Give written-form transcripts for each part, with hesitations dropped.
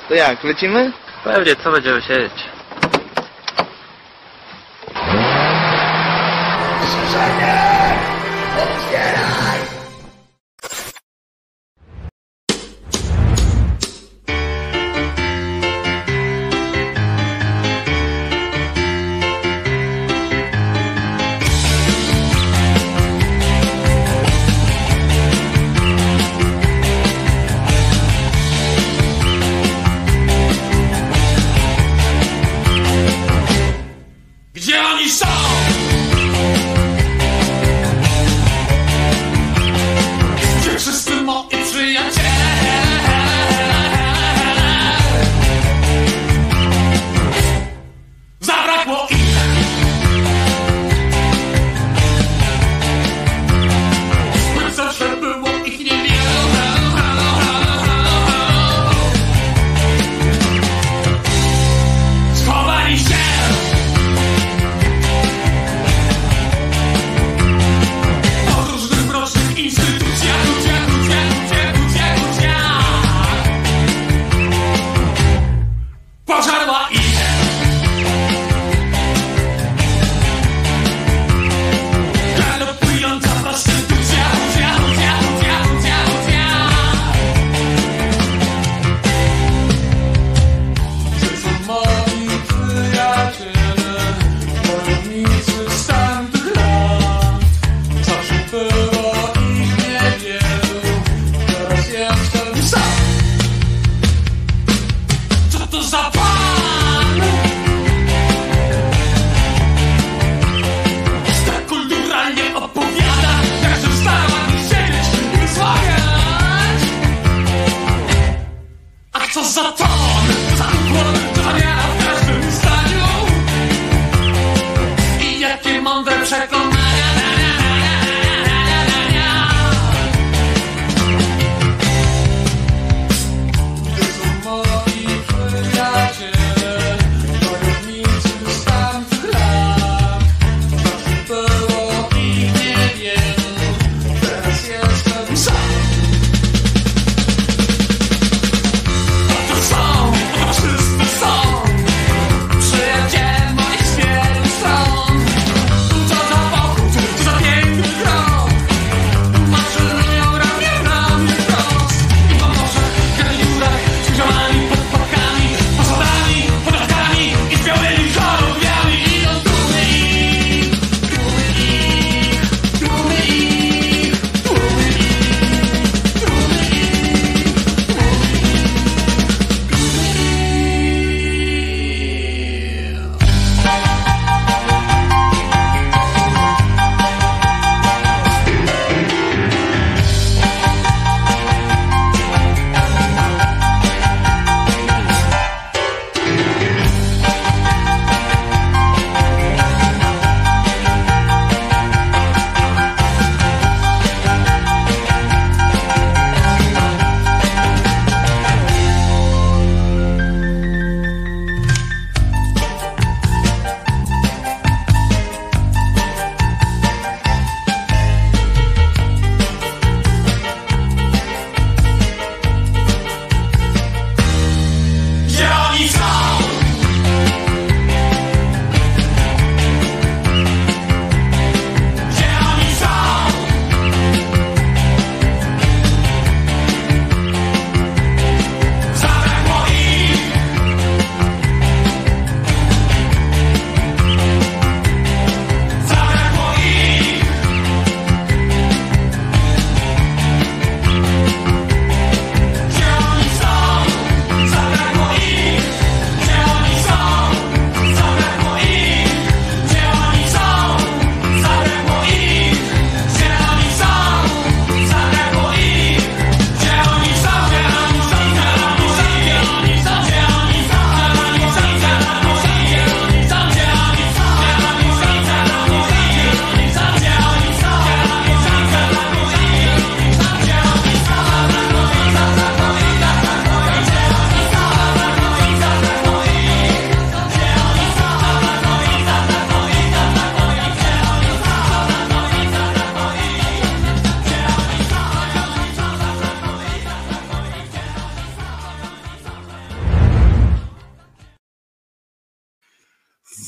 To jak, lecimy? Pewnie, co będziemy siedzieć?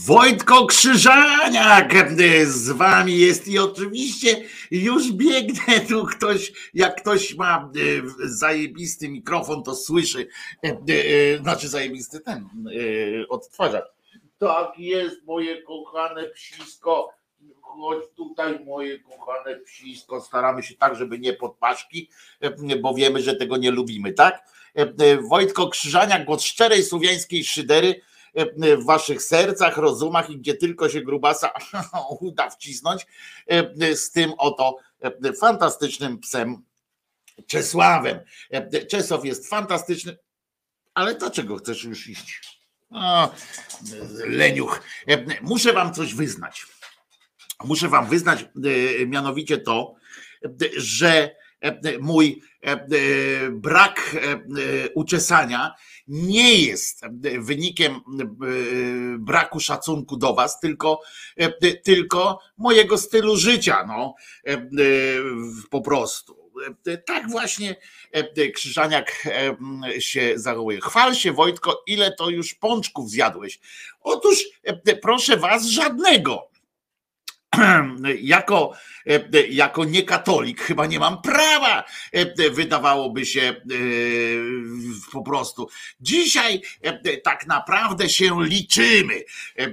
Wojtko Krzyżaniak z wami jest i oczywiście już biegnę tu jak ktoś ma zajebisty mikrofon, to słyszy, znaczy zajebisty ten odtwarzacz. Tak jest, moje kochane psisko, chodź tutaj moje kochane psisko, staramy się tak, żeby nie pod paszki, bo wiemy, że tego nie lubimy, tak? Wojtko Krzyżaniak, głos szczerej słowiańskiej szydery w waszych sercach, rozumach i gdzie tylko się grubasa uda wcisnąć z tym oto fantastycznym psem Czesławem. Czesław jest fantastyczny, ale dlaczego chcesz już iść? O, leniuch. Muszę wam coś wyznać. Muszę wam wyznać mianowicie to, że mój brak uczesania nie jest wynikiem braku szacunku do was, tylko mojego stylu życia, no, po prostu. Tak właśnie Krzyżaniak się zachowuje. Chwal się, Wojtko, ile to już pączków zjadłeś? Otóż proszę was, żadnego. Jako niekatolik chyba nie mam prawa, wydawałoby się po prostu. Dzisiaj tak naprawdę się liczymy.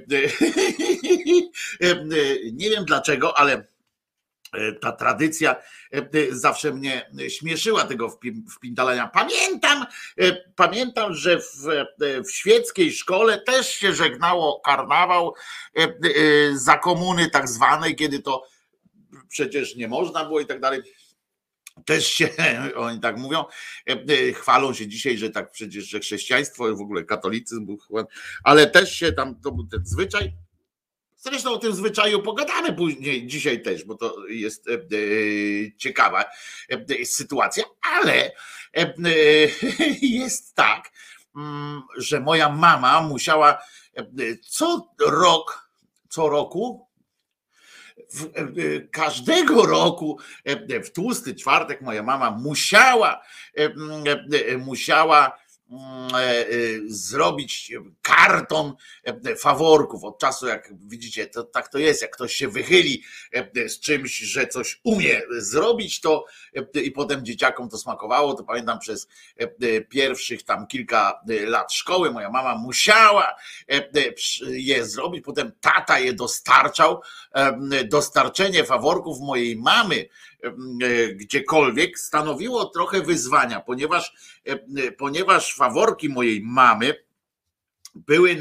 Nie wiem dlaczego, ale ta tradycja zawsze mnie śmieszyła, tego wpindalania. Pamiętam, że w świeckiej szkole też się żegnało karnawał za komuny tak zwanej, kiedy to przecież nie można było i tak dalej. Też się, oni tak mówią, chwalą się dzisiaj, że tak przecież, że chrześcijaństwo, w ogóle katolicyzm był, ale też się tam, to był ten zwyczaj. Zresztą o tym zwyczaju pogadamy później, dzisiaj też, bo to jest ciekawa sytuacja, ale jest tak, że moja mama musiała co roku, każdego roku w tłusty czwartek moja mama musiała zrobić karton faworków. Od czasu, jak widzicie, to tak to jest, jak ktoś się wychyli z czymś, że coś umie zrobić, to i potem dzieciakom to smakowało, to pamiętam przez pierwszych tam kilka lat szkoły moja mama musiała je zrobić, potem tata je dostarczał. Dostarczenie faworków mojej mamy gdziekolwiek stanowiło trochę wyzwania, ponieważ faworki mojej mamy były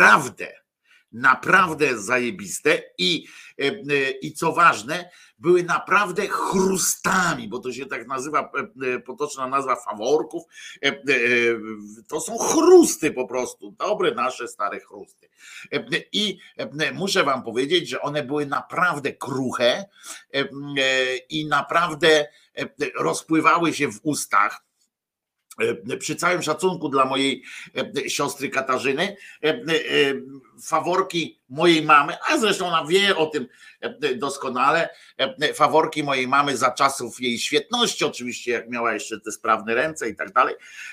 naprawdę zajebiste i co ważne, były naprawdę chrustami, bo to się tak nazywa, potoczna nazwa faworków, to są chrusty po prostu, dobre nasze stare chrusty. I muszę wam powiedzieć, że one były naprawdę kruche i naprawdę rozpływały się w ustach. Przy całym szacunku dla mojej siostry Katarzyny, faworki mojej mamy, a zresztą ona wie o tym doskonale, faworki mojej mamy za czasów jej świetności, oczywiście jak miała jeszcze te sprawne ręce i tak dalej,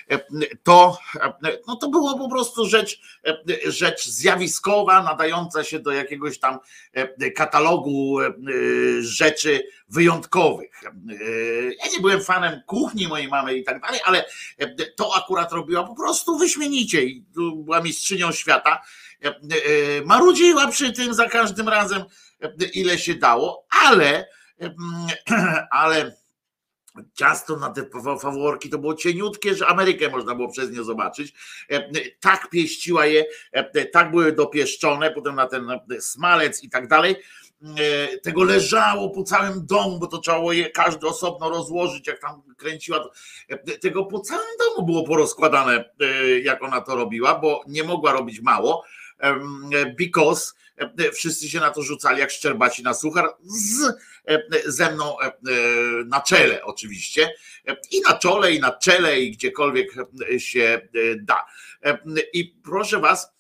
to było po prostu rzecz zjawiskowa, nadająca się do jakiegoś tam katalogu rzeczy wyjątkowych. Ja nie byłem fanem kuchni mojej mamy i tak dalej, ale to akurat robiła po prostu wyśmienicie i była mistrzynią świata. Marudziła przy tym za każdym razem, ile się dało, ale ciasto na te faworki to było cieniutkie, że Amerykę można było przez nie zobaczyć. Tak pieściła je, tak były dopieszczone, potem na ten smalec i tak dalej. Tego leżało po całym domu, bo to trzeba było je każdy osobno rozłożyć, jak tam kręciła. Tego po całym domu było porozkładane, jak ona to robiła, bo nie mogła robić mało, because wszyscy się na to rzucali jak szczerbaci na suchar, ze mną na czele oczywiście, i na czole, i na czele, i gdziekolwiek się da. I proszę was,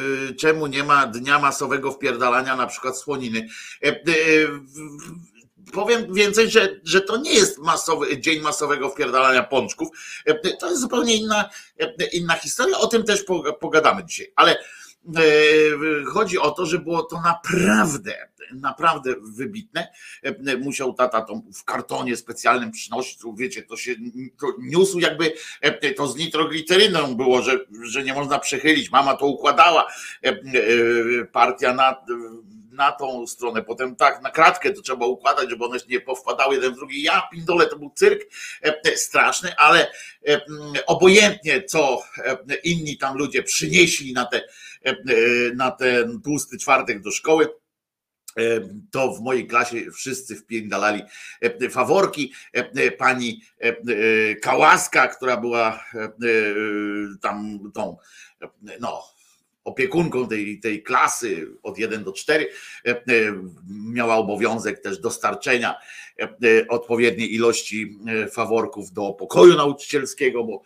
czemu nie ma dnia masowego wpierdalania na przykład słoniny? powiem więcej, że to nie jest dzień masowego wpierdalania pączków. To jest zupełnie inna historia. O tym też pogadamy dzisiaj. Ale chodzi o to, że było to naprawdę wybitne. Musiał tata to w kartonie specjalnym przynosić, wiecie, to niósł jakby to z nitrogliceryną było, że nie można przechylić. Mama to układała, partia na tą stronę, potem tak, na kratkę to trzeba układać, żeby one nie powpadały jeden w drugi. Ja pindole, to był cyrk straszny, ale obojętnie co inni tam ludzie przynieśli na ten tłusty czwartek do szkoły, to w mojej klasie wszyscy wpierdalali faworki. Pani Kałaska, która była tam tą, opiekunką tej klasy od 1 do 4, miała obowiązek też dostarczenia odpowiedniej ilości faworków do pokoju nauczycielskiego, bo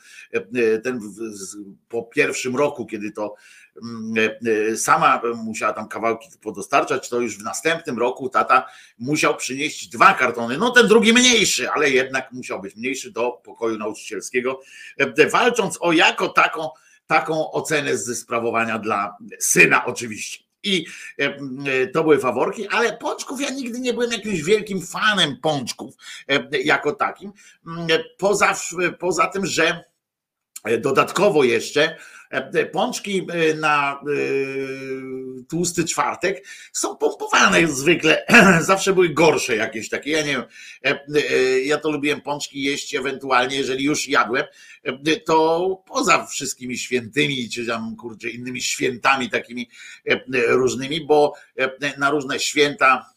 po pierwszym roku, kiedy to sama musiała tam kawałki podostarczać, to już w następnym roku tata musiał przynieść 2 kartony, no ten drugi mniejszy, ale jednak musiał być mniejszy do pokoju nauczycielskiego, walcząc o jako taką ocenę ze sprawowania dla syna oczywiście. I to były faworki, ale pączków ja nigdy nie byłem jakimś wielkim fanem pączków jako takim. Poza tym, że dodatkowo jeszcze pączki na tłusty czwartek są pompowane zwykle, zawsze były gorsze jakieś takie, ja nie wiem, ja to lubiłem pączki jeść ewentualnie, jeżeli już jadłem, to poza wszystkimi świętymi, czy tam kurczę innymi świętami takimi różnymi, bo na różne święta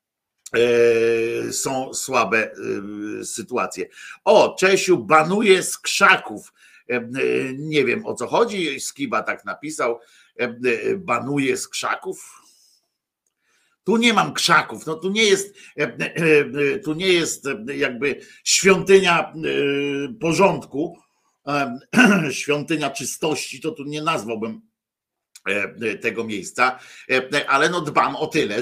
są słabe sytuacje. O, Czesiu banuje z krzaków. Nie wiem, o co chodzi, Skiba tak napisał, banuje z krzaków. Tu nie mam krzaków, no tu nie jest jakby świątynia porządku, świątynia czystości, to tu nie nazwałbym tego miejsca, ale no dbam o tyle,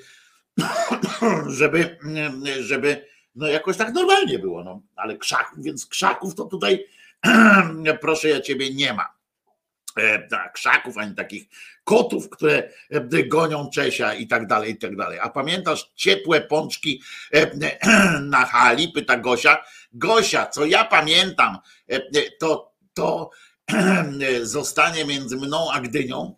żeby no jakoś tak normalnie było, no, ale krzaków to tutaj proszę ja ciebie nie ma. Krzaków, ani takich kotów, które gonią Czesia i tak dalej, i tak dalej. A pamiętasz ciepłe pączki na hali? Pyta Gosia. Gosia, co ja pamiętam, to zostanie między mną a Gdynią.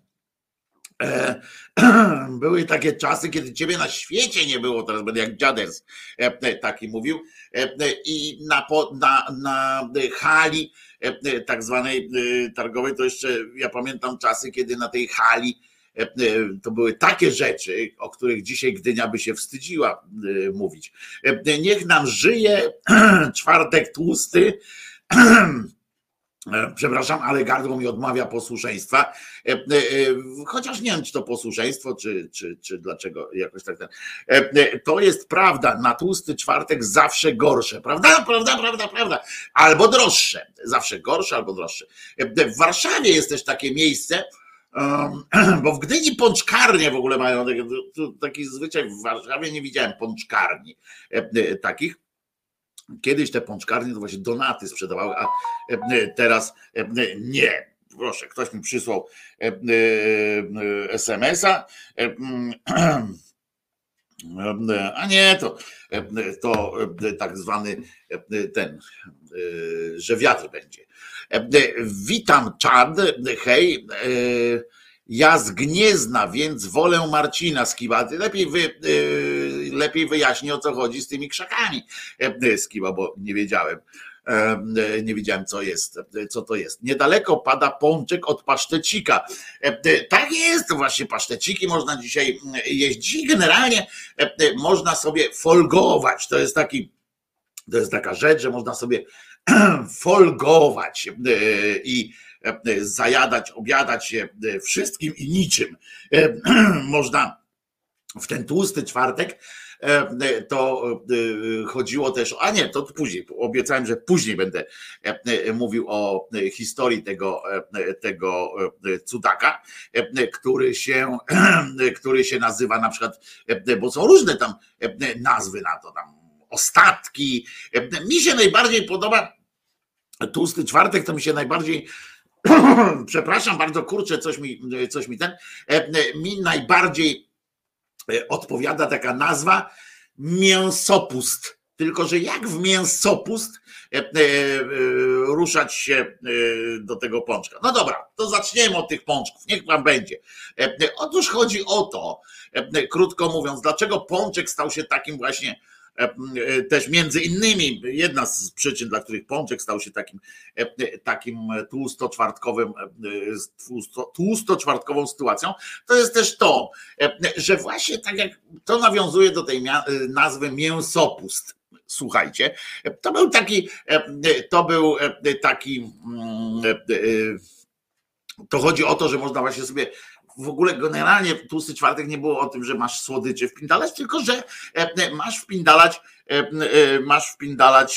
Były takie czasy, kiedy ciebie na świecie nie było, teraz będę jak dziaders taki mówił, i na hali tak zwanej targowej, to jeszcze ja pamiętam czasy, kiedy na tej hali to były takie rzeczy, o których dzisiaj Gdynia by się wstydziła mówić. Niech nam żyje czwartek tłusty. Przepraszam, ale gardło mi odmawia posłuszeństwa. Chociaż nie wiem, czy to posłuszeństwo, czy dlaczego jakoś tak. To jest prawda, na tłusty czwartek zawsze gorsze. Prawda? Albo droższe. Zawsze gorsze albo droższe. W Warszawie jest też takie miejsce, bo w Gdyni pączkarnie w ogóle mają taki zwyczaj. W Warszawie nie widziałem pączkarni takich. Kiedyś te pączkarnie to właśnie donaty sprzedawały, a teraz nie. Proszę, ktoś mi przysłał SMS-a, a nie, to tak zwany ten, że wiatr będzie. Witam czad, hej. Ja z Gniezna, więc wolę Marcina Skiba. Lepiej wyjaśnij, o co chodzi z tymi krzakami, Skiba, bo nie wiedziałem. Nie wiedziałem, co to jest. Niedaleko pada pączek od pasztecika. Tak jest, właśnie paszteciki można dzisiaj jeść. I generalnie można sobie folgować. To jest taka rzecz, że można sobie folgować i zajadać, obiadać się wszystkim i niczym. Można w ten tłusty czwartek to chodziło też, a nie, to później, obiecałem, że później będę mówił o historii tego cudaka, który się nazywa na przykład, bo są różne tam nazwy na to, tam ostatki. Mi się najbardziej podoba Tłusty Czwartek, to mi się najbardziej przepraszam bardzo, kurczę, coś mi mi najbardziej odpowiada taka nazwa mięsopust. Tylko że jak w mięsopust ruszać się do tego pączka. No dobra, to zaczniemy od tych pączków, niech wam będzie. Otóż chodzi o to, krótko mówiąc, dlaczego pączek stał się takim właśnie też między innymi jedna z przyczyn, dla których pączek stał się takim tłustoczwartkową sytuacją, to jest też to, że właśnie tak jak to nawiązuje do tej nazwy mięsopust. Słuchajcie, to chodzi o to, że można właśnie sobie w ogóle generalnie Tłusty Czwartek nie było o tym, że masz słodycze wpindalać, tylko że masz wpindalać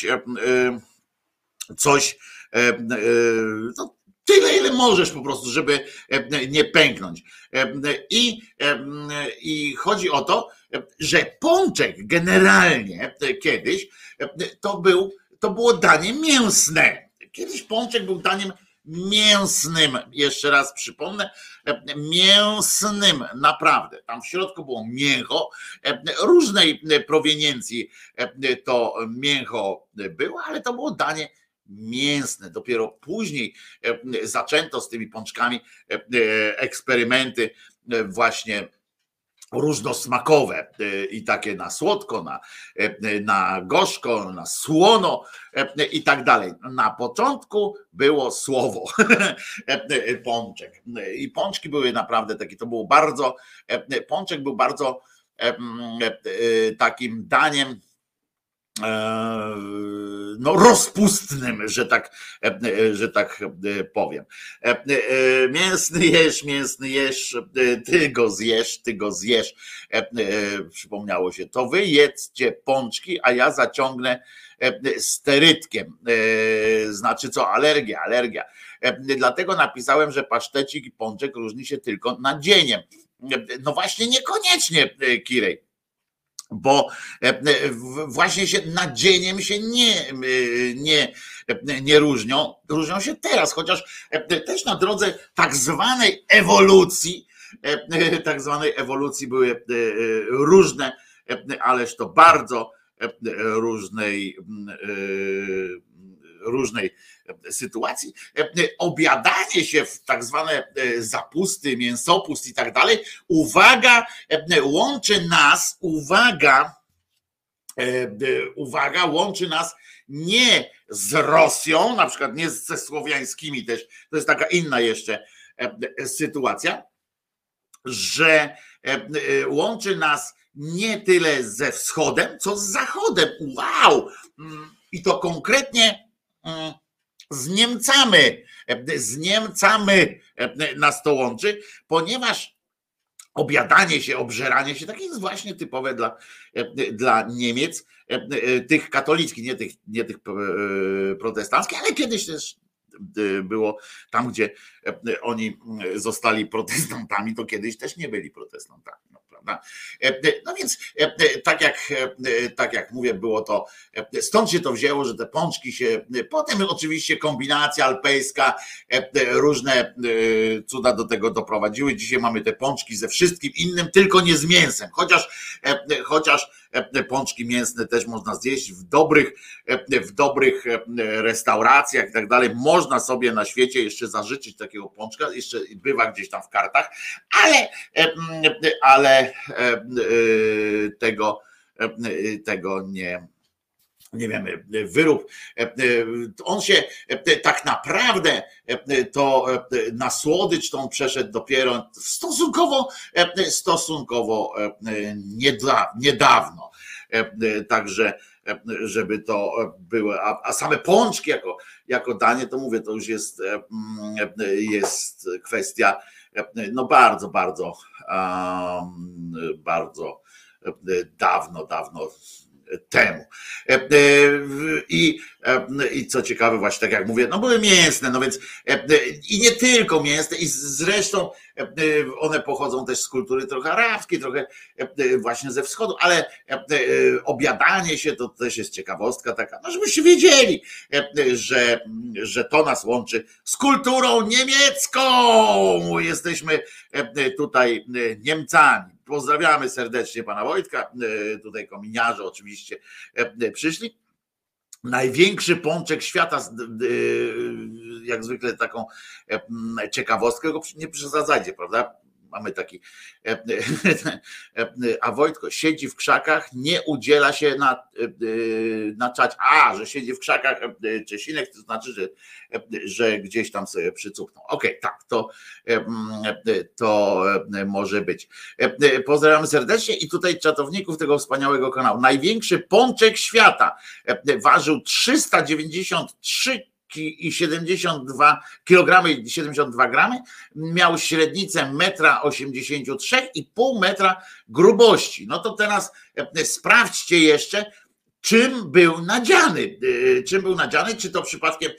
coś no, tyle, ile możesz po prostu, żeby nie pęknąć. I chodzi o to, że pączek generalnie kiedyś to było danie mięsne. Kiedyś pączek był daniem mięsnym, jeszcze raz przypomnę, mięsnym, naprawdę. Tam w środku było mięcho, różnej proweniencji to mięcho było, ale to było danie mięsne. Dopiero później zaczęto z tymi pączkami eksperymenty właśnie różnosmakowe i takie na słodko, na gorzko, na słono i tak dalej. Na początku było słowo pączek i pączki były naprawdę takie, pączek był bardzo takim daniem no rozpustnym, że tak powiem. Mięsny jesz, ty go zjesz. Przypomniało się, to wy jedzcie pączki, a ja zaciągnę sterytkiem. Znaczy co? Alergia. Dlatego napisałem, że pasztecik i pączek różni się tylko nadzieniem. No właśnie niekoniecznie, Kirej. Bo właśnie się nadzieniem się nie różnią się teraz, chociaż też na drodze tak zwanej ewolucji były różne, ależ to bardzo różnej sytuacji. Obiadanie się w tak zwane zapusty, mięsopust i tak dalej, łączy nas nie z Rosją, na przykład nie ze słowiańskimi też, to jest taka inna jeszcze sytuacja, że łączy nas nie tyle ze wschodem, co z zachodem. Wow! I to konkretnie z Niemcami nas to łączy, ponieważ obiadanie się, obżeranie się, takie jest właśnie typowe dla Niemiec, tych katolickich, nie tych protestanckich, ale kiedyś też było tam, gdzie oni zostali protestantami, to kiedyś też nie byli protestantami. Prawda? No więc tak jak mówię, było to, stąd się to wzięło, że te pączki się, potem oczywiście kombinacja alpejska, różne cuda do tego doprowadziły. Dzisiaj mamy te pączki ze wszystkim innym, tylko nie z mięsem, chociaż pączki mięsne też można zjeść w dobrych restauracjach i tak dalej. Można sobie na świecie jeszcze zażyczyć takiego pączka, jeszcze bywa gdzieś tam w kartach, ale tego nie wiemy, wyrób. On się tak naprawdę to na słodycz to on przeszedł dopiero stosunkowo niedawno. Także żeby to było, a same pączki jako danie, to mówię, to już jest kwestia no bardzo dawno temu. I co ciekawe, właśnie tak jak mówię, no były mięsne, no więc i nie tylko mięsne, i zresztą one pochodzą też z kultury trochę arabskiej, trochę właśnie ze wschodu, ale obiadanie się to też jest ciekawostka taka, no żebyście wiedzieli, że to nas łączy z kulturą niemiecką. Jesteśmy tutaj Niemcami. Pozdrawiamy serdecznie pana Wojtka, tutaj kominiarze oczywiście przyszli. Największy pączek świata, jak zwykle taką ciekawostkę, nie przesadzajcie, prawda? Mamy taki, a Wojtko siedzi w krzakach, nie udziela się na czacie. Że siedzi w krzakach Czesinek, to znaczy, że gdzieś tam sobie przycupnął. Okej, tak, to może być. Pozdrawiamy serdecznie i tutaj czatowników tego wspaniałego kanału. Największy pączek świata ważył 393,72 kg i 72 gramy, miał średnicę 1,83 m i pół metra grubości. No to teraz sprawdźcie jeszcze, czym był nadziany. Czy to przypadkiem,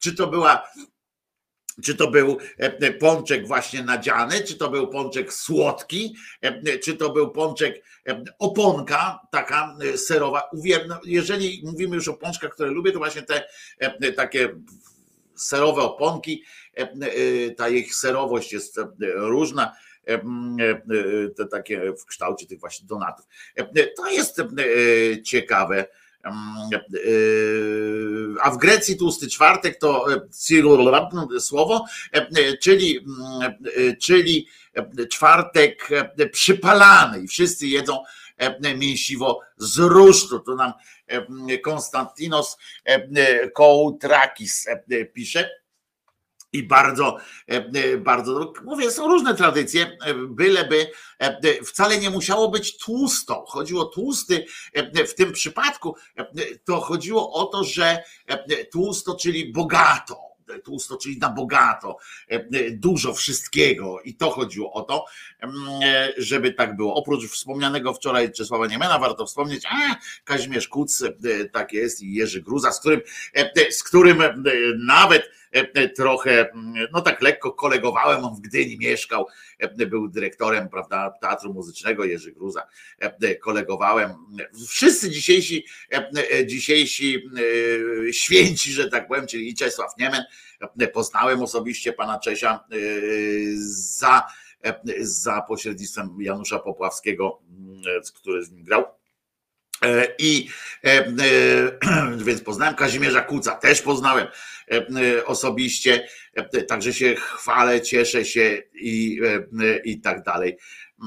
czy to był pączek właśnie nadziany, czy to był pączek słodki, czy to był pączek oponka, taka serowa. Jeżeli mówimy już o pączkach, które lubię, to właśnie te takie serowe oponki, ta ich serowość jest różna, te takie w kształcie tych właśnie donatów. To jest ciekawe. A w Grecji tłusty czwartek to słowo, czyli czwartek przypalany i wszyscy jedzą mięsiwo z rusztu. To nam Konstantinos Koutrakis pisze. I bardzo, mówię, są różne tradycje, byleby wcale nie musiało być tłusto. Chodziło tłusty, w tym przypadku to chodziło o to, że tłusto, czyli bogato. Tłusto, czyli na bogato, dużo wszystkiego i to chodziło o to, żeby tak było. Oprócz wspomnianego wczoraj Czesława Niemena warto wspomnieć, Kazimierz Kuc, tak jest, i Jerzy Gruza, z którym nawet trochę, no tak lekko kolegowałem, on w Gdyni mieszkał, był dyrektorem, prawda, Teatru Muzycznego, Jerzy Gruza, kolegowałem. Wszyscy dzisiejsi święci, że tak powiem, czyli i Czesław Niemen, poznałem osobiście pana Czesia za pośrednictwem Janusza Popławskiego, który z nim grał. Więc poznałem Kazimierza Kuca, też poznałem osobiście, także się chwalę, cieszę się i tak dalej.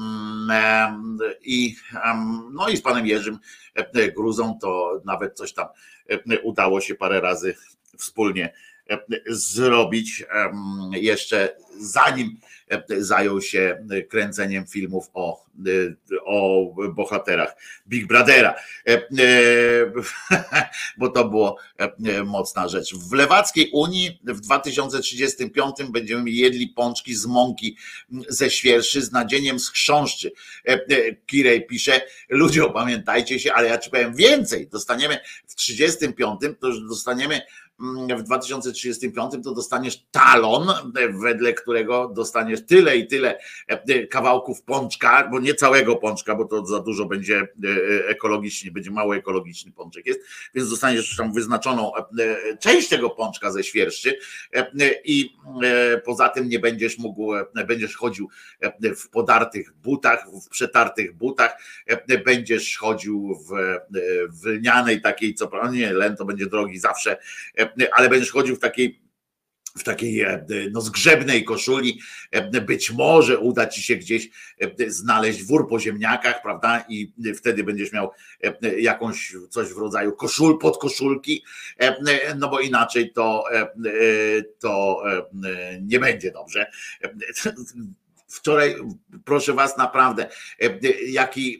No i z panem Jerzym Gruzą to nawet coś tam udało się parę razy wspólnie zrobić, jeszcze zanim zajął się kręceniem filmów o bohaterach Big Brothera, bo to było mocna rzecz. W Lewackiej Unii w 2035 będziemy jedli pączki z mąki ze świerszy z nadzieniem z chrząszczy. Kirej pisze, ludzie opamiętajcie się, ale ja ci powiem więcej, dostaniemy w 35, to już dostaniemy w 2035 to dostaniesz talon, wedle którego dostaniesz tyle i tyle kawałków pączka, bo nie całego pączka, bo to za dużo będzie ekologicznie, będzie mało ekologiczny pączek jest, więc dostaniesz tam wyznaczoną część tego pączka ze świerszczy i poza tym nie będziesz mógł, będziesz chodził w podartych butach, w przetartych butach, będziesz chodził w lnianej takiej, co prawda nie, len to będzie drogi zawsze, ale będziesz chodził w takiej no, zgrzebnej koszuli, być może uda ci się gdzieś znaleźć wór po ziemniakach, prawda, i wtedy będziesz miał jakąś coś w rodzaju podkoszulki, no bo inaczej to nie będzie dobrze. Wczoraj, proszę was, naprawdę, jaki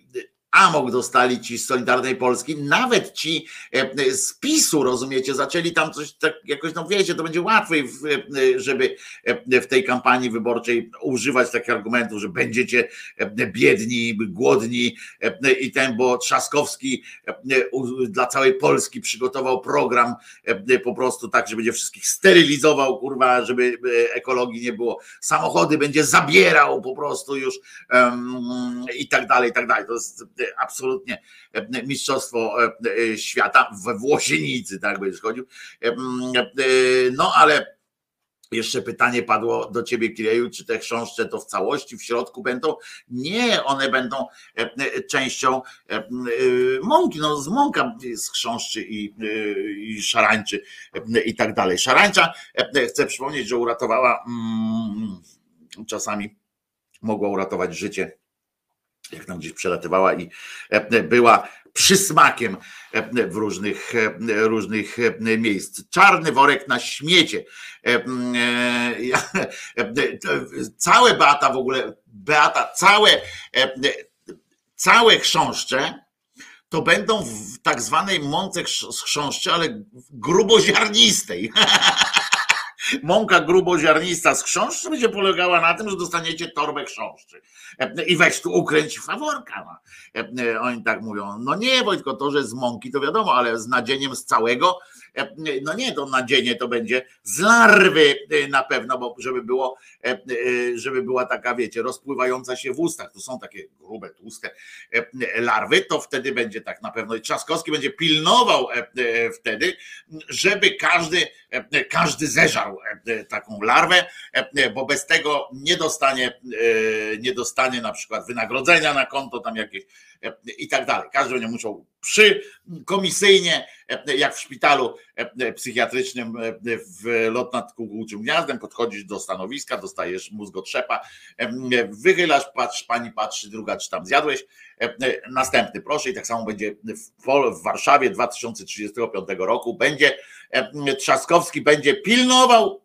amok dostali ci z Solidarnej Polski, nawet ci z PiS-u, rozumiecie, zaczęli tam coś tak jakoś, no wiecie, to będzie łatwiej, żeby w tej kampanii wyborczej używać takich argumentów, że będziecie biedni, głodni i bo Trzaskowski dla całej Polski przygotował program po prostu tak, że będzie wszystkich sterylizował, kurwa, żeby ekologii nie było, samochody będzie zabierał po prostu już i tak dalej, i tak dalej. To jest absolutnie mistrzostwo świata we Włosienicy, tak będziesz chodził. No ale jeszcze pytanie padło do ciebie, Kireju, czy te chrząszcze to w całości w środku będą? Nie, one będą częścią mąki, no z mąka, z chrząszczy i szarańczy i tak dalej. Szarańcza, chcę przypomnieć, że uratowała, czasami mogła uratować życie, jak tam gdzieś przelatywała i była przysmakiem w różnych miejsc. Czarny worek na śmiecie. Całe Beata w ogóle, całe chrząszcze to będą w tak zwanej mące chrząszczy, ale gruboziarnistej. Mąka gruboziarnista z chrząszczy będzie polegała na tym, że dostaniecie torbę chrząszczy. I weź tu ukręć faworka. No. Oni tak mówią, no nie, Wojtko, to, że z mąki to wiadomo, ale z nadzieniem z całego, no nie, to nadzienie to będzie z larwy na pewno, bo żeby była taka, wiecie, rozpływająca się w ustach, to są takie grube, tłuste larwy, to wtedy będzie tak na pewno i Trzaskowski będzie pilnował wtedy, żeby każdy zeżarł taką larwę, bo bez tego nie dostanie na przykład wynagrodzenia na konto tam jakieś i tak dalej. Każdy będzie musiał komisyjnie, jak w szpitalu psychiatrycznym w Lot nad Kukułczym Gniazdem, podchodzisz do stanowiska, dostajesz mózgotrzepa, wychylasz, pani patrzy, druga, czy tam zjadłeś, następny proszę i tak samo będzie w Warszawie 2035 roku będzie Trzaskowski będzie pilnował,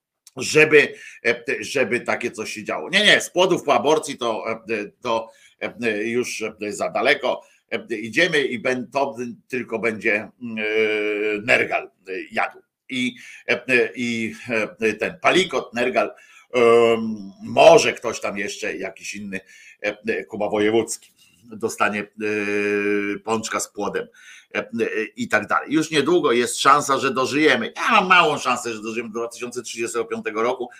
żeby takie coś się działo. Nie, z płodów po aborcji to już za daleko idziemy i to tylko będzie Nergal jadł. I ten Palikot, Nergal, może ktoś tam jeszcze, jakiś inny, Kuba Wojewódzki dostanie pączka z płodem i tak dalej. Już niedługo jest szansa, że dożyjemy. Ja mam małą szansę, że dożyjemy do 2035 roku.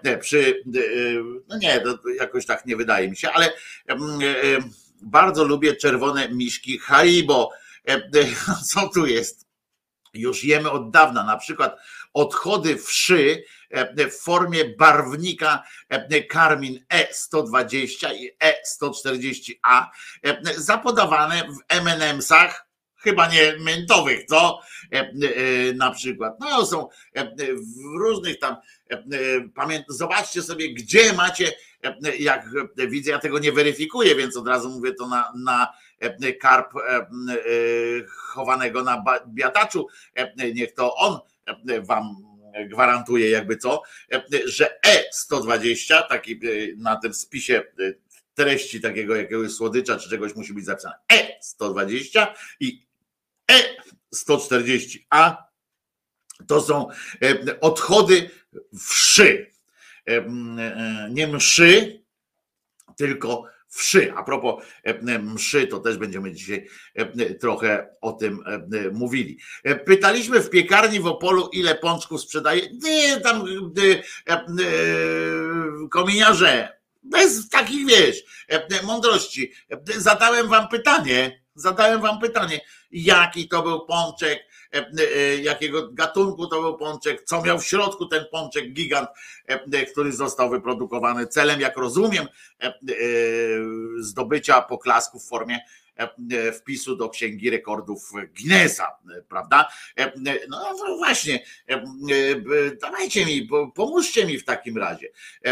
No nie, to jakoś tak nie wydaje mi się, ale bardzo lubię czerwone miśki Haribo. Co tu jest? Już jemy od dawna, na przykład odchody wszy w formie barwnika Karmin E120 i E140A zapodawane w M&M'sach, chyba nie miętowych, co? Na przykład. No są w różnych tam, zobaczcie sobie, gdzie macie, jak widzę, ja tego nie weryfikuję, więc od razu mówię to na karp chowanego na biataczu, niech to on wam gwarantuje jakby co, że E120, taki na tym spisie treści takiego jakiegoś słodycza czy czegoś musi być zapisane E120 i E140A to są odchody wszy, nie mszy, tylko wszy. A propos mszy, to też będziemy dzisiaj trochę o tym mówili. Pytaliśmy w piekarni w Opolu, ile pączków sprzedaje. Nie, tam kominiarze, bez takich, wiesz, mądrości. Zadałem wam pytanie, jaki to był pączek, jakiego gatunku to był pączek, co miał w środku ten pączek gigant, który został wyprodukowany celem, jak rozumiem, zdobycia poklasku w formie wpisu do Księgi Rekordów Guinnessa, prawda? No właśnie, dawajcie mi, pomóżcie mi w takim razie.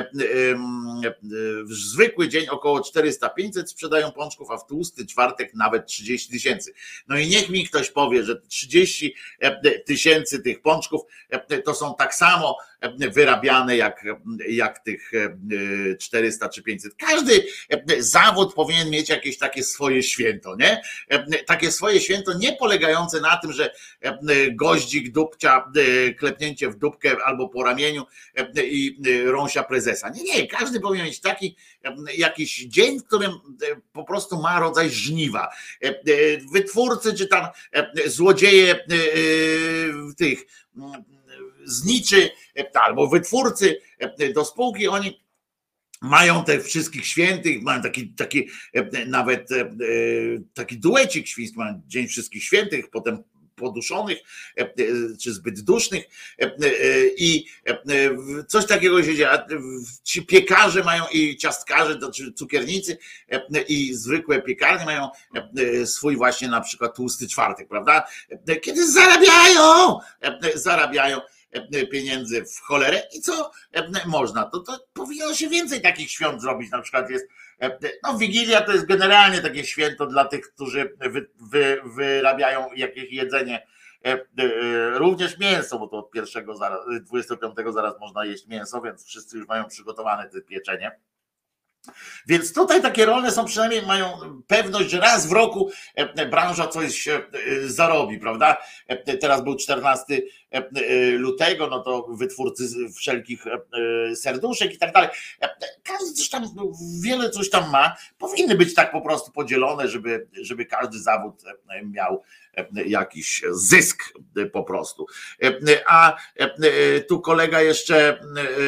W zwykły dzień około 400-500 sprzedają pączków, a w tłusty czwartek nawet 30 000. No i niech mi ktoś powie, że 30 000 tych pączków to są tak samo wyrabiane jak tych 400 czy 500. Każdy zawód powinien mieć jakieś takie swoje święto. święto, nie? Takie swoje święto nie polegające na tym, że goździk, dupcia, klepnięcie w dupkę albo po ramieniu i rąsia prezesa. Nie, każdy powinien mieć taki jakiś dzień, w którym po prostu ma rodzaj żniwa. Wytwórcy czy tam złodzieje tych zniczy albo wytwórcy do spółki, oni mają te wszystkich świętych, mają taki nawet taki duecik świński, mają Dzień Wszystkich Świętych, potem poduszonych czy zbyt dusznych i coś takiego się dzieje. Ci piekarze mają i ciastkarze, czy cukiernicy i zwykłe piekarnie mają swój właśnie na przykład tłusty czwartek, prawda? Kiedy zarabiają pieniędzy w cholerę i co można, to powinno się więcej takich świąt zrobić. Na przykład jest Wigilia, to jest generalnie takie święto dla tych, którzy wyrabiają jakieś jedzenie, również mięso, bo to od 25 zaraz można jeść mięso, więc wszyscy już mają przygotowane te pieczenie. Więc tutaj takie role są, przynajmniej mają pewność, że raz w roku branża coś zarobi, prawda? Teraz był 14 lutego, no to wytwórcy wszelkich serduszek i tak dalej. Każdy coś tam, wiele coś tam ma. Powinny być tak po prostu podzielone, żeby każdy zawód miał jakiś zysk po prostu. A tu kolega jeszcze,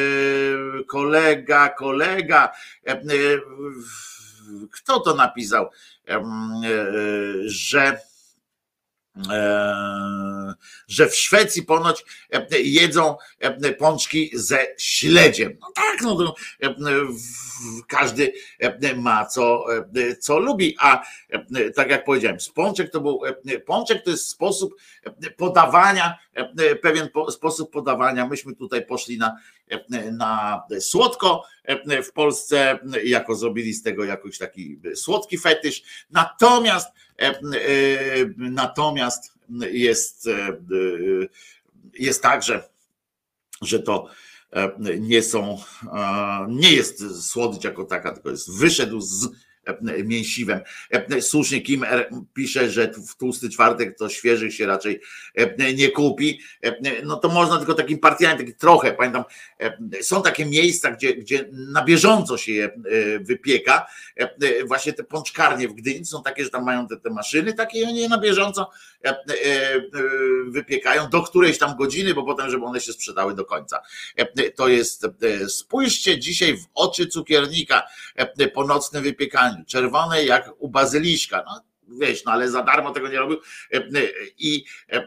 kolega, kto to napisał, że w Szwecji ponoć jedzą pączki ze śledziem. No tak, no, każdy ma co lubi, a tak jak powiedziałem, pączek to jest sposób podawania, pewien sposób podawania. Myśmy tutaj poszli na słodko w Polsce, jako zrobili z tego jakiś taki słodki fetysz, natomiast jest tak, że to nie jest słodycz jako taka, tylko wyszedł z mięsiwem. Słusznie Kim pisze, że w tłusty czwartek to świeżych się raczej nie kupi. No to można tylko takim partiami, taki trochę, pamiętam, są takie miejsca, gdzie na bieżąco się je wypieka. Właśnie te pączkarnie w Gdyni są takie, że tam mają te maszyny takie i oni je na bieżąco wypiekają do którejś tam godziny, bo potem, żeby one się sprzedały do końca. To jest, spójrzcie dzisiaj w oczy cukiernika po nocnym wypiekaniu, czerwone jak u bazyliszka, no wiesz, no ale za darmo tego nie robił i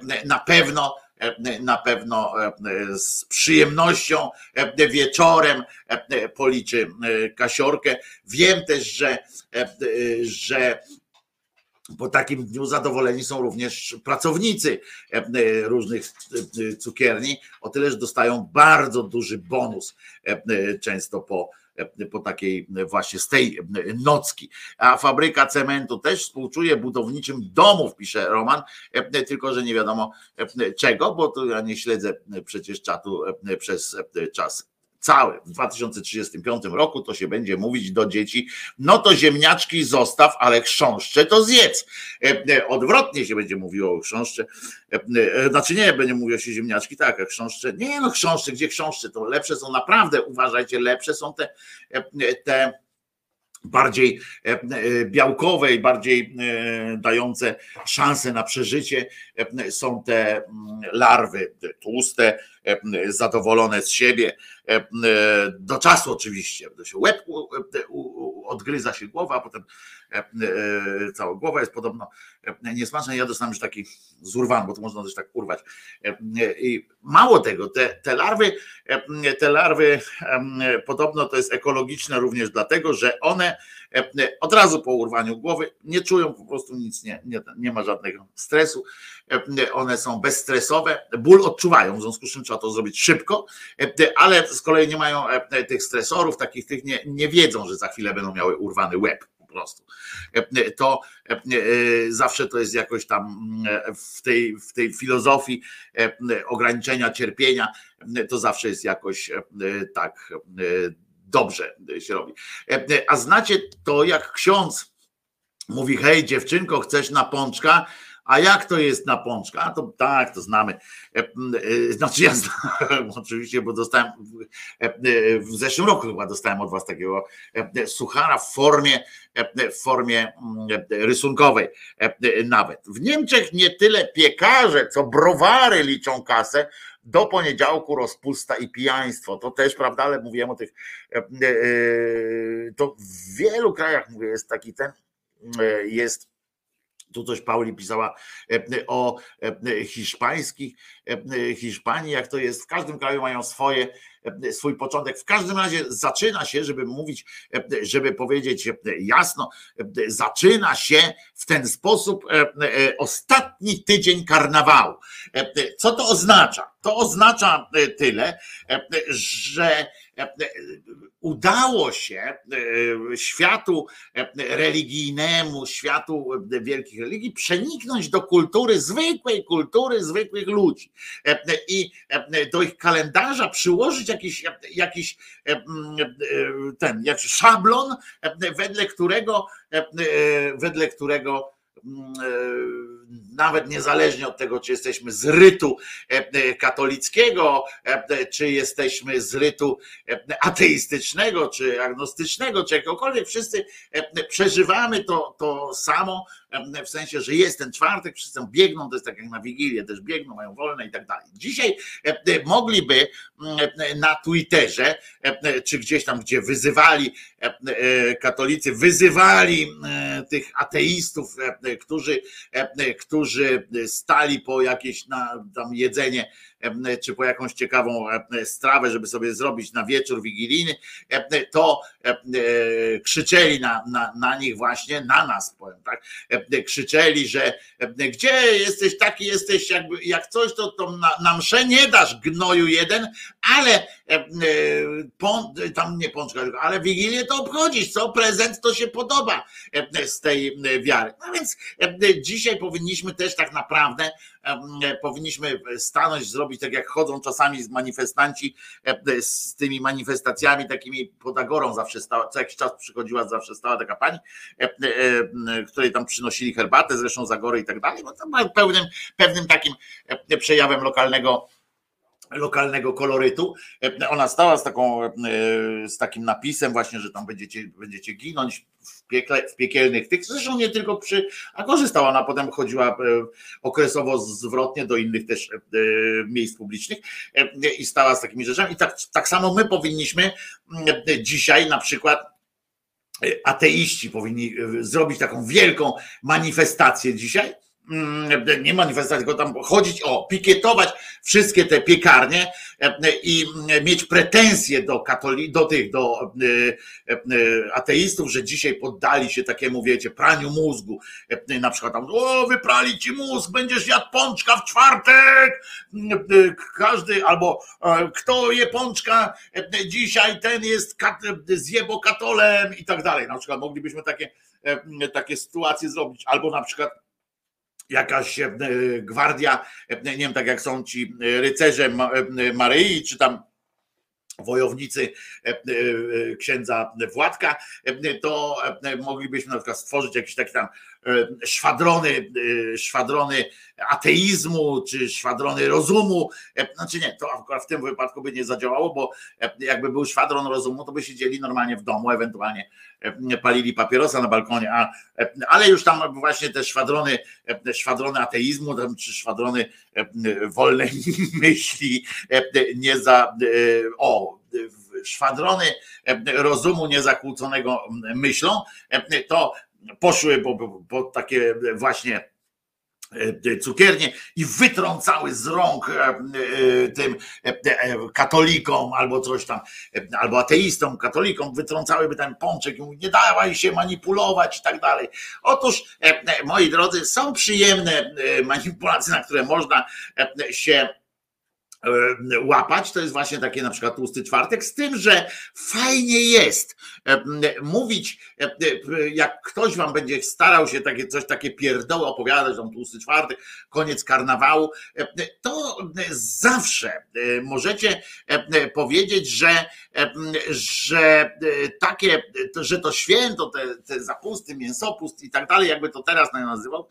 na pewno z przyjemnością wieczorem policzy kasiorkę. Wiem też, że po takim dniu zadowoleni są również pracownicy różnych cukierni, o tyle, że dostają bardzo duży bonus często po takiej właśnie z tej nocki. A fabryka cementu też współczuje budowniczym domów, pisze Roman, tylko że nie wiadomo czego, bo to ja nie śledzę przecież czatu przez czas cały. W 2035 roku to się będzie mówić do dzieci, no to ziemniaczki zostaw, ale chrząszcze to zjedz. Odwrotnie się będzie mówiło o chrząszcze. Znaczy nie, będzie mówiło się ziemniaczki, tak, a chrząszcze, nie no chrząszcze, gdzie chrząszcze, to lepsze są naprawdę, uważajcie, lepsze są te bardziej białkowe i bardziej dające szansę na przeżycie są te larwy tłuste, zadowolone z siebie, do czasu oczywiście, to się łeb odgryza się głowa, a potem cała głowa jest podobno niesmaczna. Ja dostałem już taki zurwan, bo to można też tak urwać. I mało tego, te larwy podobno to jest ekologiczne również dlatego, że one od razu po urwaniu głowy nie czują po prostu nic, nie ma żadnego stresu. One są bezstresowe, ból odczuwają, w związku z czym trzeba to zrobić szybko, ale z kolei nie mają tych stresorów, takich tych nie wiedzą, że za chwilę będą miały urwany łeb. Po prostu. To zawsze to jest jakoś tam w tej filozofii ograniczenia cierpienia, to zawsze jest jakoś tak dobrze się robi. A znacie to, jak ksiądz Mówi, hej dziewczynko, chcesz na pączka? A jak to jest na pączka? A to tak, to znamy. Znaczy ja znam, oczywiście, bo dostałem w zeszłym roku chyba dostałem od was takiego suchara w formie rysunkowej nawet. W Niemczech nie tyle piekarze, co browary liczą kasę. Do poniedziałku rozpusta i pijaństwo. To też prawda, ale mówiłem o tych. To w wielu krajach, mówię, jest taki ten. Jest tu coś Pauli pisała o Hiszpanii, jak to jest. W każdym kraju mają swój początek. W każdym razie zaczyna się, żeby mówić, żeby powiedzieć jasno, zaczyna się w ten sposób ostatni tydzień karnawału. Co to oznacza? To oznacza tyle, że udało się światu religijnemu, światu wielkich religii przeniknąć do kultury zwykłych ludzi i do ich kalendarza przyłożyć jakiś szablon, wedle którego nawet niezależnie od tego, czy jesteśmy z rytu katolickiego, czy jesteśmy z rytu ateistycznego, czy agnostycznego, czy jakiegokolwiek, wszyscy przeżywamy to samo, w sensie, że jest ten czwartek, wszyscy biegną, to jest tak jak na Wigilię też biegną, mają wolne i tak dalej. Dzisiaj mogliby na Twitterze, czy gdzieś tam, gdzie wyzywali katolicy, wyzywali tych ateistów, którzy stali po jakieś tam jedzenie, czy po jakąś ciekawą strawę, żeby sobie zrobić na wieczór wigilijny, to krzyczeli na nich właśnie, na nas powiem tak, krzyczeli, że gdzie jesteś taki, jesteś jak coś, to na mszę nie dasz gnoju jeden, ale tam nie pączka, ale Wigilię to obchodzisz, co? Prezent to się podoba z tej wiary. No więc dzisiaj powinniśmy też tak naprawdę stanąć, zrobić tak jak chodzą czasami manifestanci z tymi manifestacjami takimi pod Agorą zawsze stała, co jakiś czas przychodziła, zawsze stała taka pani, której tam przynosili herbatę, zresztą z Agory i tak dalej, bo to pewnym takim przejawem lokalnego kolorytu. Ona stała z takim napisem właśnie, że tam będziecie ginąć w piekielnych tych, zresztą nie tylko przy Agorze stała, ona potem chodziła okresowo zwrotnie do innych też miejsc publicznych i stała z takimi rzeczami i tak samo my powinniśmy dzisiaj na przykład ateiści powinni zrobić taką wielką manifestację dzisiaj, nie manifestację, tylko tam chodzić, pikietować wszystkie te piekarnie i mieć pretensje do ateistów, że dzisiaj poddali się takiemu, wiecie, praniu mózgu. Na przykład tam, wyprali ci mózg, będziesz jadł pączka w czwartek. Każdy, albo kto je pączka dzisiaj, ten jest zjebokatolem i tak dalej. Na przykład moglibyśmy takie sytuacje zrobić, albo na przykład jakaś gwardia, nie wiem, tak jak są ci rycerze Maryi, czy tam wojownicy księdza Władka, to moglibyśmy na przykład stworzyć jakieś takie tam szwadrony ateizmu, czy szwadrony rozumu. Znaczy nie, to akurat w tym wypadku by nie zadziałało, bo jakby był szwadron rozumu, to by siedzieli normalnie w domu, ewentualnie palili papierosa na balkonie, ale już tam właśnie te szwadrony ateizmu, czy szwadrony wolnej myśli, szwadrony rozumu niezakłóconego myślą, to poszły po takie właśnie cukiernie i wytrącały z rąk tym katolikom albo coś tam, albo ateistom, katolikom, wytrącałyby ten pączek i mówią, nie dawaj się manipulować i tak dalej. Otóż, moi drodzy, są przyjemne manipulacje, na które można się łapać, to jest właśnie takie na przykład tłusty czwartek, z tym, że fajnie jest mówić, jak ktoś wam będzie starał się coś takie pierdoły opowiadać, tam tłusty czwartek, koniec karnawału, to zawsze możecie powiedzieć, że takie, że to święto, te zapusty, mięsopust i tak dalej, jakby to teraz nazywał,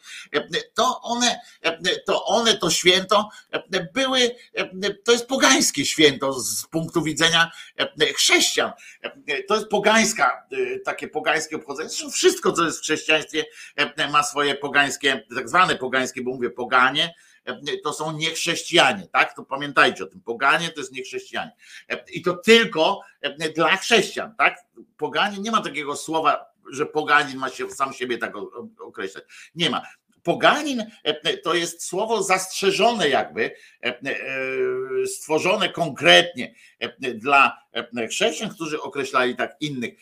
to święto były, to jest pogańskie święto z punktu widzenia chrześcijan. To jest takie pogańskie obchodzenie. Zresztą wszystko, co jest w chrześcijaństwie, ma swoje pogańskie, tak zwane pogańskie, bo mówię poganie, to są niechrześcijanie, tak? To pamiętajcie o tym. Poganie to jest niechrześcijanie. I to tylko dla chrześcijan, tak? Poganie, nie ma takiego słowa, że poganin ma się sam siebie tak określać. Nie ma. Poganin to jest słowo zastrzeżone jakby, stworzone konkretnie dla chrześcijan, którzy określali tak innych,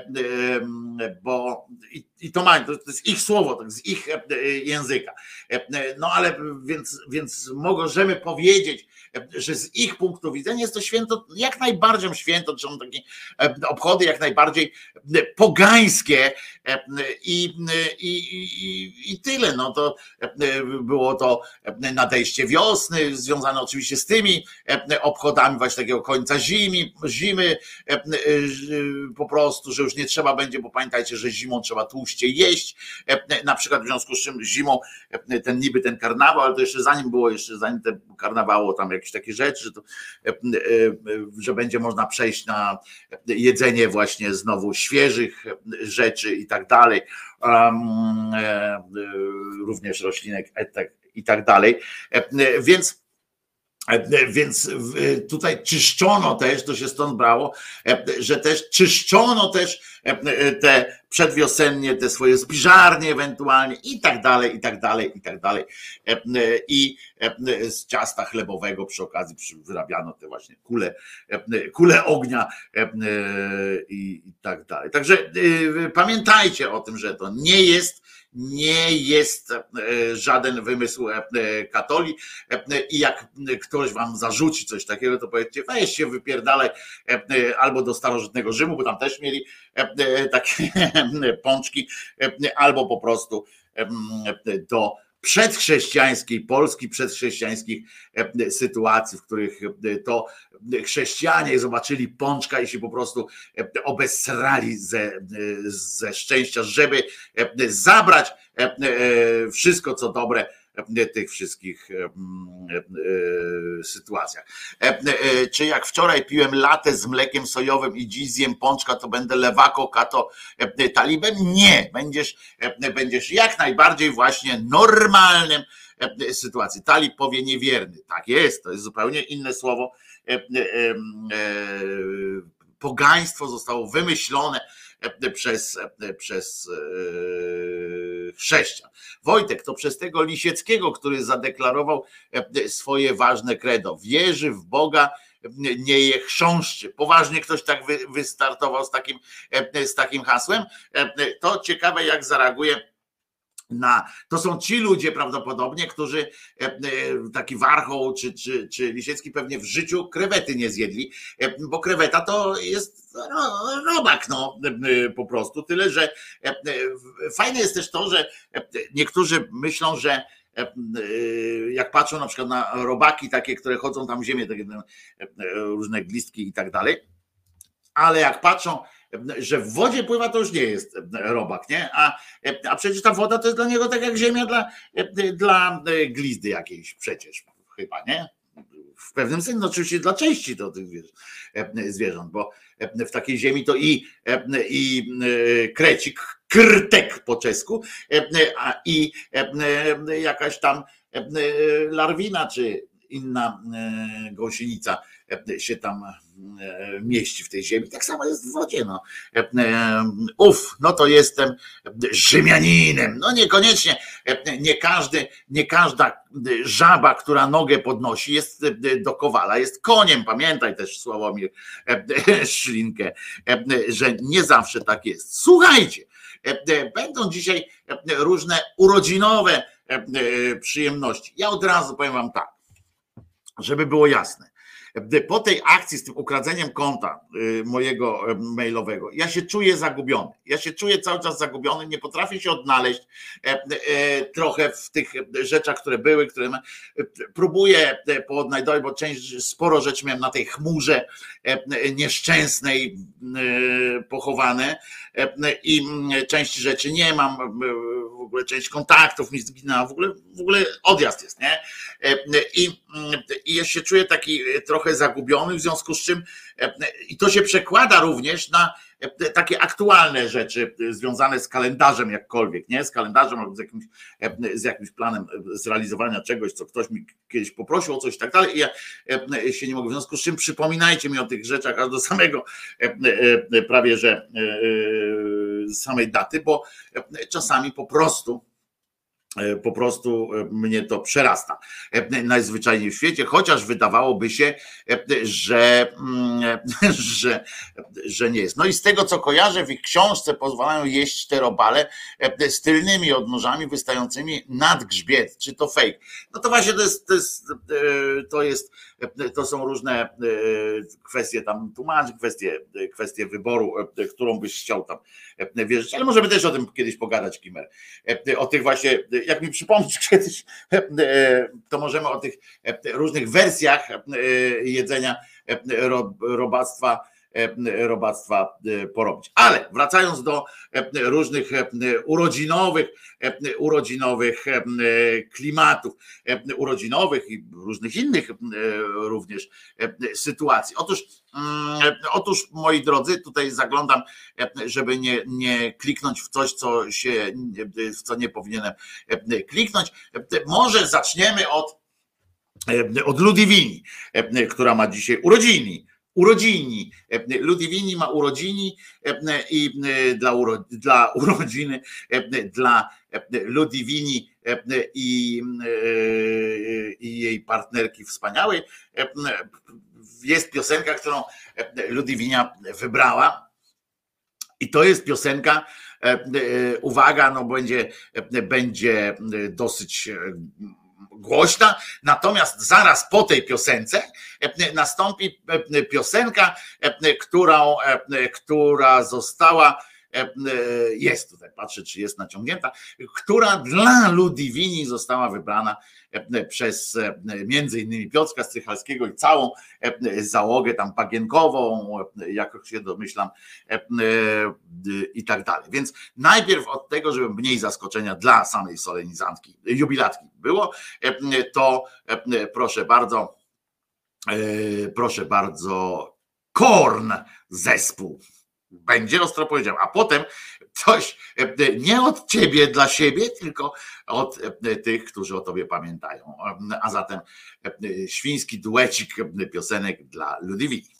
bo i to jest ich słowo, z ich języka. No ale więc możemy powiedzieć, że z ich punktu widzenia jest to święto jak najbardziej święto, to są takie obchody jak najbardziej pogańskie i tyle. No to było to nadejście wiosny, związane oczywiście z tymi obchodami właśnie takiego końca zimy, po prostu, że już nie trzeba będzie, bo pamiętajcie, że zimą trzeba tłuściej jeść, na przykład w związku z czym zimą ten karnawał, ale to jeszcze zanim te karnawało tam jakieś takie rzeczy, że będzie można przejść na jedzenie właśnie znowu świeżych rzeczy i tak dalej, również roślinek i tak dalej, więc tutaj czyszczono też, to się stąd brało, że też czyszczono też te przedwiosennie, te swoje spiżarnie ewentualnie i tak dalej, i tak dalej, i tak dalej. I z ciasta chlebowego przy okazji wyrabiano te właśnie kule ognia i tak dalej. Także pamiętajcie o tym, że to nie jest żaden wymysł katoli i jak ktoś wam zarzuci coś takiego, to powiedzcie, weź się wypierdalaj albo do starożytnego Rzymu, bo tam też mieli takie pączki, albo po prostu do przedchrześcijańskiej Polski, przedchrześcijańskich sytuacji, w których to chrześcijanie zobaczyli pączka i się po prostu obesrali ze szczęścia, żeby zabrać wszystko, co dobre w tych wszystkich sytuacjach. Czy jak wczoraj piłem latę z mlekiem sojowym i dziś zjem pączka, to będę lewako, kato, talibem? Nie, będziesz jak najbardziej właśnie normalnym sytuacji. Talib powie niewierny. Tak jest, to jest zupełnie inne słowo. Pogaństwo zostało wymyślone przez chrześcijan. Wojtek, to przez tego Lisieckiego, który zadeklarował swoje ważne credo. Wierzy w Boga, nie je chrząszczy. Poważnie ktoś tak wystartował z takim hasłem. To ciekawe, jak zareaguje to są ci ludzie prawdopodobnie, którzy taki Warchoł czy Lisiecki pewnie w życiu krewety nie zjedli, bo kreweta to jest robak, no po prostu. Tyle, że fajne jest też to, że niektórzy myślą, że jak patrzą na przykład na robaki takie, które chodzą tam w ziemię, takie różne glistki i tak dalej, ale jak patrzą, że w wodzie pływa, to już nie jest robak, nie? A przecież ta woda to jest dla niego tak jak ziemia dla glizdy jakiejś przecież chyba, nie? W pewnym sensie, no oczywiście dla części to tych zwierząt, bo w takiej ziemi to i krecik, krtek po czesku, i jakaś tam larwina czy inna gąsienica się tam mieści w tej ziemi. Tak samo jest w wodzie. No. No to jestem Rzymianinem. No niekoniecznie. Nie każda żaba, która nogę podnosi, jest do kowala, jest koniem. Pamiętaj też, Sławomir Szlinkę, że nie zawsze tak jest. Słuchajcie, będą dzisiaj różne urodzinowe przyjemności. Ja od razu powiem wam tak. żeby było jasne. Po tej akcji z tym ukradzeniem konta mojego mailowego, ja się czuję zagubiony. Ja się czuję cały czas zagubiony, nie potrafię się odnaleźć trochę w tych rzeczach, które były, które próbuję poodnajdować, bo sporo rzeczy miałem na tej chmurze nieszczęsnej pochowane i części rzeczy nie mam, w ogóle część kontaktów mi zginęła, w ogóle odjazd jest, nie? I ja się czuję taki trochę zagubiony, w związku z czym i to się przekłada również na takie aktualne rzeczy związane z kalendarzem jakkolwiek, nie? Z kalendarzem albo z jakimś planem zrealizowania czegoś, co ktoś mi kiedyś poprosił o coś i tak dalej i ja się nie mogę, w związku z czym przypominajcie mi o tych rzeczach aż do samego prawie, że samej daty, bo czasami po prostu mnie to przerasta najzwyczajniej w świecie, chociaż wydawałoby się, że nie jest. No i z tego, co kojarzę, w ich książce pozwalają jeść te robale z tylnymi odnóżami wystającymi nad grzbiet. Czy to fake? No to właśnie to są różne kwestie tam tłumaczy, kwestie wyboru, którą byś chciał tam wierzyć, ale możemy też o tym kiedyś pogadać, Kimer. O tych właśnie, jak mi przypomnisz kiedyś, to możemy o tych różnych wersjach jedzenia robactwa porobić. Ale wracając do różnych urodzinowych klimatów, urodzinowych i różnych innych również sytuacji. Otóż moi drodzy, tutaj zaglądam, żeby nie kliknąć w coś, w co nie powinienem kliknąć. Może zaczniemy od Ludivini, która ma dzisiaj urodziny. Ludivini ma urodziny i dla urodziny, dla Ludivini i jej partnerki wspaniałej jest piosenka, którą Ludivinia wybrała i to jest piosenka, uwaga, no będzie dosyć głośna, natomiast zaraz po tej piosence nastąpi piosenka, która została, jest tutaj, patrzę, czy jest naciągnięta, która dla Ludivini została wybrana przez między innymi Piotrka Strychalskiego i całą załogę tam bagienkową, jak się domyślam, i tak dalej. Więc najpierw od tego, żeby mniej zaskoczenia dla samej solenizantki, jubilatki było, to proszę bardzo, Korn zespół. Będzie ostro powiedział, a potem coś nie od ciebie dla siebie, tylko od tych, którzy o tobie pamiętają. A zatem świński duecik piosenek dla Ludivini.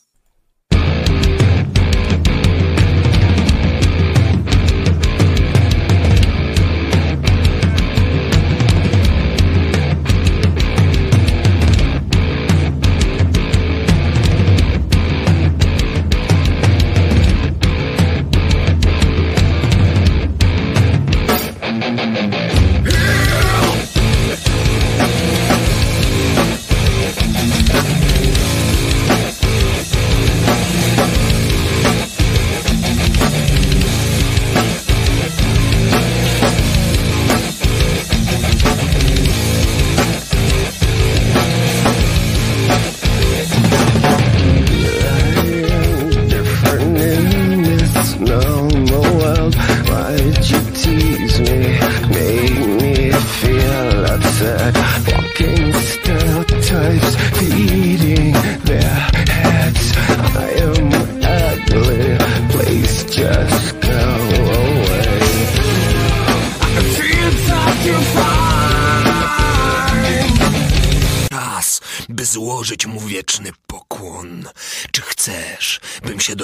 Złożyć mu wieczny pokłon. Czy chcesz, bym się do...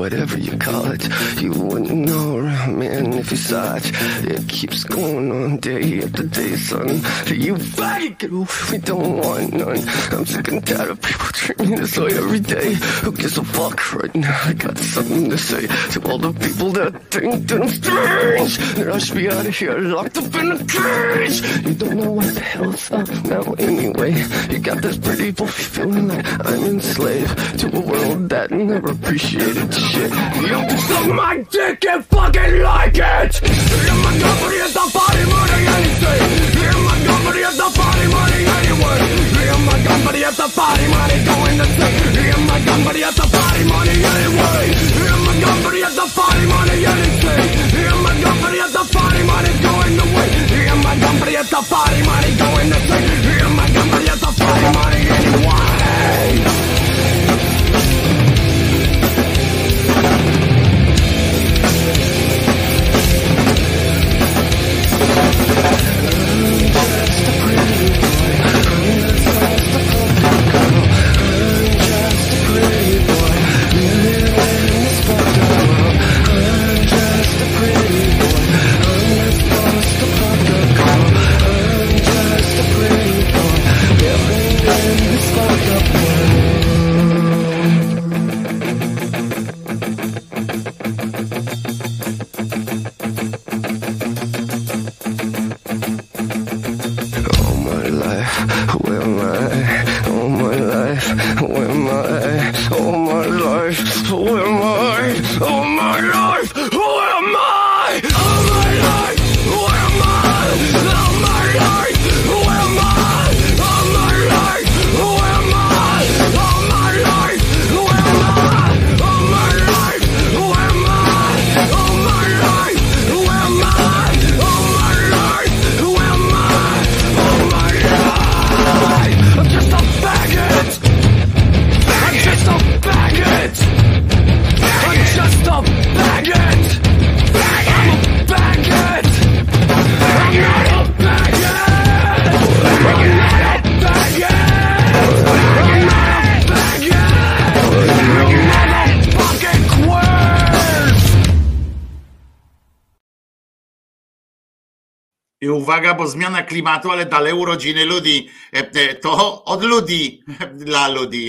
whatever you call it. You wouldn't know, man, if you saw it. It keeps going on day after day, son. You faggot, get away, we don't want none. I'm sick and tired of people treating me this way every day. Who gives a fuck right now? I got something to say to all the people that think that I'm strange, that I should be out of here, locked up in a cage. You don't know what the hell's up now anyway. You got this pretty boy feeling like I'm enslaved to a world that never appreciated shit. You can suck my dick and fucking like it. You're my company at the party, money anything. You're my company at the party, money anyway. You're my company at the party, money going to say. You're my company at the party, money anyway. You're my company at the party, money anything. You're my company at the party, money going away. You're my company at the party, money going to say. You're my company at the party, money anyway. I uwaga, bo zmiana klimatu, ale dalej urodziny ludzi. To od ludzi, dla ludzi.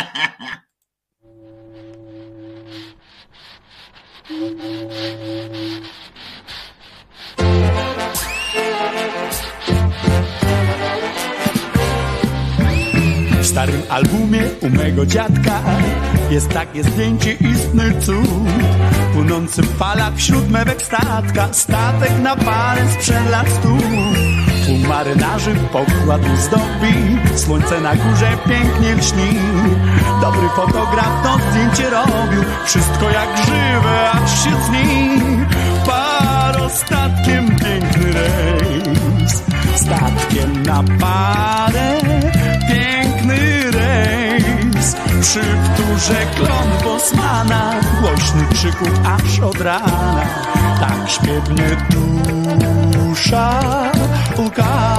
W starym albumie u mego dziadka jest takie zdjęcie, istny cud. Płynący w falach wśród mewek statka, statek na parę sprzed lat 100. Pół marynarzy pokład zdobi, słońce na górze pięknie lśni. Dobry fotograf to zdjęcie robił, wszystko jak żywe, aż się cni. Parostatkiem piękny rejs, statkiem na parę, piękny rejs. Przy wtórze klon Bosmana, głośnych krzyków aż od rana. Tak śpiewnie dusza łka.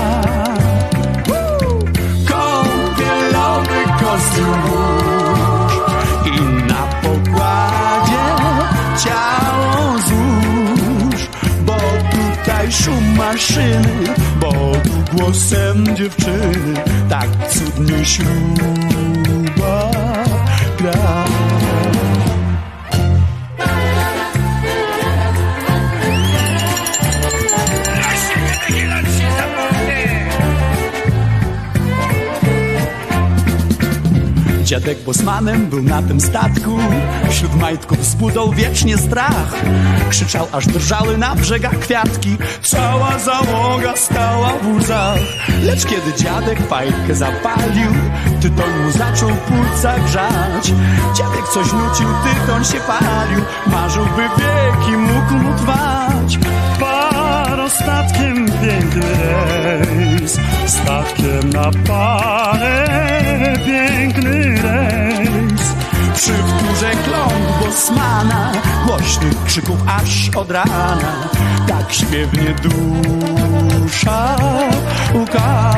Kąpielowy kostium włóż i na pokładzie ciało złóż, bo tutaj szum maszyny, bo tu głosem dziewczyny tak cudnie śluba gra. Dziadek Bosmanem był na tym statku, wśród majtków zbudał wiecznie strach. Krzyczał, aż drżały na brzegach kwiatki, cała załoga stała w łzach. Lecz kiedy dziadek fajkę zapalił, tytoń mu zaczął płuca grzać. Dziadek coś nucił, tytoń się palił, marzył, by wieki mógł trwać. Parostatkiem piękny rejs, statkiem na parę, piękny rejs. Przy wtórze kląt Bosmana, głośnych krzyków aż od rana. Tak śpiewnie dusza łka.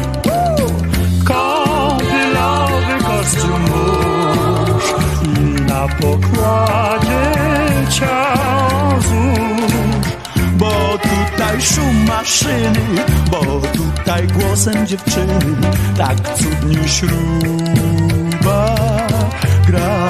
Kąpielowy kostium mórz i pokładzie ciało złóż. Bo tutaj szum maszyny, bo tutaj głosem dziewczyny tak cudnie śruba gra.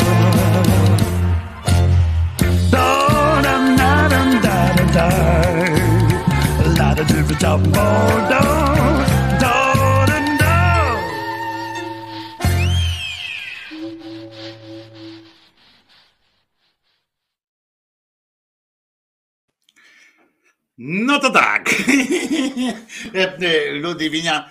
No to tak. Ludwinia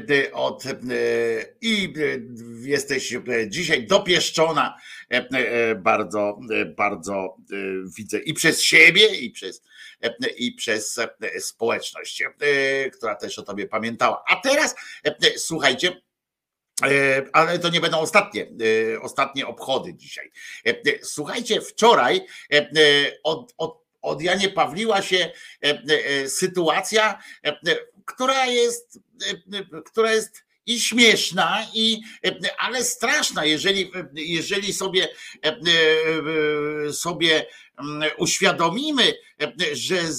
i jesteś dzisiaj dopieszczona bardzo, bardzo widzę i przez siebie, i przez społeczność, która też o tobie pamiętała. A teraz słuchajcie, ale to nie będą ostatnie obchody dzisiaj. Słuchajcie, wczoraj od Janie Pawliła się sytuacja, która jest i śmieszna, ale straszna, jeżeli sobie uświadomimy, że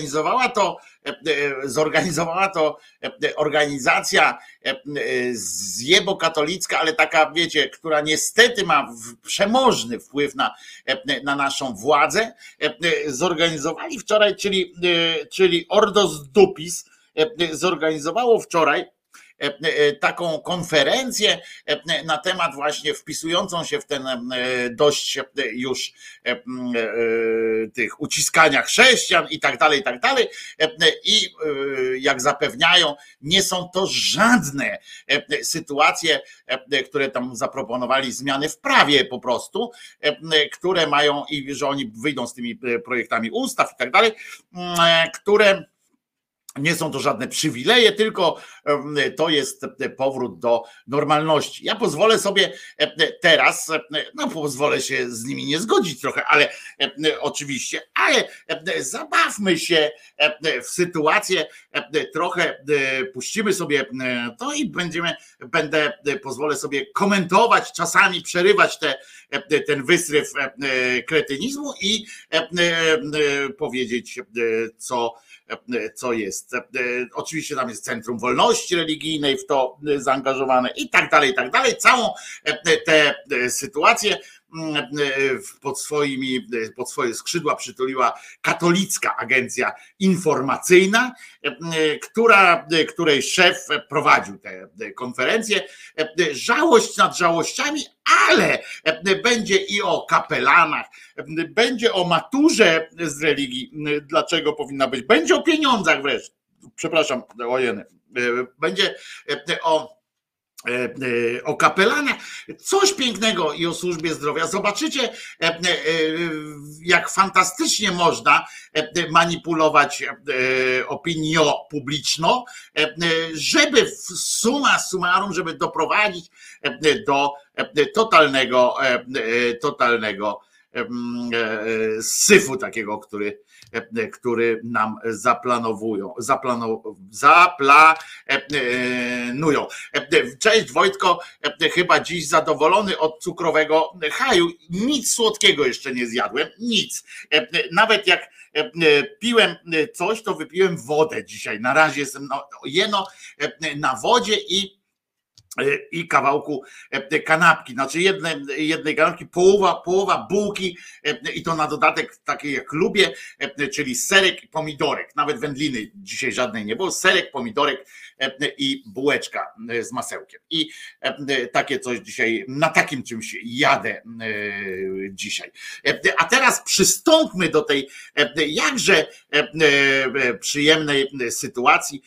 zorganizowała to organizacja zjebokatolicka, ale taka, wiecie, która niestety ma przemożny wpływ na naszą władzę. Zorganizowali wczoraj, czyli Ordos Dupis zorganizowało wczoraj taką konferencję na temat właśnie wpisującą się w ten dość już tych uciskania chrześcijan i tak dalej, i tak dalej. I jak zapewniają, nie są to żadne sytuacje, które tam zaproponowali, zmiany w prawie po prostu, które mają i że oni wyjdą z tymi projektami ustaw i tak dalej, które nie są to żadne przywileje, tylko to jest powrót do normalności. Ja pozwolę sobie teraz, pozwolę się z nimi nie zgodzić trochę, ale oczywiście, ale zabawmy się w sytuację, trochę puścimy sobie to i pozwolę sobie komentować, czasami przerywać ten wysryw kretynizmu i powiedzieć, co jest. Oczywiście tam jest Centrum Wolności Religijnej w to zaangażowane i tak dalej. Całą tę sytuację pod swoje skrzydła przytuliła Katolicka Agencja Informacyjna, której szef prowadził tę konferencję. Żałość nad żałościami, ale będzie i o kapelanach, będzie o maturze z religii, dlaczego powinna być, będzie o pieniądzach wreszcie, przepraszam, będzie o kapelanach, coś pięknego i o służbie zdrowia. Zobaczycie, jak fantastycznie można manipulować opinią publiczną, żeby summa summarum, żeby doprowadzić do totalnego syfu takiego, który nam zaplanują. Cześć Wojtko, chyba dziś zadowolony od cukrowego haju. Nic słodkiego jeszcze nie zjadłem, nic. Nawet jak piłem coś, to wypiłem wodę dzisiaj. Na razie jestem jeno na wodzie i kawałku kanapki, znaczy jednej kanapki, połowa bułki i to na dodatek takiej jak lubię, czyli serek i pomidorek, nawet wędliny dzisiaj żadnej nie było, serek, pomidorek i bułeczka z masełkiem i takie coś dzisiaj, na takim czymś jadę dzisiaj. A teraz przystąpmy do tej jakże przyjemnej sytuacji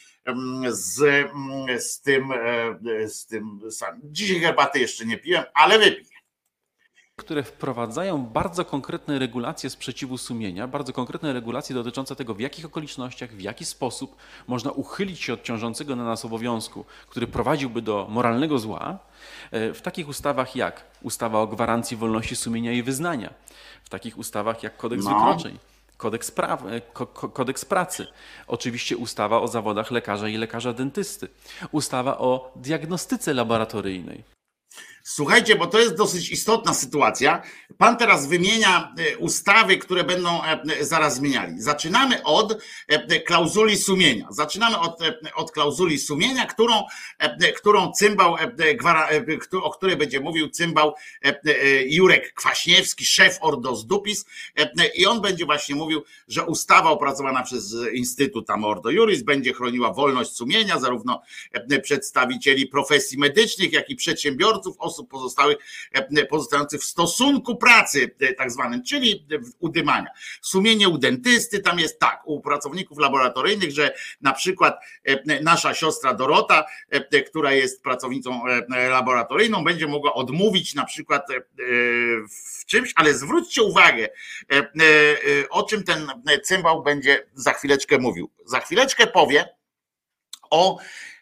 z tym samym. Dzisiaj herbaty jeszcze nie piłem, ale wypiję. Które wprowadzają bardzo konkretne regulacje sprzeciwu sumienia, bardzo konkretne regulacje dotyczące tego, w jakich okolicznościach, w jaki sposób można uchylić się od ciążącego na nas obowiązku, który prowadziłby do moralnego zła, w takich ustawach jak ustawa o gwarancji wolności sumienia i wyznania, w takich ustawach jak kodeks wykroczeń, kodeks pracy, oczywiście ustawa o zawodach lekarza i lekarza dentysty, ustawa o diagnostyce laboratoryjnej. Słuchajcie, bo to jest dosyć istotna sytuacja. Pan teraz wymienia ustawy, które będą zaraz zmieniali. Zaczynamy od klauzuli sumienia. Zaczynamy od klauzuli sumienia, którą cymbał, o której będzie mówił cymbał Jurek Kwaśniewski, szef Ordo z Dupis, i on będzie właśnie mówił, że ustawa opracowana przez Instytut tam Ordo Juris będzie chroniła wolność sumienia zarówno przedstawicieli profesji medycznych, jak i przedsiębiorców, osób pozostających w stosunku pracy tak zwanym, czyli udymania. Sumienie u dentysty tam jest tak, u pracowników laboratoryjnych, że na przykład nasza siostra Dorota, która jest pracownicą laboratoryjną, będzie mogła odmówić na przykład w czymś, ale zwróćcie uwagę, o czym ten cymbał będzie za chwileczkę mówił. Za chwileczkę powie o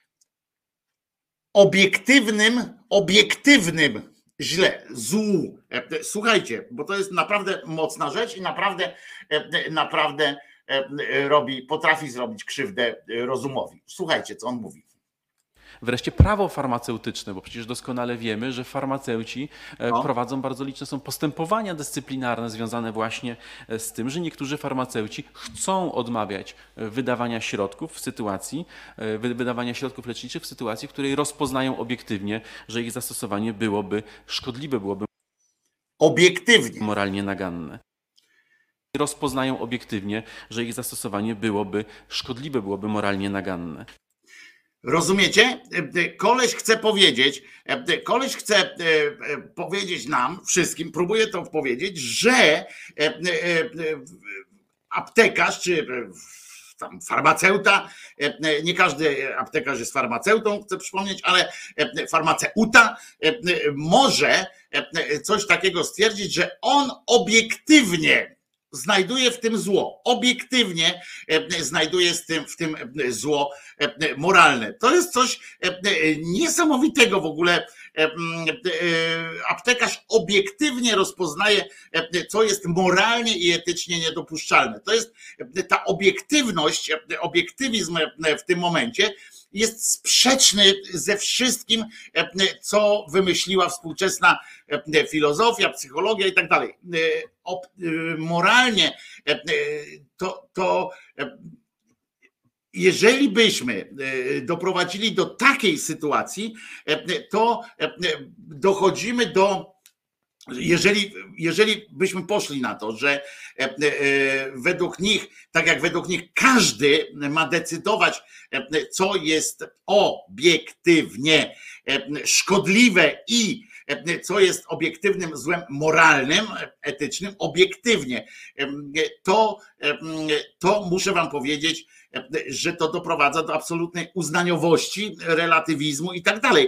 obiektywnym źle, złu. Słuchajcie, bo to jest naprawdę mocna rzecz i naprawdę potrafi zrobić krzywdę rozumowi. Słuchajcie, co on mówi. Wreszcie prawo farmaceutyczne, bo przecież doskonale wiemy, że farmaceuci prowadzą bardzo liczne są postępowania dyscyplinarne związane właśnie z tym, że niektórzy farmaceuci chcą odmawiać wydawania środków leczniczych w sytuacji, w której rozpoznają obiektywnie, że ich zastosowanie byłoby szkodliwe, byłoby obiektywnie moralnie naganne. Rozpoznają obiektywnie, że ich zastosowanie byłoby szkodliwe, byłoby moralnie naganne. Rozumiecie? Koleś chce powiedzieć nam wszystkim, próbuje to powiedzieć, że aptekarz czy tam farmaceuta, nie każdy aptekarz jest farmaceutą, chcę przypomnieć, ale farmaceuta może coś takiego stwierdzić, że on obiektywnie znajduje w tym zło, obiektywnie znajduje w tym zło moralne. To jest coś niesamowitego w ogóle. Aptekarz obiektywnie rozpoznaje, co jest moralnie i etycznie niedopuszczalne. To jest ta obiektywność, obiektywizm w tym momencie jest sprzeczny ze wszystkim, co wymyśliła współczesna filozofia, psychologia i tak dalej. Moralnie to jeżeli byśmy doprowadzili do takiej sytuacji, to dochodzimy do, jeżeli byśmy poszli na to, że według nich, tak jak według nich każdy ma decydować, co jest obiektywnie szkodliwe i co jest obiektywnym złem moralnym, etycznym, obiektywnie, to muszę wam powiedzieć, że to doprowadza do absolutnej uznaniowości, relatywizmu i tak dalej.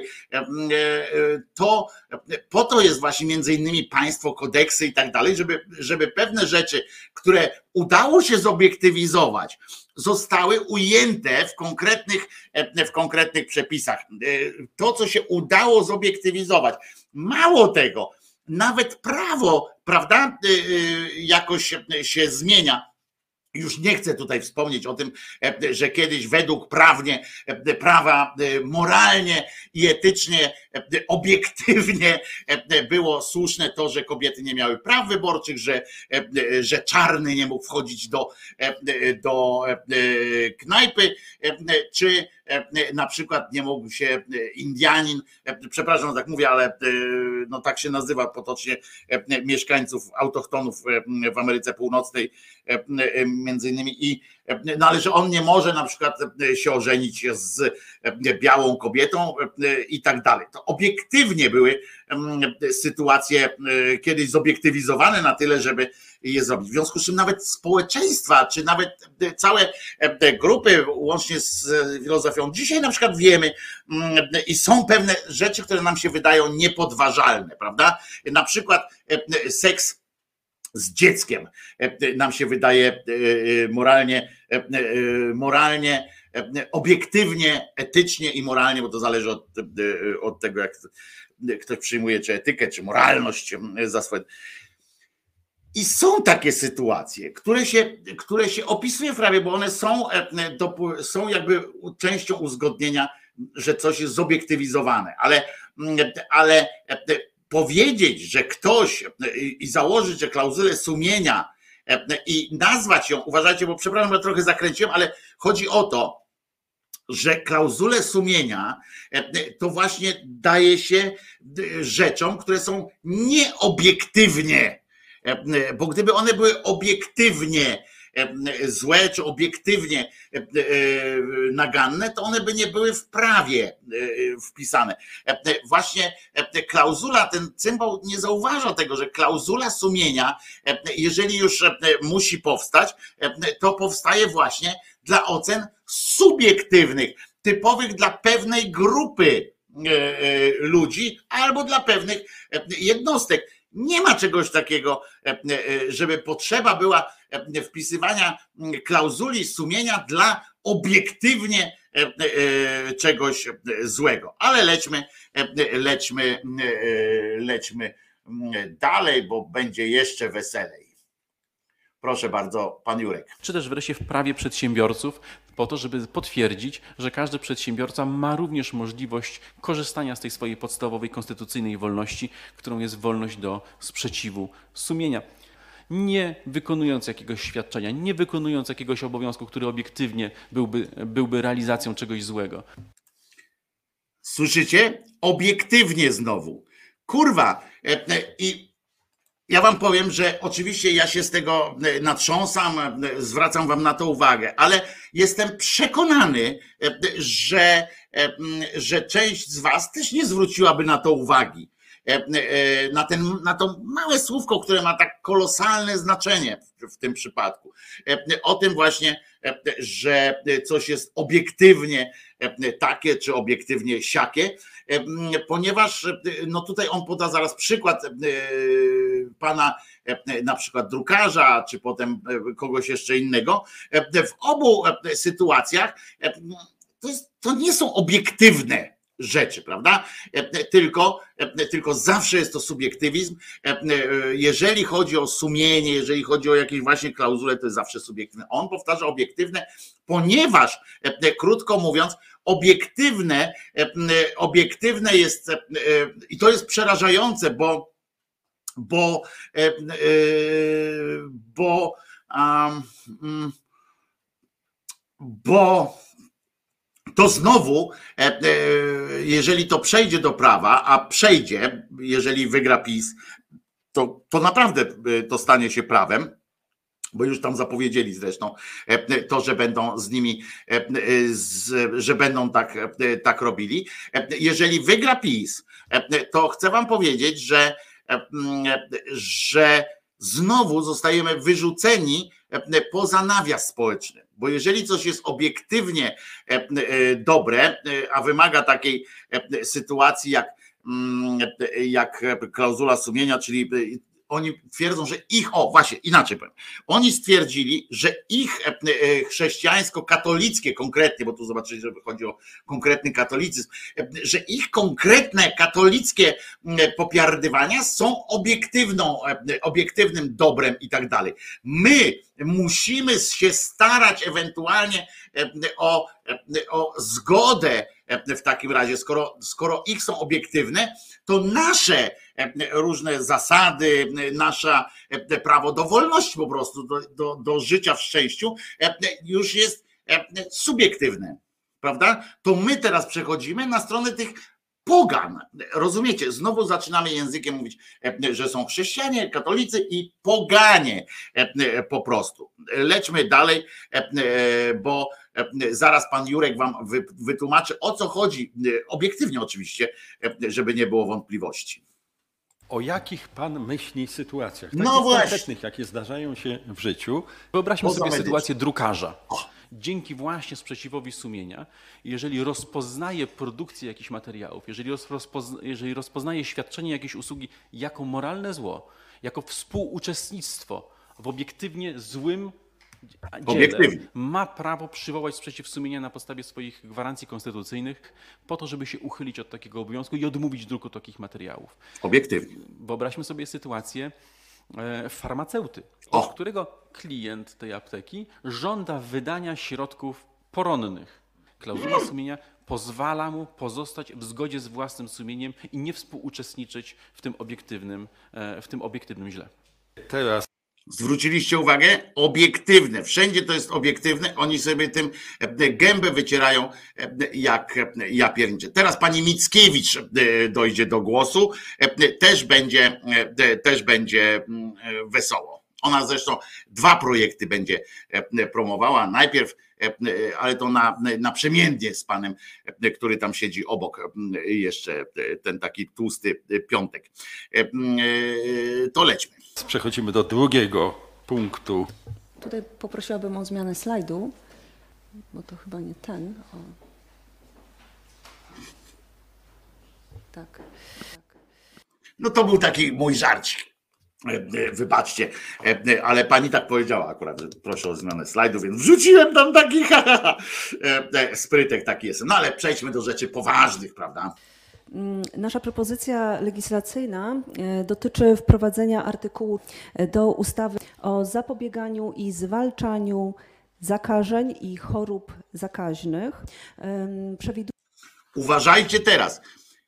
Po to jest właśnie między innymi państwo, kodeksy i tak dalej, żeby pewne rzeczy, które udało się zobiektywizować, zostały ujęte w konkretnych przepisach. To, co się udało zobiektywizować. Mało tego, nawet prawo, prawda, jakoś się zmienia. Już nie chcę tutaj wspomnieć o tym, że kiedyś według prawa moralnie i etycznie, obiektywnie było słuszne to, że kobiety nie miały praw wyborczych, że czarny nie mógł wchodzić do knajpy, czy na przykład nie mógł się Indianin, przepraszam, tak mówię, ale no tak się nazywa potocznie mieszkańców, autochtonów w Ameryce Północnej między innymi, no ale że on nie może na przykład się ożenić z białą kobietą i tak dalej. To obiektywnie były sytuacje kiedyś zobiektywizowane na tyle, żeby je zrobić. W związku z czym nawet społeczeństwa, czy nawet całe grupy, łącznie z filozofią, dzisiaj na przykład wiemy i są pewne rzeczy, które nam się wydają niepodważalne, prawda? Na przykład seks z dzieckiem nam się wydaje moralnie, obiektywnie, etycznie i moralnie, bo to zależy od tego, jak ktoś przyjmuje czy etykę, czy moralność za swoje. I są takie sytuacje, które się opisuje w prawie, bo one są jakby częścią uzgodnienia że coś jest zobiektywizowane, ale powiedzieć, że ktoś i założyć, że klauzulę sumienia i nazwać ją, uważajcie, bo przepraszam, że trochę zakręciłem, ale chodzi o to, że klauzule sumienia to właśnie daje się rzeczom, które są nieobiektywnie, bo gdyby one były obiektywnie złe czy obiektywnie naganne, to one by nie były w prawie wpisane. Właśnie klauzula, ten cymbał nie zauważa tego, że klauzula sumienia, jeżeli już musi powstać, to powstaje właśnie dla ocen subiektywnych, typowych dla pewnej grupy ludzi albo dla pewnych jednostek. Nie ma czegoś takiego, żeby potrzeba była wpisywania klauzuli sumienia dla obiektywnie czegoś złego. Ale lećmy dalej, bo będzie jeszcze weselej. Proszę bardzo, pan Jurek. Czy też wreszcie w prawie przedsiębiorców, po to, żeby potwierdzić, że każdy przedsiębiorca ma również możliwość korzystania z tej swojej podstawowej konstytucyjnej wolności, którą jest wolność do sprzeciwu sumienia. Nie wykonując jakiegoś świadczenia, nie wykonując jakiegoś obowiązku, który obiektywnie byłby realizacją czegoś złego. Słyszycie? Obiektywnie znowu. Kurwa. I ja wam powiem, że oczywiście ja się z tego natrząsam, zwracam wam na to uwagę, ale jestem przekonany, że część z was też nie zwróciłaby na to uwagi. Na to małe słówko, które ma tak kolosalne znaczenie w tym przypadku. O tym właśnie, że coś jest obiektywnie takie, czy obiektywnie siakie, ponieważ no tutaj on poda zaraz przykład pana na przykład drukarza, czy potem kogoś jeszcze innego. W obu sytuacjach to nie są obiektywne rzeczy, prawda? Tylko zawsze jest to subiektywizm. Jeżeli chodzi o sumienie, jeżeli chodzi o jakieś właśnie klauzule, to jest zawsze subiektywne. On powtarza obiektywne, ponieważ, krótko mówiąc, obiektywne jest, i to jest przerażające, bo to znowu, jeżeli to przejdzie do prawa, a przejdzie, jeżeli wygra PiS, to naprawdę to stanie się prawem, bo już tam zapowiedzieli zresztą to, że będą z nimi, że będą tak robili. Jeżeli wygra PiS, to chcę wam powiedzieć, że znowu zostajemy wyrzuceni poza nawias społeczny. Bo jeżeli coś jest obiektywnie dobre, a wymaga takiej sytuacji jak klauzula sumienia, czyli oni twierdzą, że właśnie inaczej powiem. Oni stwierdzili, że ich chrześcijańsko-katolickie konkretnie, bo tu zobaczycie, że chodzi o konkretny katolicyzm, że ich konkretne katolickie popiardywania są obiektywnym dobrem i tak dalej. My musimy się starać ewentualnie o zgodę w takim razie, skoro ich są obiektywne, to nasze różne zasady, nasze prawo do wolności po prostu, do życia w szczęściu już jest subiektywne, prawda? To my teraz przechodzimy na stronę tych pogan. Rozumiecie? Znowu zaczynamy językiem mówić, że są chrześcijanie, katolicy i poganie po prostu. Lećmy dalej, bo zaraz pan Jurek wam wytłumaczy, o co chodzi, obiektywnie oczywiście, żeby nie było wątpliwości. O jakich pan myśli sytuacjach? No Takich właśnie. konkretnych, jakie zdarzają się w życiu. Wyobraźmy sobie Poza sytuację drukarza. Dzięki właśnie sprzeciwowi sumienia, jeżeli rozpoznaje produkcję jakichś materiałów, jeżeli rozpoznaje świadczenie jakiejś usługi jako moralne zło, jako współuczestnictwo w obiektywnie złym dziele, ma prawo przywołać sprzeciw sumienia na podstawie swoich gwarancji konstytucyjnych po to, żeby się uchylić od takiego obowiązku i odmówić druku takich materiałów. Obiektywnie. Wyobraźmy sobie sytuację farmaceuty, od którego klient tej apteki żąda wydania środków poronnych. Klauzula sumienia pozwala mu pozostać w zgodzie z własnym sumieniem i nie współuczestniczyć w tym obiektywnym źle. Teraz Zwróciliście uwagę? Obiektywne. Wszędzie to jest obiektywne. Oni sobie tym gębę wycierają jak ja pierniczę. Teraz pani Mickiewicz dojdzie do głosu. Też będzie wesoło. Ona zresztą 2 projekty będzie promowała. Najpierw, ale to naprzemiennie z panem, który tam siedzi obok, jeszcze ten taki tłusty piątek. To lećmy. przechodzimy do drugiego punktu. Tutaj poprosiłabym o zmianę slajdu, bo to chyba nie ten. O. Tak. No to był taki mój żarcik. Wybaczcie, ale pani tak powiedziała akurat, że proszę o zmianę slajdu, więc wrzuciłem tam taki sprytek taki jest. No ale przejdźmy do rzeczy poważnych, prawda? Nasza propozycja legislacyjna dotyczy wprowadzenia artykułu do ustawy o zapobieganiu i zwalczaniu zakażeń i chorób zakaźnych. Uważajcie teraz.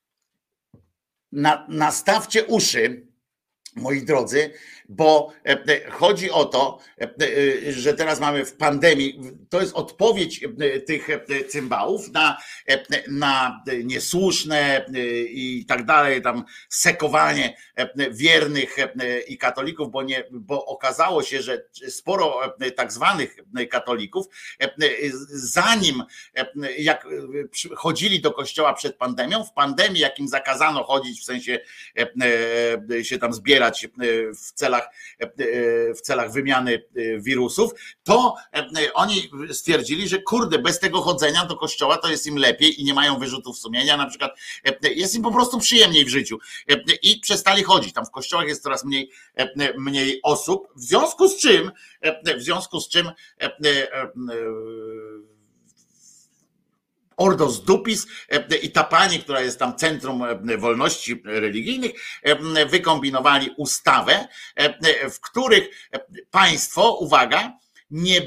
Nastawcie uszy, moi drodzy, bo chodzi o to, że teraz mamy w pandemii, to jest odpowiedź tych cymbałów na niesłuszne i tak dalej, tam sekowanie wiernych i katolików, bo okazało się, że sporo tak zwanych katolików, zanim jak chodzili do kościoła przed pandemią, w pandemii, jak im zakazano chodzić, w sensie się tam zbierać w celach wymiany wirusów, to oni stwierdzili, że kurde, bez tego chodzenia do kościoła to jest im lepiej i nie mają wyrzutów sumienia, na przykład jest im po prostu przyjemniej w życiu i przestali chodzić. Tam w kościołach jest coraz mniej osób, w związku z czym Ordos Dupis i ta pani, która jest tam Centrum Wolności Religijnych, wykombinowali ustawę, w których państwo, uwaga, nie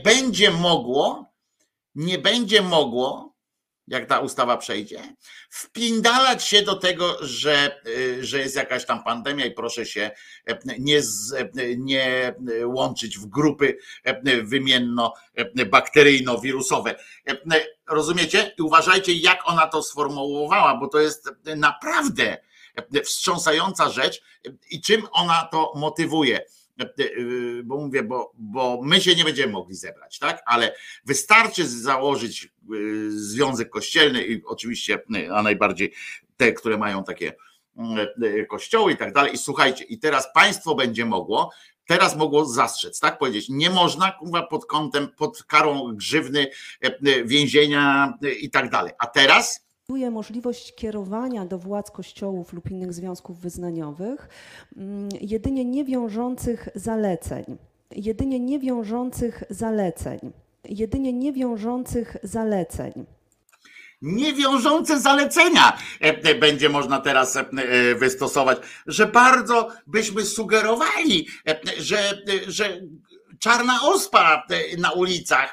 będzie mogło, jak ta ustawa przejdzie, wpindalać się do tego, że jest jakaś tam pandemia i proszę się nie łączyć w grupy wymienno-bakteryjno-wirusowe. Rozumiecie? I uważajcie, jak ona to sformułowała, bo to jest naprawdę wstrząsająca rzecz i czym ona to motywuje. Bo mówię, bo my się nie będziemy mogli zebrać, tak? Ale wystarczy założyć związek kościelny i oczywiście, a najbardziej te, które mają takie kościoły i tak dalej. I słuchajcie, i teraz państwo będzie mogło zastrzec, tak powiedzieć, nie można pod karą grzywny, więzienia i tak dalej. A teraz możliwość kierowania do władz kościołów lub innych związków wyznaniowych jedynie niewiążących zaleceń. Niewiążące zalecenia będzie można teraz wystosować, że bardzo byśmy sugerowali, że czarna ospa na ulicach,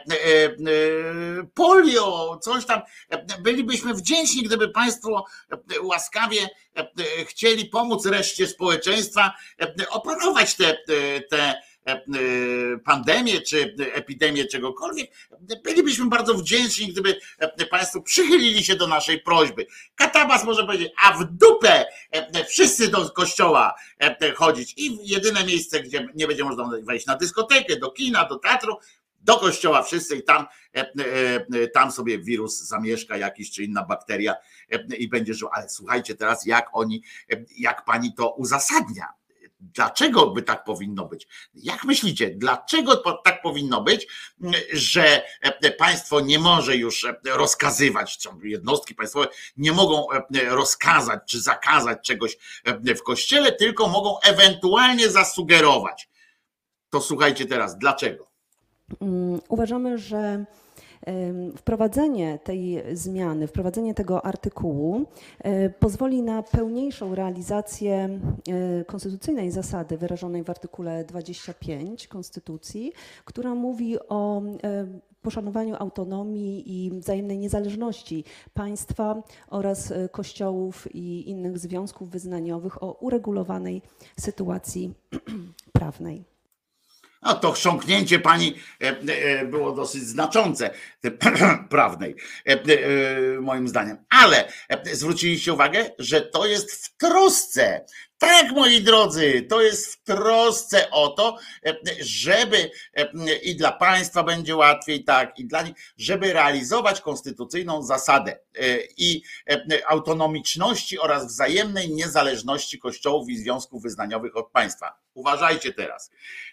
polio, coś tam. Bylibyśmy wdzięczni, gdyby państwo łaskawie chcieli pomóc reszcie społeczeństwa opanować te pandemię czy epidemię czegokolwiek. Bylibyśmy bardzo wdzięczni, gdyby państwo przychylili się do naszej prośby. Katabas może powiedzieć, a w dupę wszyscy do kościoła chodzić i jedyne miejsce, gdzie nie będzie można wejść na dyskotekę, do kina, do teatru, do kościoła wszyscy i tam sobie wirus zamieszka jakiś czy inna bakteria i będzie żył. Ale słuchajcie teraz, jak pani to uzasadnia. Dlaczego by tak powinno być? Jak myślicie, dlaczego tak powinno być, że państwo nie może już rozkazywać, jednostki państwowe nie mogą rozkazać czy zakazać czegoś w kościele, tylko mogą ewentualnie zasugerować. To słuchajcie teraz, dlaczego? Uważamy, że wprowadzenie tej zmiany, wprowadzenie tego artykułu pozwoli na pełniejszą realizację konstytucyjnej zasady wyrażonej w artykule 25 Konstytucji, która mówi o poszanowaniu autonomii i wzajemnej niezależności państwa oraz kościołów i innych związków wyznaniowych o uregulowanej sytuacji prawnej. No to chrząknięcie pani było dosyć znaczące, prawnej, moim zdaniem. Ale zwróciliście uwagę, że to jest w trosce. Tak, moi drodzy, to jest w trosce o to, żeby i dla państwa będzie łatwiej, tak, i dla nich, żeby realizować konstytucyjną zasadę i autonomiczności oraz wzajemnej niezależności kościołów i związków wyznaniowych od państwa. Uważajcie teraz.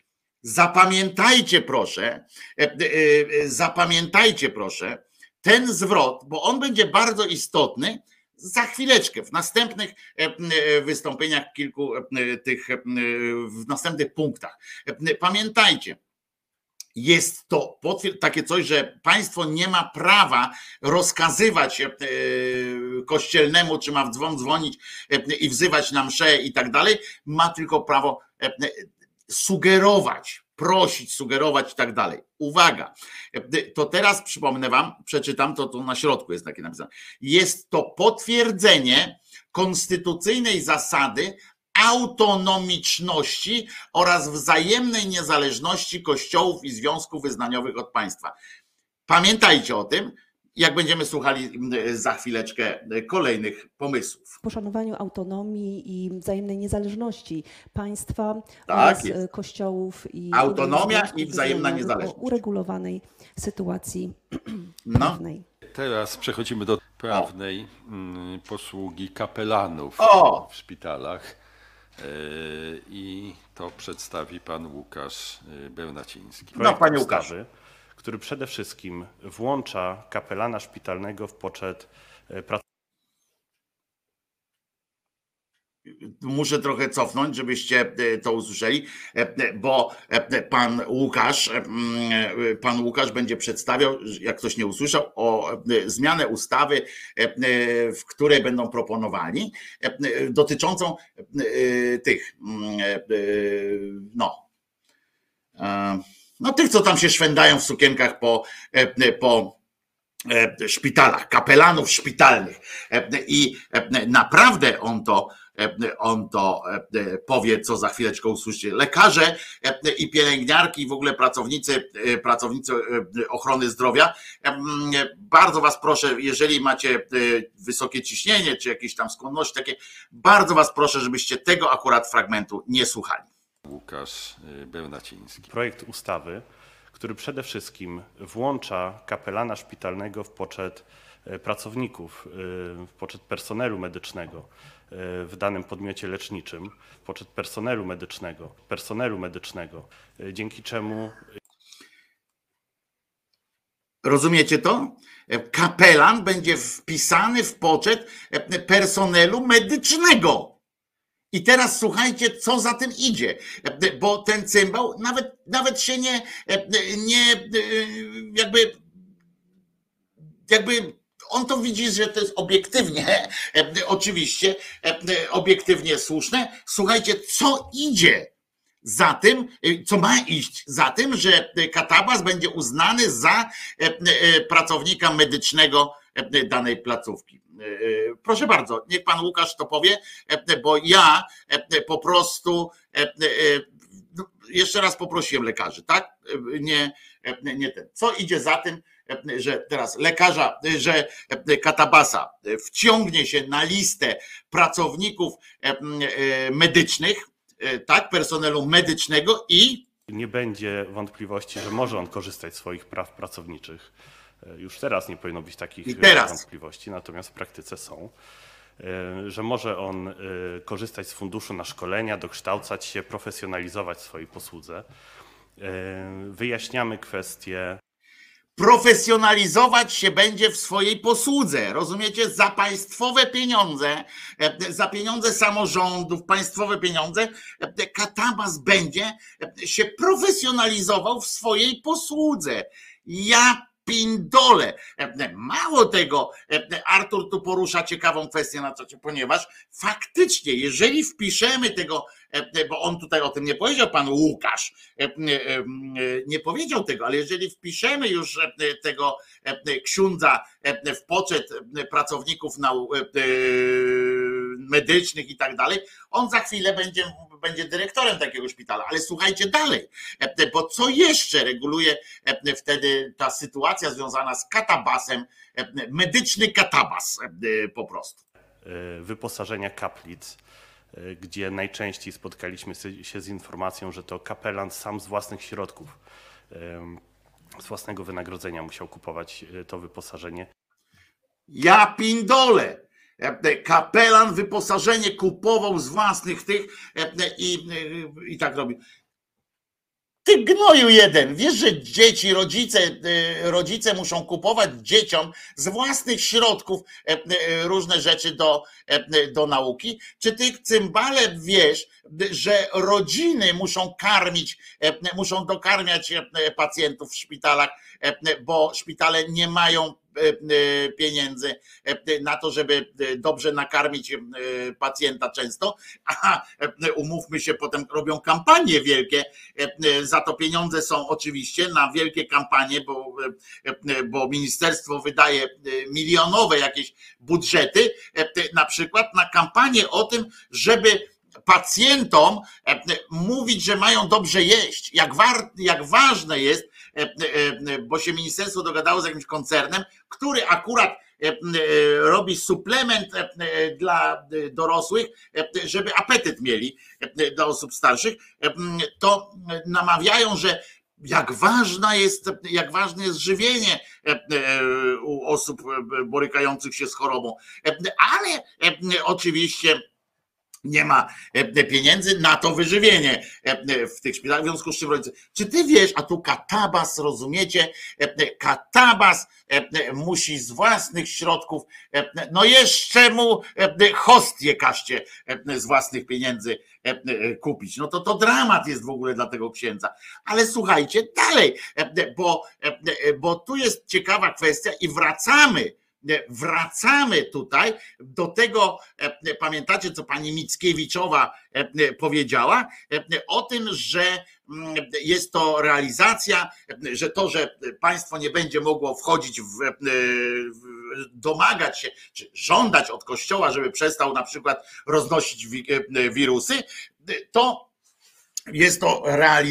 Zapamiętajcie proszę ten zwrot, bo on będzie bardzo istotny za chwileczkę, w następnych wystąpieniach, w następnych punktach. Pamiętajcie, jest to takie coś, że państwo nie ma prawa rozkazywać kościelnemu, czy ma w dzwon dzwonić i wzywać na mszę i tak dalej, ma tylko prawo sugerować, prosić, sugerować i tak dalej. Uwaga, to teraz przypomnę wam, przeczytam, to na środku jest takie napisane. Jest to potwierdzenie konstytucyjnej zasady autonomiczności oraz wzajemnej niezależności kościołów i związków wyznaniowych od państwa. Pamiętajcie o tym, jak będziemy słuchali za chwileczkę kolejnych pomysłów. W poszanowaniu autonomii i wzajemnej niezależności państwa Tak oraz jest. kościołów i Autonomia i wzajemna niezależność. o uregulowanej sytuacji prawnej. Teraz przechodzimy do prawnej posługi kapelanów w szpitalach. I to przedstawi pan Łukasz Bernaciński. No, panie Łukasz. Który przede wszystkim włącza kapelana szpitalnego w poczet pracy. Muszę trochę cofnąć, żebyście to usłyszeli, bo pan Łukasz będzie przedstawiał, jak ktoś nie usłyszał, o zmianę ustawy, w której będą proponowali, dotyczącą tych tych, co tam się szwędają w sukienkach po szpitalach, kapelanów szpitalnych. I naprawdę on to powie, co za chwileczkę usłyszycie. Lekarze i pielęgniarki, w ogóle pracownicy ochrony zdrowia, bardzo was proszę, jeżeli macie wysokie ciśnienie, czy jakieś tam skłonności takie, bardzo was proszę, żebyście tego akurat fragmentu nie słuchali. Łukasz Bernaciński. Projekt ustawy, który przede wszystkim włącza kapelana szpitalnego w poczet pracowników, w poczet personelu medycznego w danym podmiocie leczniczym, w poczet personelu medycznego, dzięki czemu... Rozumiecie to? Kapelan będzie wpisany w poczet personelu medycznego. I teraz słuchajcie, co za tym idzie, bo ten cymbał nawet się nie jakby on to widzi, że to jest obiektywnie, oczywiście, obiektywnie słuszne. Słuchajcie, co idzie za tym, co ma iść za tym, że Katabas będzie uznany za pracownika medycznego danej placówki. Proszę bardzo, niech pan Łukasz to powie, bo ja po prostu jeszcze raz poprosiłem lekarzy, tak? Nie ten. Co idzie za tym, że teraz lekarza, że Katabasa wciągnie się na listę pracowników medycznych, tak, personelu medycznego i nie będzie wątpliwości, że może on korzystać z swoich praw pracowniczych. Już teraz nie powinno być takich wątpliwości, natomiast w praktyce są. Że może on korzystać z funduszu na szkolenia, dokształcać się, profesjonalizować w swojej posłudze. Wyjaśniamy kwestię. Profesjonalizować się będzie w swojej posłudze, rozumiecie? Za państwowe pieniądze, za pieniądze samorządów, państwowe pieniądze, Katabas będzie się profesjonalizował w swojej posłudze. Ja pindole. Mało tego, Artur tu porusza ciekawą kwestię na czacie, ponieważ faktycznie, jeżeli wpiszemy tego, bo on tutaj o tym nie powiedział, pan Łukasz nie powiedział tego, ale jeżeli wpiszemy już tego księdza w poczet pracowników medycznych i tak dalej, on za chwilę będzie dyrektorem takiego szpitala. Ale słuchajcie dalej, bo co jeszcze reguluje wtedy ta sytuacja związana z katabasem, medyczny katabas po prostu. Wyposażenia kaplic, gdzie najczęściej spotkaliśmy się z informacją, że to kapelan sam z własnych środków, z własnego wynagrodzenia musiał kupować to wyposażenie. Ja pindole! Kapelan wyposażenie kupował z własnych tych i tak robił. Ty gnoju jeden, wiesz, że dzieci, rodzice muszą kupować dzieciom z własnych środków różne rzeczy do nauki? Czy ty, cymbale, wiesz, że rodziny muszą dokarmiać pacjentów w szpitalach, bo szpitale nie mają pieniędzy na to, żeby dobrze nakarmić pacjenta często, a umówmy się, potem robią kampanie wielkie, za to pieniądze są oczywiście na wielkie kampanie, bo ministerstwo wydaje milionowe jakieś budżety, na przykład na kampanię o tym, żeby pacjentom mówić, że mają dobrze jeść, jak ważne jest, bo się ministerstwo dogadało z jakimś koncernem, który akurat robi suplement dla dorosłych, żeby apetyt mieli dla osób starszych, to namawiają, że jak ważne jest żywienie u osób borykających się z chorobą, ale oczywiście nie ma pieniędzy na to wyżywienie w tych szpitalach, w związku z czym rodzice. Czy ty wiesz, a tu katabas, rozumiecie? Katabas musi z własnych środków, no jeszcze mu hostię każcie z własnych pieniędzy kupić. No to dramat jest w ogóle dla tego księdza. Ale słuchajcie dalej, bo tu jest ciekawa kwestia i wracamy tutaj do tego, pamiętacie, co pani Mickiewiczowa powiedziała, o tym, że jest to realizacja, że to, że państwo nie będzie mogło wchodzić domagać się, czy żądać od Kościoła, żeby przestał na przykład roznosić wirusy, to jest to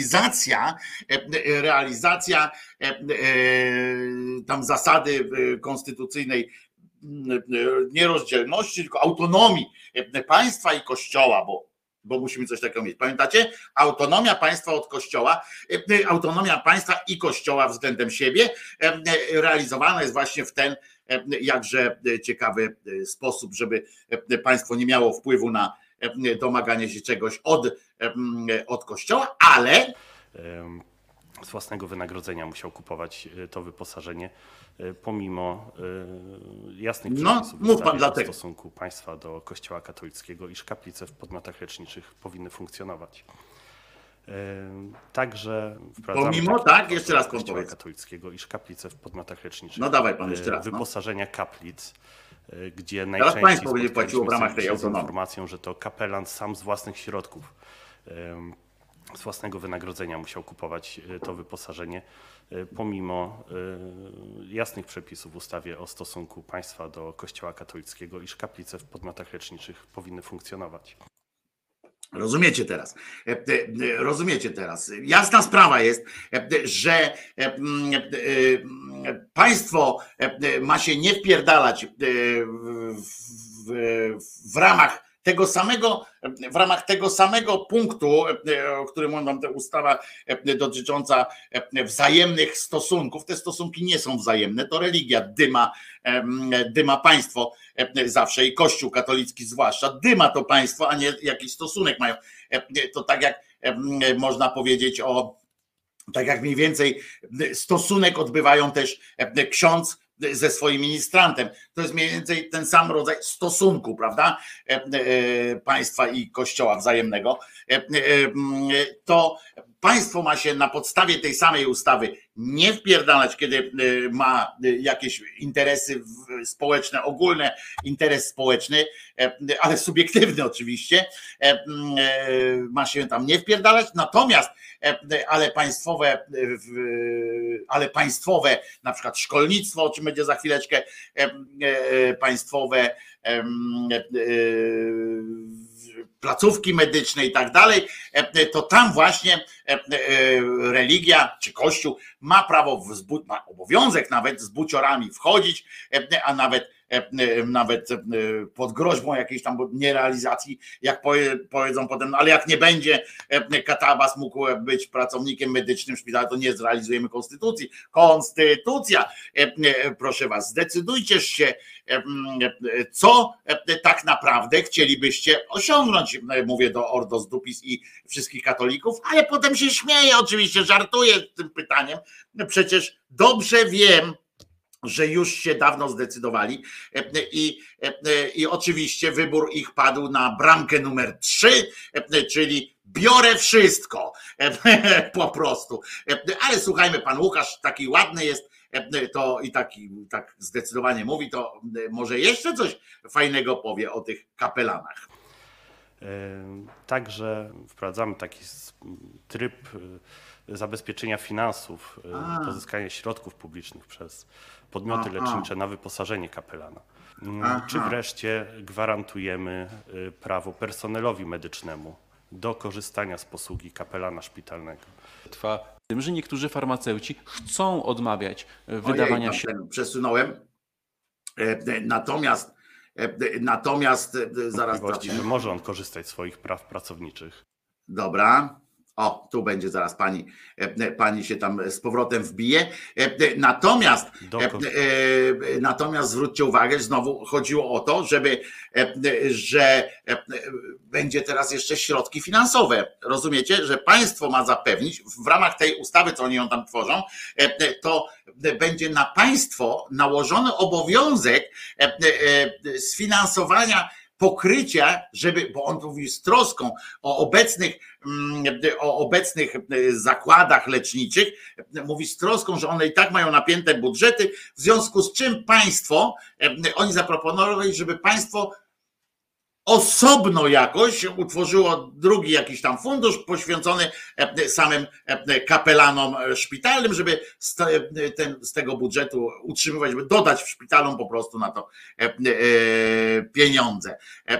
realizacja tam zasady konstytucyjnej nierozdzielności, tylko autonomii państwa i Kościoła, bo musimy coś takiego mieć. Pamiętacie? Autonomia państwa od Kościoła, autonomia państwa i Kościoła względem siebie realizowana jest właśnie w ten jakże ciekawy sposób, żeby państwo nie miało wpływu na domaganie się czegoś od Kościoła, ale z własnego wynagrodzenia musiał kupować to wyposażenie, pomimo jasnych przepisów w stosunku państwa do Kościoła katolickiego, iż kaplice w podmiotach leczniczych powinny funkcjonować. Także pomimo, tak, jeszcze raz Kościoła katolickiego, iż kaplice w podmiotach leczniczych. No dawaj pan jeszcze raz. Wyposażenia kaplic, gdzie teraz państwo będzie płaciło w ramach tej autonomii. Z informacją, że to kapelan sam z własnych środków, z własnego wynagrodzenia musiał kupować to wyposażenie, pomimo jasnych przepisów w ustawie o stosunku państwa do Kościoła katolickiego, iż kaplice w podmiotach leczniczych powinny funkcjonować. Rozumiecie teraz. Rozumiecie teraz. Jasna sprawa jest, że państwo ma się nie wpierdalać w ramach tego samego punktu, o którym mówię, ta ustawa dotycząca wzajemnych stosunków. Te stosunki nie są wzajemne, to religia dyma państwo zawsze i Kościół katolicki zwłaszcza. Dyma to państwo, a nie jakiś stosunek mają. To tak jak można powiedzieć tak jak mniej więcej stosunek odbywają też ksiądz ze swoim ministrantem. To jest mniej więcej ten sam rodzaj stosunku, prawda? Państwa i Kościoła wzajemnego. To państwo ma się na podstawie tej samej ustawy nie wpierdalać, kiedy ma jakieś interesy społeczne, ogólne interes społeczny, ale subiektywny oczywiście, ma się tam nie wpierdalać, natomiast ale państwowe, na przykład szkolnictwo, o czym będzie za chwileczkę, państwowe placówki medyczne i tak dalej, to tam właśnie religia czy kościół ma prawo, ma obowiązek nawet z buciorami wchodzić, a nawet pod groźbą jakiejś tam nierealizacji, jak powiedzą potem, ale jak nie będzie Katabas mógł być pracownikiem medycznym w szpitalu, to nie zrealizujemy konstytucji. Konstytucja, proszę was, zdecydujcie się, co tak naprawdę chcielibyście osiągnąć, mówię do Ordos Dupis i wszystkich katolików, ale potem się śmieję, oczywiście żartuję tym pytaniem, przecież dobrze wiem, że już się dawno zdecydowali i oczywiście wybór ich padł na bramkę numer 3, czyli biorę wszystko, po prostu. Ale słuchajmy, pan Łukasz taki ładny jest, to i tak zdecydowanie mówi, to może jeszcze coś fajnego powie o tych kapelanach. Także wprowadzamy taki tryb zabezpieczenia finansów, pozyskania środków publicznych przez podmioty lecznicze na wyposażenie kapelana. Czy wreszcie gwarantujemy prawo personelowi medycznemu do korzystania z posługi kapelana szpitalnego. Trwa tym, że niektórzy farmaceuci chcą odmawiać wydawania się. Przesunąłem. Natomiast zaraz trafię. Że może on korzystać z swoich praw pracowniczych. Dobra. O, tu będzie zaraz pani się tam z powrotem wbije. Natomiast zwróćcie uwagę, że znowu chodziło o to, że będzie teraz jeszcze środki finansowe. Rozumiecie, że państwo ma zapewnić w ramach tej ustawy, co oni ją tam tworzą, to będzie na państwo nałożony obowiązek sfinansowania pokrycia, bo on mówi z troską o obecnych zakładach leczniczych, mówi z troską, że one i tak mają napięte budżety, w związku z czym oni zaproponowali, żeby państwo osobno jakoś utworzyło drugi jakiś tam fundusz poświęcony samym kapelanom szpitalnym, żeby z tego budżetu utrzymywać, żeby dodać w szpitalom po prostu na to pieniądze.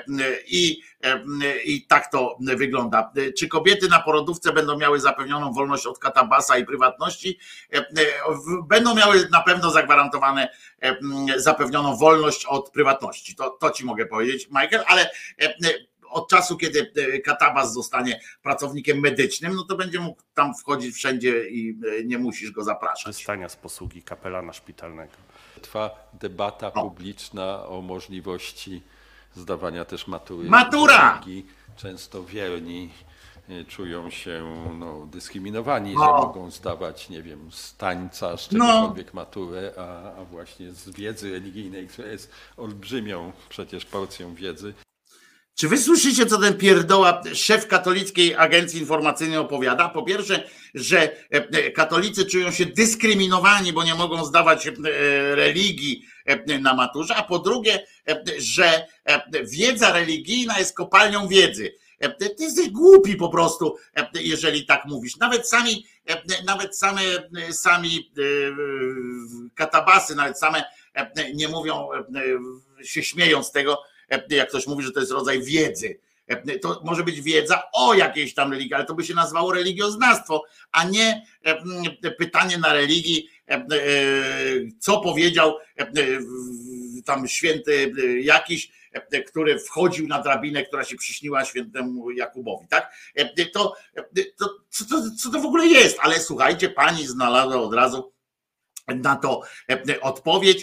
I tak to wygląda. Czy kobiety na porodówce będą miały zapewnioną wolność od katabasa i prywatności? Będą miały na pewno zapewnioną wolność od prywatności. To ci mogę powiedzieć, Michael, ale od czasu, kiedy katabas zostanie pracownikiem medycznym, no to będzie mógł tam wchodzić wszędzie i nie musisz go zapraszać. Korzystania z posługi kapelana szpitalnego. Trwa debata publiczna o możliwości zdawania też matury. Matura! Często wierni czują się dyskryminowani, że mogą zdawać, nie wiem, z tańca, z czegokolwiek maturę, a właśnie z wiedzy religijnej, która jest olbrzymią przecież porcją wiedzy. Czy wy słyszycie, co ten pierdoła szef Katolickiej Agencji Informacyjnej opowiada? Po pierwsze, że katolicy czują się dyskryminowani, bo nie mogą zdawać religii na maturze, a po drugie, że wiedza religijna jest kopalnią wiedzy. Ty jesteś głupi po prostu, jeżeli tak mówisz. Nawet sami katabasy, nawet same nie mówią, się śmieją z tego, jak ktoś mówi, że to jest rodzaj wiedzy. To może być wiedza o jakiejś tam religii, ale to by się nazywało religioznawstwo, a nie pytanie na religii, co powiedział tam święty jakiś, który wchodził na drabinę, która się przyśniła świętemu Jakubowi, tak? Co to w ogóle jest? Ale słuchajcie, pani znalazła od razu na to odpowiedź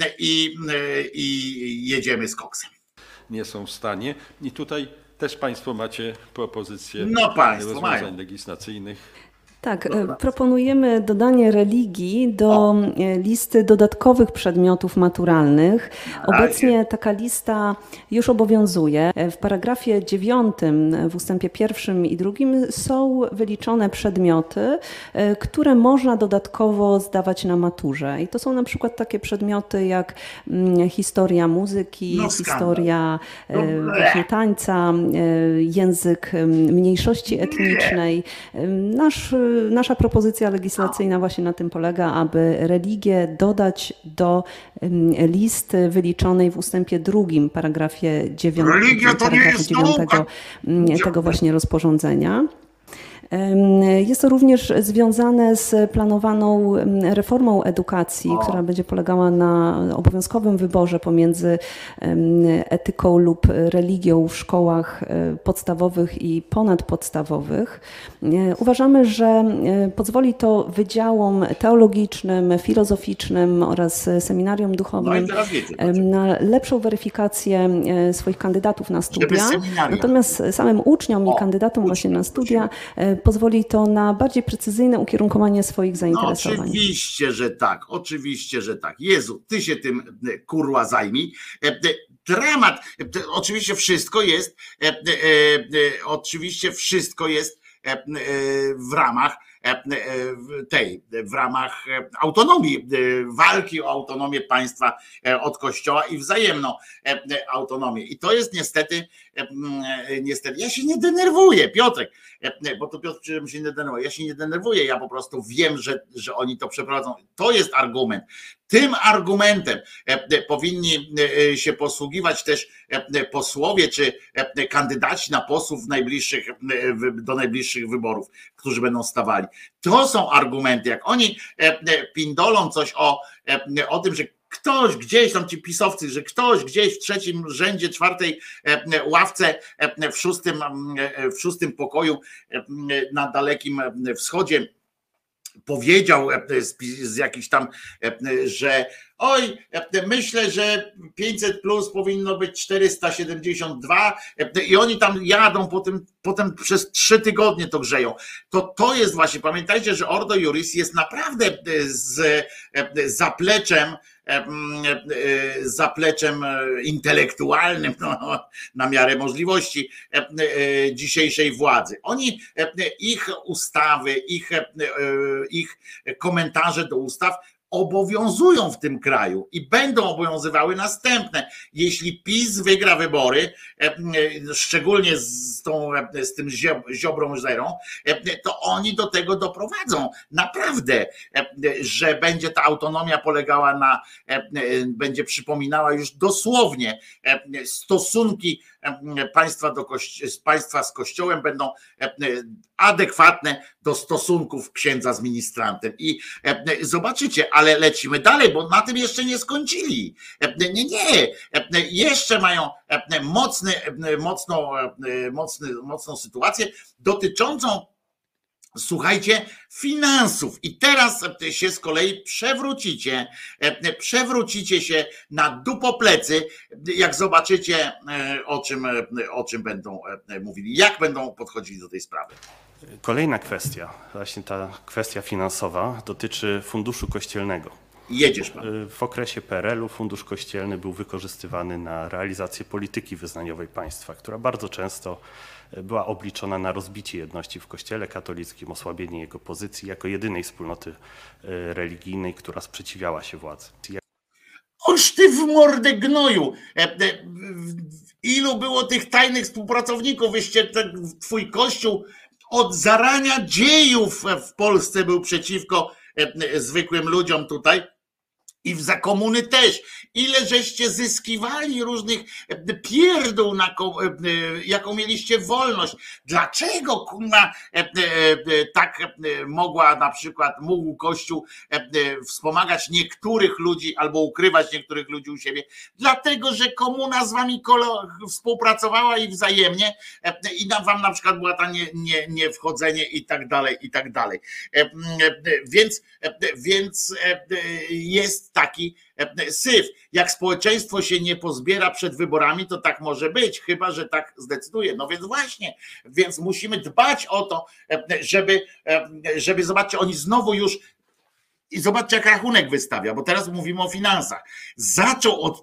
i jedziemy z koksem. Nie są w stanie. I tutaj też państwo macie propozycje rozwiązań legislacyjnych. Tak, proponujemy dodanie religii do listy dodatkowych przedmiotów maturalnych. Obecnie taka lista już obowiązuje. W paragrafie 9 w ustępie 1 i 2 są wyliczone przedmioty, które można dodatkowo zdawać na maturze. I to są na przykład takie przedmioty jak historia muzyki, historia właśnie tańca, język mniejszości etnicznej. Nasza propozycja legislacyjna właśnie na tym polega, aby religię dodać do listy wyliczonej w ustępie 2, paragrafie 9, tego właśnie rozporządzenia. Jest to również związane z planowaną reformą edukacji, która będzie polegała na obowiązkowym wyborze pomiędzy etyką lub religią w szkołach podstawowych i ponadpodstawowych. Uważamy, że pozwoli to wydziałom teologicznym, filozoficznym oraz seminarium duchowym na lepszą weryfikację swoich kandydatów na studia. Natomiast samym uczniom i kandydatom właśnie na studia pozwoli to na bardziej precyzyjne ukierunkowanie swoich zainteresowań. No, oczywiście, że tak. Jezu, ty się tym kurwa zajmij. Dramat, oczywiście wszystko jest w ramach autonomii, walki o autonomię państwa od Kościoła i wzajemną autonomię. I to jest niestety, ja się nie denerwuję, Piotrek, bo to Piotr się nie denerwuje. Ja się nie denerwuję, ja po prostu wiem, że oni to przeprowadzą. To jest argument. Tym argumentem powinni się posługiwać też posłowie czy kandydaci na posłów do najbliższych wyborów, którzy będą stawali. To są argumenty. Jak oni pindolą coś o tym, że ktoś gdzieś tam, ci pisowcy, że ktoś gdzieś w 3. rzędzie, 4. ławce, w 6. pokoju na Dalekim Wschodzie powiedział z jakiś tam, że myślę, że 500 plus powinno być 472 i oni tam jadą, potem przez 3 tygodnie to grzeją. To jest właśnie, pamiętajcie, że Ordo Iuris jest naprawdę z zapleczem intelektualnym na miarę możliwości dzisiejszej władzy. Ich ustawy, ich komentarze do ustaw obowiązują w tym kraju i będą obowiązywały następne. Jeśli PiS wygra wybory, szczególnie z tym Ziobrą Zerą, to oni do tego doprowadzą. Naprawdę, że będzie ta autonomia polegała będzie przypominała już dosłownie stosunki państwa z Kościołem będą adekwatne do stosunków księdza z ministrantem. I zobaczycie, ale lecimy dalej, bo na tym jeszcze nie skończyli. Nie. Jeszcze mają mocną sytuację dotyczącą, słuchajcie, finansów. I teraz się z kolei przewrócicie się na dupoplecy, jak zobaczycie, o czym będą mówili, jak będą podchodzili do tej sprawy. Kolejna kwestia, właśnie ta kwestia finansowa, dotyczy Funduszu Kościelnego. Jedziesz pan. W okresie PRL-u Fundusz Kościelny był wykorzystywany na realizację polityki wyznaniowej państwa, która bardzo często była obliczona na rozbicie jedności w Kościele katolickim, osłabienie jego pozycji jako jedynej wspólnoty religijnej, która sprzeciwiała się władzy. Oż ty w mordę gnoju! Ilu było tych tajnych współpracowników? Twój Kościół od zarania dziejów w Polsce był przeciwko zwykłym ludziom tutaj. I za komuny też. Ile żeście zyskiwali różnych pierdół, jaką mieliście wolność. Dlaczego tak mógł Kościół wspomagać niektórych ludzi albo ukrywać niektórych ludzi u siebie? Dlatego, że komuna z wami współpracowała i wzajemnie i wam na przykład była ta niewchodzenie i tak dalej, i tak dalej. Więc jest taki syf. Jak społeczeństwo się nie pozbiera przed wyborami, to tak może być, chyba że tak zdecyduje. No więc właśnie, więc musimy dbać o to, żeby zobaczcie, oni znowu już. I zobaczcie, jak rachunek wystawia, bo teraz mówimy o finansach. Zaczął od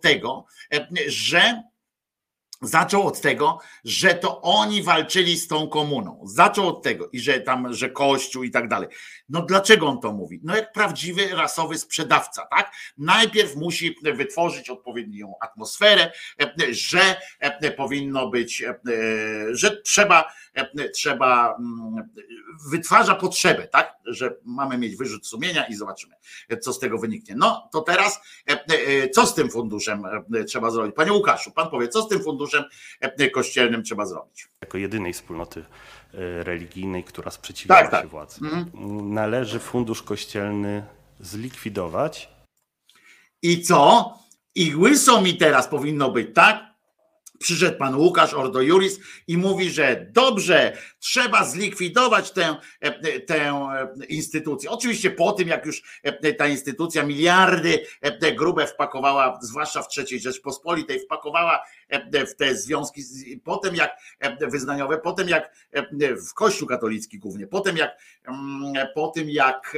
tego, że to oni walczyli z tą komuną. Zaczął od tego i że Kościół i tak dalej. No dlaczego on to mówi? No jak prawdziwy rasowy sprzedawca, tak? Najpierw musi wytworzyć odpowiednią atmosferę, że powinno być, że trzeba wytwarza potrzebę, tak? Że mamy mieć wyrzut sumienia i zobaczymy, co z tego wyniknie. No to teraz co z tym funduszem trzeba zrobić? Panie Łukaszu, pan powie, co z tym funduszem kościelnym trzeba zrobić? Jako jedynej wspólnoty religijnej, która sprzeciwiała się władzy. Należy fundusz kościelny zlikwidować. I co? I łyso mi teraz powinno być, tak? Przyszedł pan Łukasz Ordo Iuris i mówi, że dobrze, trzeba zlikwidować tę instytucję. Oczywiście po tym, jak już ta instytucja miliardy grube wpakowała, zwłaszcza w III Rzeczpospolitej, wpakowała w te związki, potem jak wyznaniowe, potem jak w Kościół katolicki głównie, potem jak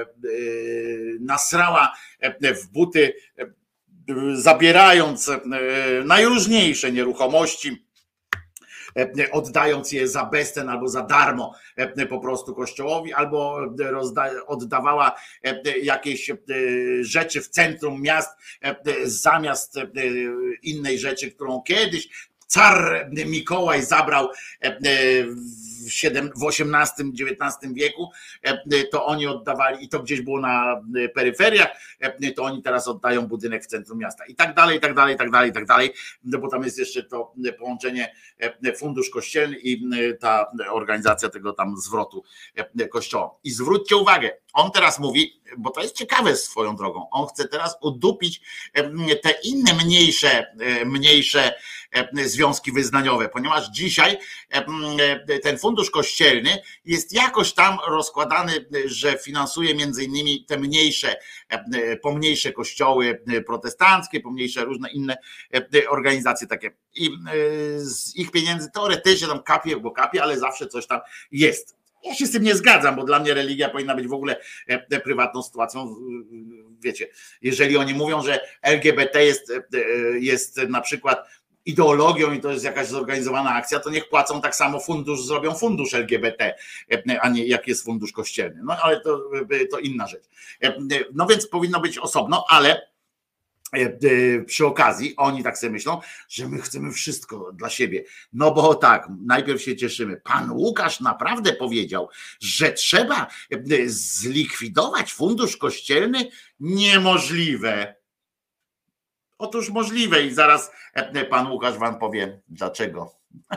nasrała w buty, zabierając najróżniejsze nieruchomości, oddając je za bezcen albo za darmo po prostu Kościołowi, albo oddawała jakieś rzeczy w centrum miast zamiast innej rzeczy, którą kiedyś car Mikołaj zabrał w XVIII-XIX wieku, to oni oddawali, i to gdzieś było na peryferiach, to oni teraz oddają budynek w centrum miasta. I tak dalej, i tak dalej, i tak dalej, i tak dalej, bo tam jest jeszcze to połączenie fundusz kościelny i ta organizacja tego tam zwrotu kościoła. I zwróćcie uwagę, on teraz mówi, bo to jest ciekawe swoją drogą, on chce teraz udupić te inne mniejsze związki wyznaniowe, ponieważ dzisiaj ten fundusz kościelny jest jakoś tam rozkładany, że finansuje między innymi te pomniejsze kościoły protestanckie, pomniejsze różne inne organizacje takie. I z ich pieniędzy teoretycznie tam kapie, ale zawsze coś tam jest. Ja się z tym nie zgadzam, bo dla mnie religia powinna być w ogóle prywatną sytuacją. Wiecie, jeżeli oni mówią, że LGBT jest na przykład ideologią i to jest jakaś zorganizowana akcja, to niech płacą tak samo zrobią fundusz LGBT, a nie jak jest fundusz kościelny. No ale to inna rzecz. No więc powinno być osobno, ale przy okazji oni tak sobie myślą, że my chcemy wszystko dla siebie. No bo tak, najpierw się cieszymy. Pan Łukasz naprawdę powiedział, że trzeba zlikwidować fundusz kościelny? Niemożliwe. Otóż możliwe i zaraz pan Łukasz wam powie dlaczego.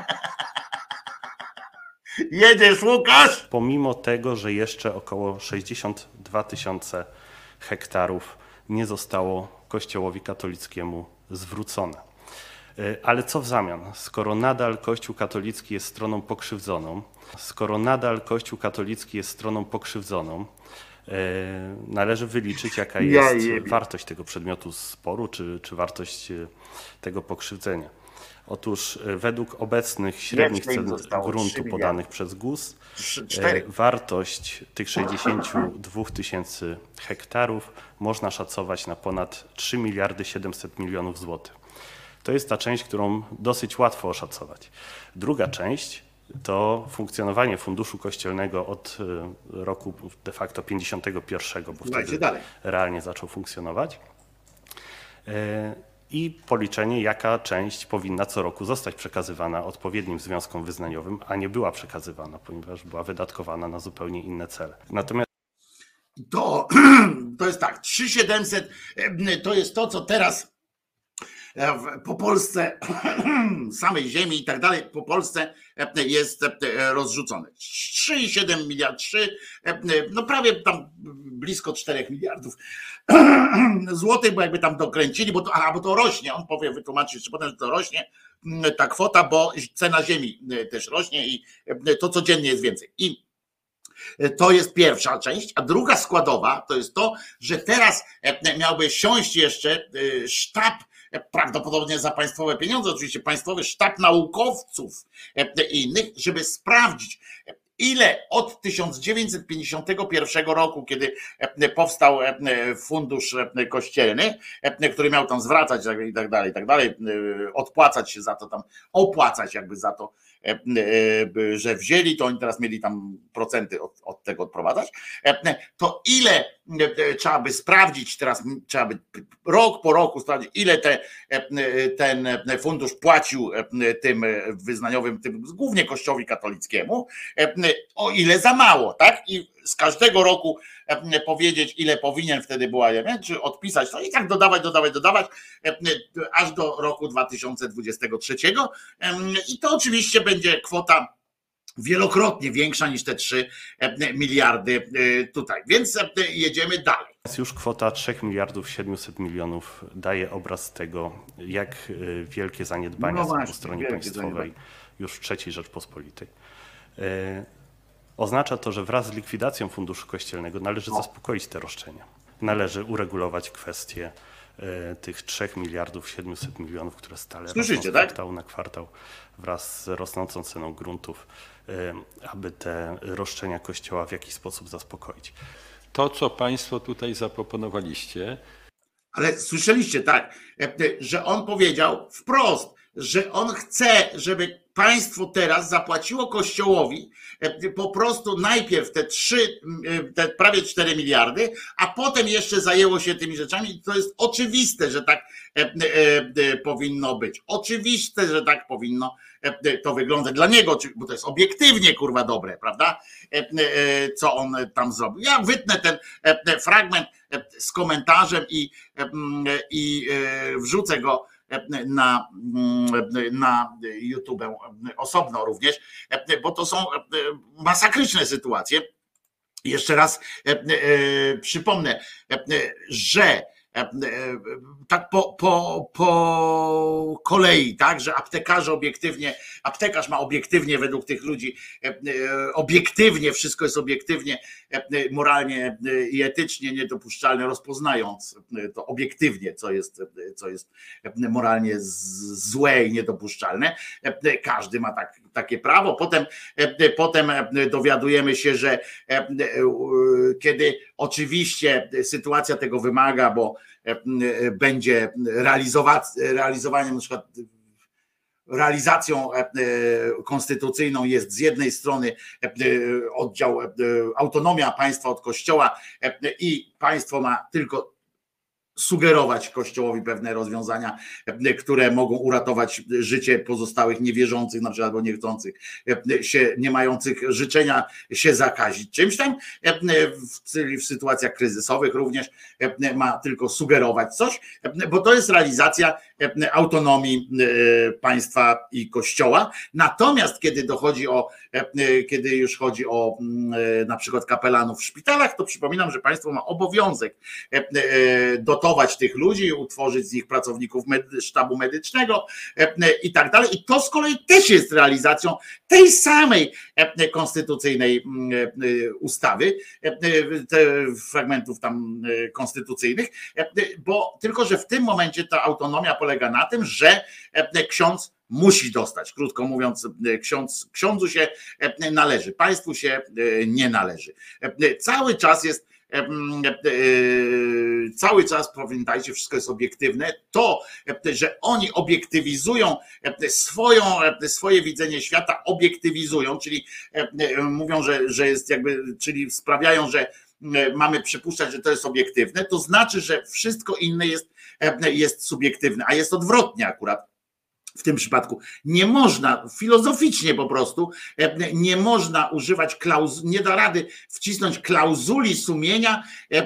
Jedziesz, Łukasz? Pomimo tego, że jeszcze około 62 000 hektarów nie zostało Kościołowi katolickiemu zwrócone. Ale co w zamian? Skoro nadal Kościół katolicki jest stroną pokrzywdzoną, należy wyliczyć, jaka jest wartość tego przedmiotu sporu, czy wartość tego pokrzywdzenia. Otóż według obecnych średnich cen gruntu podanych przez GUS wartość tych 62 000 hektarów można szacować na ponad 3 700 000 000 złotych. To jest ta część, którą dosyć łatwo oszacować. Druga część to funkcjonowanie Funduszu Kościelnego od roku de facto 51, bo wtedy realnie zaczął funkcjonować. I policzenie, jaka część powinna co roku zostać przekazywana odpowiednim związkom wyznaniowym, a nie była przekazywana, ponieważ była wydatkowana na zupełnie inne cele. Natomiast to jest tak, 3700 to jest to, co teraz po Polsce, samej ziemi i tak dalej, po Polsce jest rozrzucone. 3,7 miliard, no prawie tam blisko 4 miliardów złotych, bo jakby tam dokręcili, bo to rośnie, on powie, wytłumaczy jeszcze potem, że to rośnie ta kwota, bo cena ziemi też rośnie i to codziennie jest więcej. I To jest pierwsza część, a druga składowa to jest to, że teraz miałby siąść jeszcze sztab, prawdopodobnie za państwowe pieniądze, oczywiście państwowy sztab naukowców i innych, żeby sprawdzić, ile od 1951 roku, kiedy powstał fundusz kościelny, który miał tam zwracać i tak dalej, odpłacać się za to, tam opłacać jakby za to, że wzięli, to oni teraz mieli tam procenty od tego odprowadzać, to ile trzeba by sprawdzić, teraz trzeba by rok po roku sprawdzić, ile ten fundusz płacił tym wyznaniowym, tym głównie Kościołowi katolickiemu, o ile za mało, tak? I z każdego roku powiedzieć, ile powinien wtedy była, czy odpisać, to i tak dodawać, aż do roku 2023. I to oczywiście będzie kwota wielokrotnie większa niż te 3 miliardy tutaj. Więc jedziemy dalej. Już kwota 3 miliardów 700 milionów daje obraz tego, jak wielkie zaniedbania są po stronie państwowej już w III Rzeczpospolitej. Oznacza to, że wraz z likwidacją Funduszu Kościelnego należy zaspokoić te roszczenia. Należy uregulować kwestię tych 3 miliardów 700 milionów, które stale rosną z kwartału na kwartał wraz z rosnącą ceną gruntów, aby te roszczenia Kościoła w jakiś sposób zaspokoić. To, co państwo tutaj zaproponowaliście. Ale słyszeliście, tak, że on powiedział wprost, że on chce, żeby państwo teraz zapłaciło Kościołowi po prostu najpierw te prawie 4 miliardy, a potem jeszcze zajęło się tymi rzeczami. I to jest oczywiste, że tak powinno być. Oczywiste, że tak powinno to wyglądać dla niego, bo to jest obiektywnie kurwa dobre, prawda? Co on tam zrobił. Ja wytnę ten fragment z komentarzem i wrzucę go na YouTube osobno również, bo to są masakryczne sytuacje. Jeszcze raz przypomnę, że tak po kolei, tak, że aptekarz ma obiektywnie według tych ludzi, obiektywnie, wszystko jest obiektywnie, moralnie i etycznie niedopuszczalne, rozpoznając to obiektywnie, co jest moralnie złe i niedopuszczalne. Każdy ma takie prawo. Potem dowiadujemy się, że kiedy oczywiście sytuacja tego wymaga, bo będzie realizowaniem, na przykład realizacją konstytucyjną jest z jednej strony oddział autonomia państwa od Kościoła i państwo ma tylko sugerować Kościołowi pewne rozwiązania, które mogą uratować życie pozostałych niewierzących, na przykład albo niechcących się, nie mających życzenia się zakazić czymś tam, w sytuacjach kryzysowych również ma tylko sugerować coś, bo to jest realizacja autonomii państwa i Kościoła. Natomiast kiedy już chodzi o na przykład kapelanów w szpitalach, to przypominam, że państwo ma obowiązek dotować tych ludzi, utworzyć z nich pracowników sztabu medycznego i tak dalej. I to z kolei też jest realizacją tej samej konstytucyjnej ustawy, fragmentów tam konstytucyjnych, bo tylko, że w tym momencie ta autonomia polega na tym, że ksiądz musi dostać, krótko mówiąc, ksiądzu się należy, państwu się nie należy. Cały czas pamiętajcie, wszystko jest obiektywne. To, że oni obiektywizują swoje widzenie świata, obiektywizują, czyli mówią, że jest jakby, czyli sprawiają, że mamy przypuszczać, że to jest obiektywne, to znaczy, że wszystko inne jest subiektywne, a jest odwrotnie akurat. W tym przypadku nie można, filozoficznie po prostu, nie można używać nie da rady wcisnąć klauzuli sumienia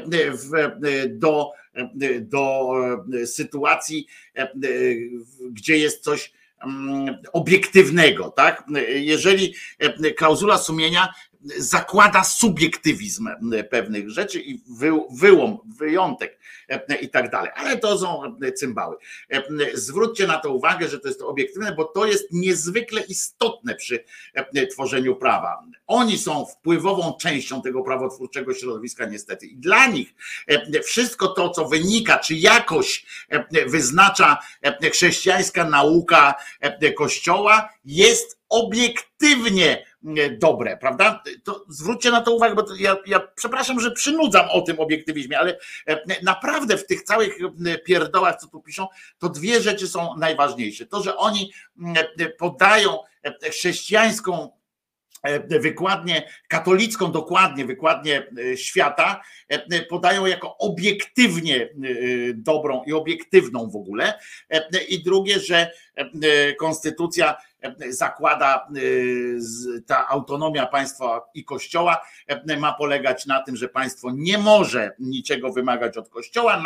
do sytuacji, gdzie jest coś obiektywnego, tak? Jeżeli klauzula sumienia zakłada subiektywizm pewnych rzeczy i wyjątek i tak dalej. Ale to są cymbały. Zwróćcie na to uwagę, że to jest obiektywne, bo to jest niezwykle istotne przy tworzeniu prawa. Oni są wpływową częścią tego prawotwórczego środowiska niestety i dla nich wszystko to, co wynika, czy jakoś wyznacza chrześcijańska nauka Kościoła, jest obiektywnie dobre, prawda? To zwróćcie na to uwagę, bo to ja przepraszam, że przynudzam o tym obiektywizmie, ale naprawdę w tych całych pierdołach, co tu piszą, to dwie rzeczy są najważniejsze. To, że oni podają chrześcijańską wykładnię, katolicką dokładnie, wykładnię świata, podają jako obiektywnie dobrą i obiektywną w ogóle. I drugie, że konstytucja zakłada, ta autonomia państwa i Kościoła ma polegać na tym, że państwo nie może niczego wymagać od Kościoła,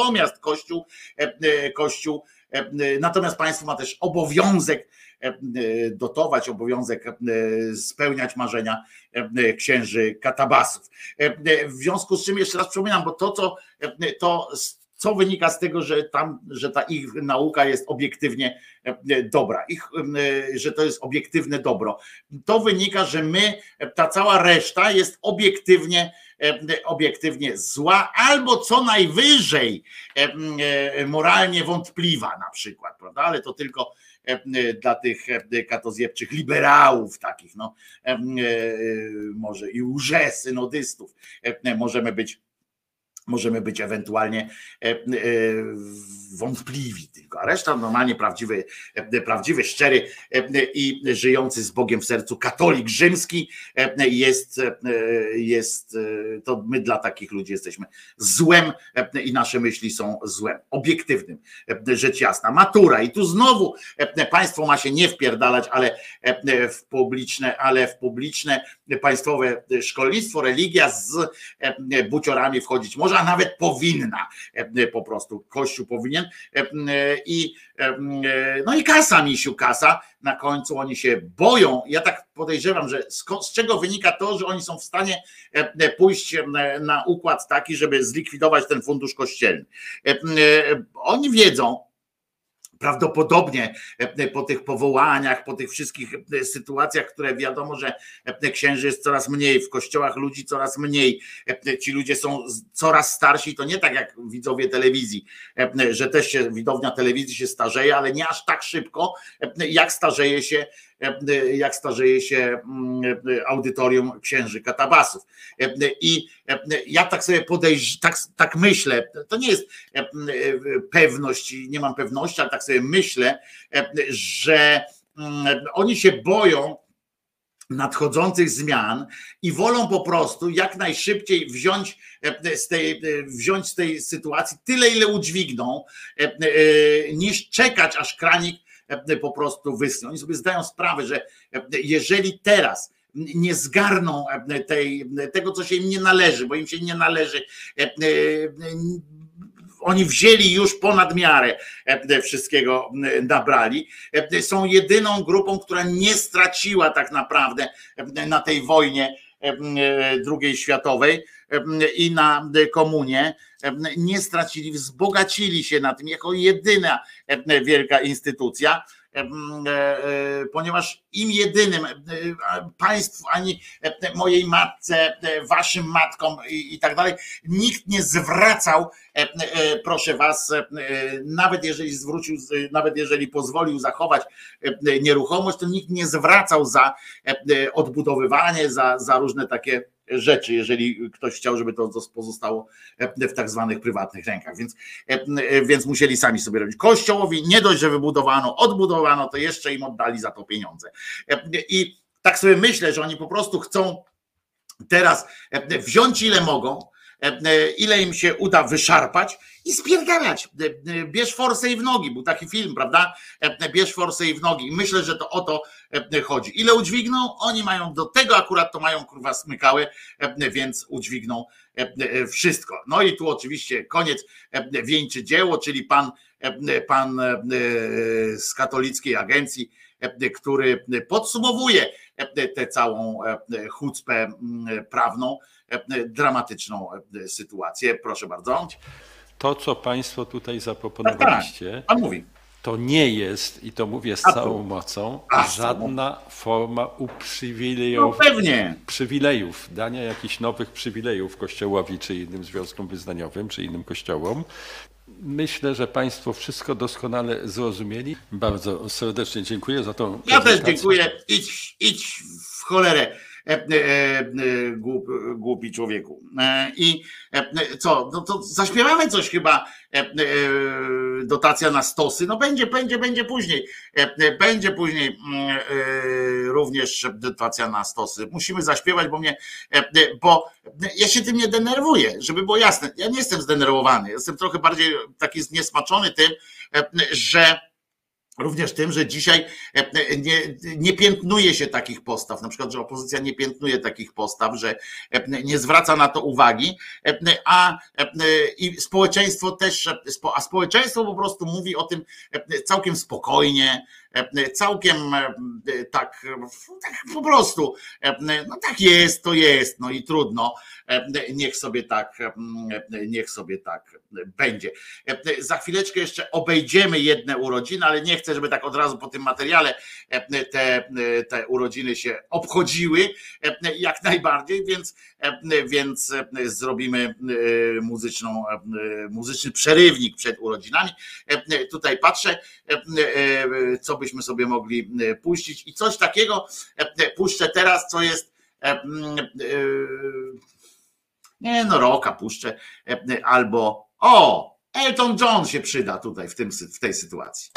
natomiast państwo ma też obowiązek dotować, obowiązek spełniać marzenia księży katabasów. W związku z czym jeszcze raz przypominam, bo co wynika z tego, że ta ich nauka jest obiektywnie dobra, że to jest obiektywne dobro. To wynika, że ta cała reszta jest obiektywnie zła, albo co najwyżej moralnie wątpliwa na przykład, prawda? Ale to tylko dla tych katozjebczych liberałów takich, no, może i łże-synodystów możemy być ewentualnie wątpliwi tylko, a reszta normalnie prawdziwy, szczery i żyjący z Bogiem w sercu katolik rzymski to my dla takich ludzi jesteśmy złem i nasze myśli są złem, obiektywnym, rzecz jasna. Matura i tu znowu państwo ma się nie wpierdalać, ale w publiczne państwowe szkolnictwo, religia z buciorami wchodzić może, a nawet powinna, po prostu Kościół powinien no i kasa, misiu, kasa, na końcu oni się boją, ja tak podejrzewam, że z czego wynika to, że oni są w stanie pójść na układ taki, żeby zlikwidować ten fundusz kościelny. Oni wiedzą, prawdopodobnie po tych powołaniach, po tych wszystkich sytuacjach, które wiadomo, że księży jest coraz mniej, w kościołach ludzi coraz mniej, ci ludzie są coraz starsi, to nie tak jak widzowie telewizji, że też widownia telewizji się starzeje, ale nie aż tak szybko, jak starzeje się audytorium księży katabasów. I ja tak sobie tak myślę, to nie jest pewność, nie mam pewności, ale tak sobie myślę, że oni się boją nadchodzących zmian i wolą po prostu jak najszybciej wziąć z tej sytuacji tyle, ile udźwigną, niż czekać, aż kranik po prostu wyschnie. Oni sobie zdają sprawę, że jeżeli teraz nie zgarną tego, co się im nie należy, bo im się nie należy, oni wzięli już ponad miarę, wszystkiego nabrali. Są jedyną grupą, która nie straciła tak naprawdę na tej wojnie II światowej i na komunie, nie stracili, wzbogacili się na tym jako jedyna wielka instytucja, ponieważ im jedynym, państwu, ani mojej matce, waszym matkom i tak dalej, nikt nie zwracał, proszę was, nawet jeżeli pozwolił zachować nieruchomość, to nikt nie zwracał za odbudowywanie, za różne takie rzeczy, jeżeli ktoś chciał, żeby to pozostało w tak zwanych prywatnych rękach, więc musieli sami sobie robić. Kościołowi nie dość, że wybudowano, odbudowano, to jeszcze im oddali za to pieniądze. I tak sobie myślę, że oni po prostu chcą teraz wziąć ile mogą, ile im się uda wyszarpać i spierdalać. Bierz forsę i w nogi, był taki film, prawda? Bierz forsę i w nogi. I myślę, że to o to chodzi. Ile udźwigną? Oni mają do tego akurat, to mają kurwa smykały, więc udźwigną wszystko. No i tu oczywiście koniec, wieńczy dzieło, czyli pan z katolickiej agencji, który podsumowuje tę całą chucpę prawną, dramatyczną sytuację. Proszę bardzo. To, co państwo tutaj zaproponowaliście, tak. Pan mówi. To nie jest, i to mówię z całą mocą, żadna forma przywilejów, dania jakichś nowych przywilejów Kościołowi, czy innym związkom wyznaniowym, czy innym kościołom. Myślę, że państwo wszystko doskonale zrozumieli. Bardzo serdecznie dziękuję za tą prezentację. Ja też dziękuję. Idź w cholerę, głupi człowieku. I co? No to zaśpiewamy coś chyba, dotacja na stosy. No będzie później. Będzie później również dotacja na stosy. Musimy zaśpiewać, bo ja się tym nie denerwuję, żeby było jasne. Ja nie jestem zdenerwowany. Jestem trochę bardziej taki zniesmaczony tym, również tym, że dzisiaj nie piętnuje się takich postaw, na przykład, że opozycja nie piętnuje takich postaw, że nie zwraca na to uwagi, i społeczeństwo też, a społeczeństwo po prostu mówi o tym całkiem spokojnie, całkiem tak po prostu, no tak jest, to jest, no i trudno, niech sobie tak będzie. Za chwileczkę jeszcze obejdziemy jedne urodziny, ale nie chcę, żeby tak od razu po tym materiale te urodziny się obchodziły jak najbardziej, więc zrobimy muzyczny przerywnik przed urodzinami. Tutaj patrzę, co byśmy sobie mogli puścić i coś takiego puszczę teraz, co jest rocka puszczę, albo Elton John się przyda tutaj w tej sytuacji.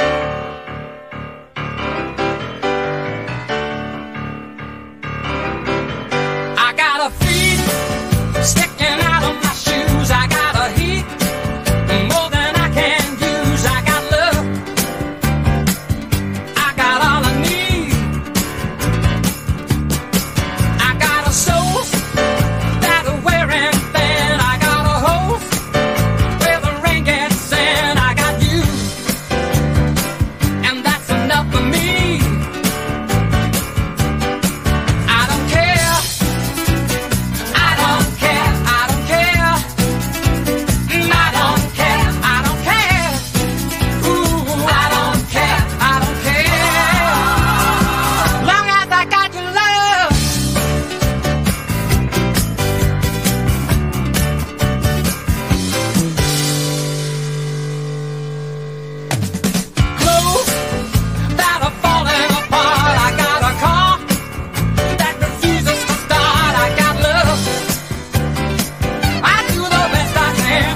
I got a feet sticking out of my shoes. I got a heat more than I can use. I got love, I got all I need. I got a soul that'll wear and thin. I got a hose where the rain gets in. I got you, and that's enough for me. I don't care, I don't care, I don't care. I don't care, I don't care. Ooh, I don't care, I don't care. Long as I got your love. Clothes that are falling apart. I got a car that refuses to start. I got love, I do the best I can.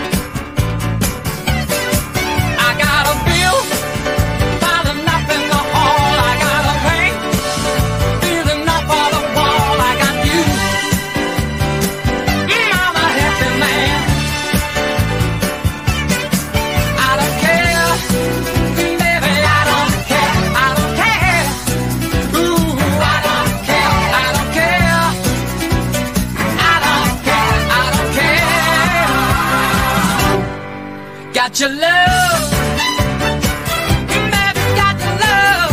I got a bill piling up in the hall. I got a pain feeling up on the wall. I got you, I'm a happy man. I don't care, baby, I don't care, I don't care. Ooh, I don't care, I don't care. I don't care, I don't care. Got your love, baby, got your love.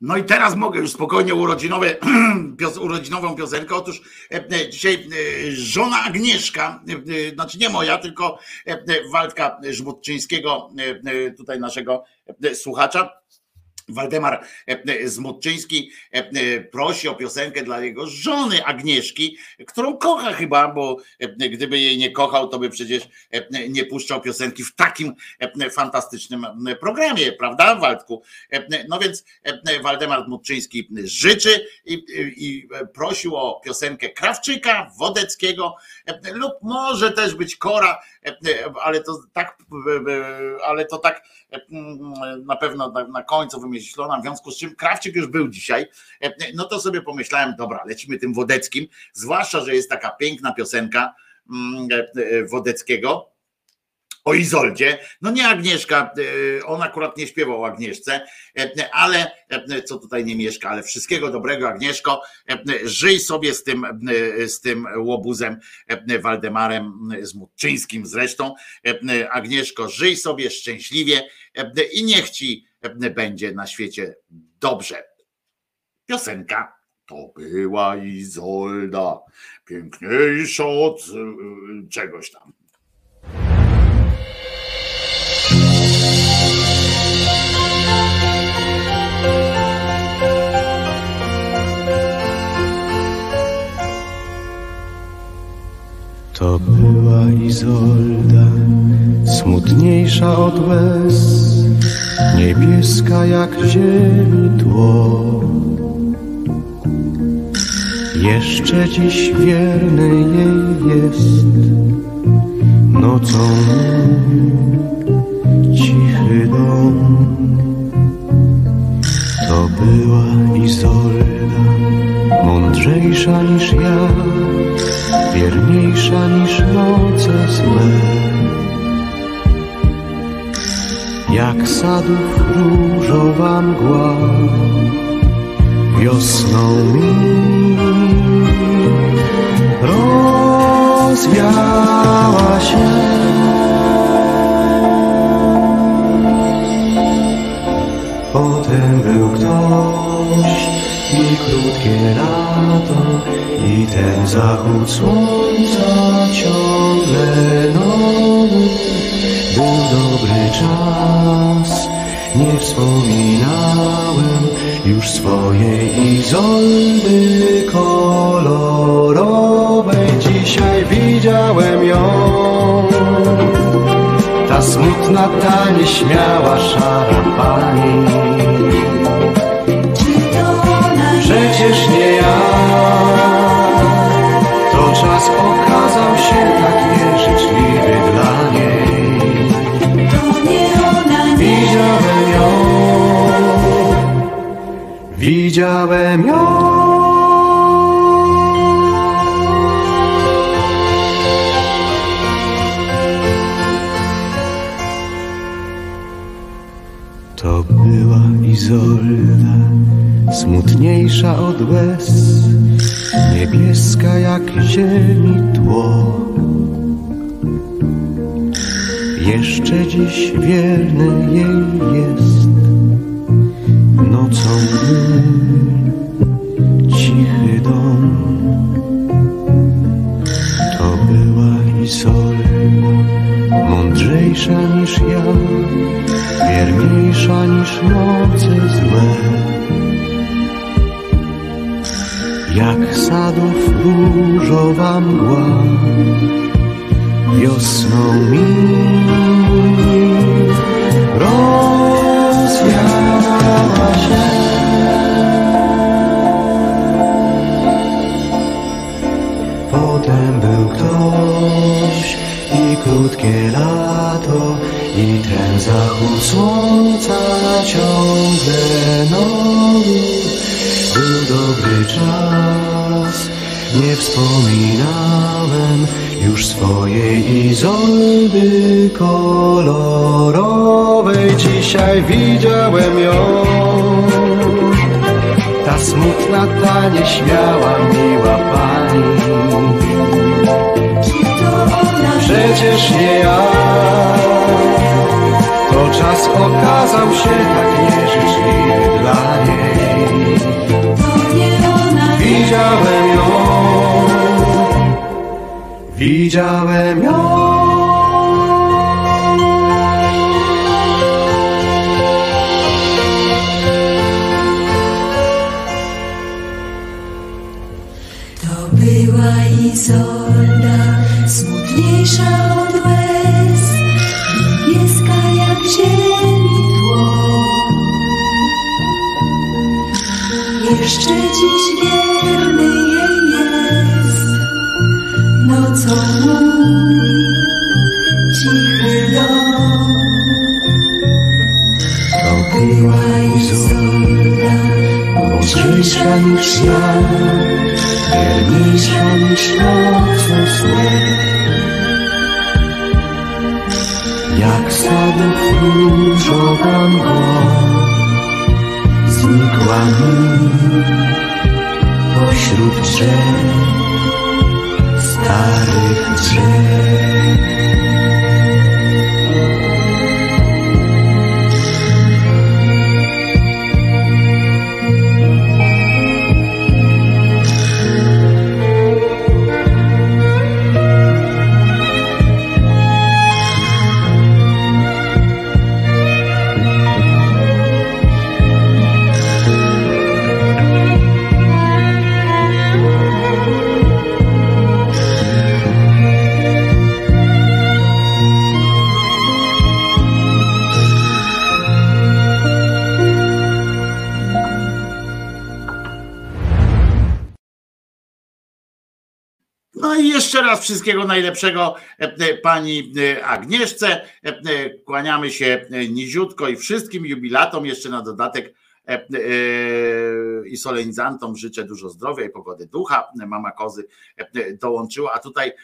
No i teraz mogę już spokojnie urodzinową piosenkę. Otóż dzisiaj żona Agnieszka, znaczy nie moja, tylko Waldka Żmudczyńskiego, tutaj naszego słuchacza. Waldemar Żmudczyński prosi o piosenkę dla jego żony Agnieszki, którą kocha chyba, bo gdyby jej nie kochał, to by przecież nie puszczał piosenki w takim fantastycznym programie, prawda, Waldku? No więc Waldemar Żmudczyński życzy i prosił o piosenkę Krawczyka, Wodeckiego lub może też być Kora, ale to tak na pewno na końcu wymyślona, w związku z czym Krawczyk już był dzisiaj, no to sobie pomyślałem, dobra, lecimy tym Wodeckim, zwłaszcza, że jest taka piękna piosenka Wodeckiego o Izoldzie, no nie Agnieszka, on akurat nie śpiewał o Agnieszce, ale co tutaj nie mieszka, ale wszystkiego dobrego Agnieszko, żyj sobie z tym łobuzem Waldemarem Żmudczyńskim zresztą, Agnieszko, żyj sobie szczęśliwie i niech ci będzie na świecie dobrze. Piosenka to była Izolda, piękniejsza od czegoś tam. To była Izolda, smutniejsza od łez, niebieska jak ziemi tło. Jeszcze dziś wierny jej jest nocą cichy dom. To była Izolda, mądrzejsza niż ja, wierniejsza niż noce złe. Jak sadów różowa mgła wiosną mi rozwiała się. Potem był ktoś i krótkie lato i ten zachód słońca ciągle nowy. Był dobry czas, nie wspominałem już swojej Izoldy kolorowej. Dzisiaj widziałem ją, ta smutna, ta nieśmiała, szara pani. Przecież nie ja, to czas okazał się tak nieżyczliwy dla niej. Widziałem ją, widziałem ją. To była Izolda, smutniejsza od łez, niebieska jak ziemi tło. Jeszcze dziś wierny jej jest nocą cichy dom. To była Izolda, mądrzejsza niż ja, wierniejsza niż noce złe. Jak sadów różowa mgła wiosną mi rozwiała się. Potem był ktoś i krótkie lato i ten zachód słońca ciągle nowy. Był dobry czas, nie wspominałem już swojej Izoldy kolorowej. Dzisiaj widziałem ją, ta smutna, ta nieśmiała, miła pani. Przecież nie ja, to czas okazał się tak nieżyczliwy dla niej. Widziałem ją. Była Izolda, smutniejsza od łez, niebieska jak ziemi tło. Jeszcze dziś wierny jej jest nocą mój cichy dom. To była Izolda, mądrzejsza niż ja, wierniejsza niż nocą słe. Jak sadów różowa mgła znikła mi pośród drzew, starych drzew. No i jeszcze raz wszystkiego najlepszego pani Agnieszce. Kłaniamy się niziutko i wszystkim jubilatom jeszcze na dodatek i solenizantom życzę dużo zdrowia i pogody ducha. Mama Kozy dołączyła, a tutaj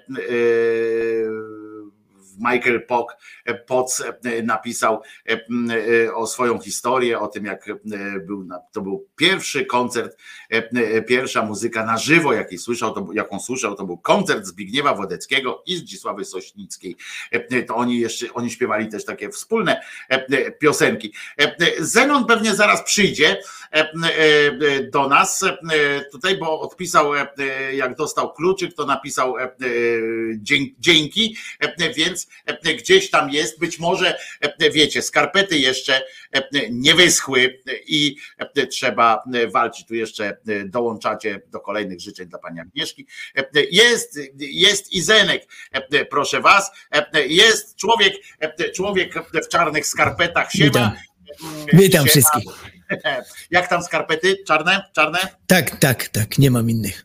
Michael Potts napisał o swoją historię, o tym jak to był pierwszy koncert, pierwsza muzyka na żywo, jaką słyszał, to był koncert Zbigniewa Wodeckiego i Zdzisławy Sośnickiej. To oni śpiewali też takie wspólne piosenki. Zenon pewnie zaraz przyjdzie do nas tutaj, bo odpisał, jak dostał kluczyk, to napisał dzięki, więc gdzieś tam jest, być może wiecie, skarpety jeszcze nie wyschły i trzeba walczyć, tu jeszcze dołączacie do kolejnych życzeń dla pani Agnieszki. Jest i Zenek, proszę was, jest człowiek w czarnych skarpetach, siema. Witam wszystkich. Jak tam skarpety? Czarne? Tak, nie mam innych.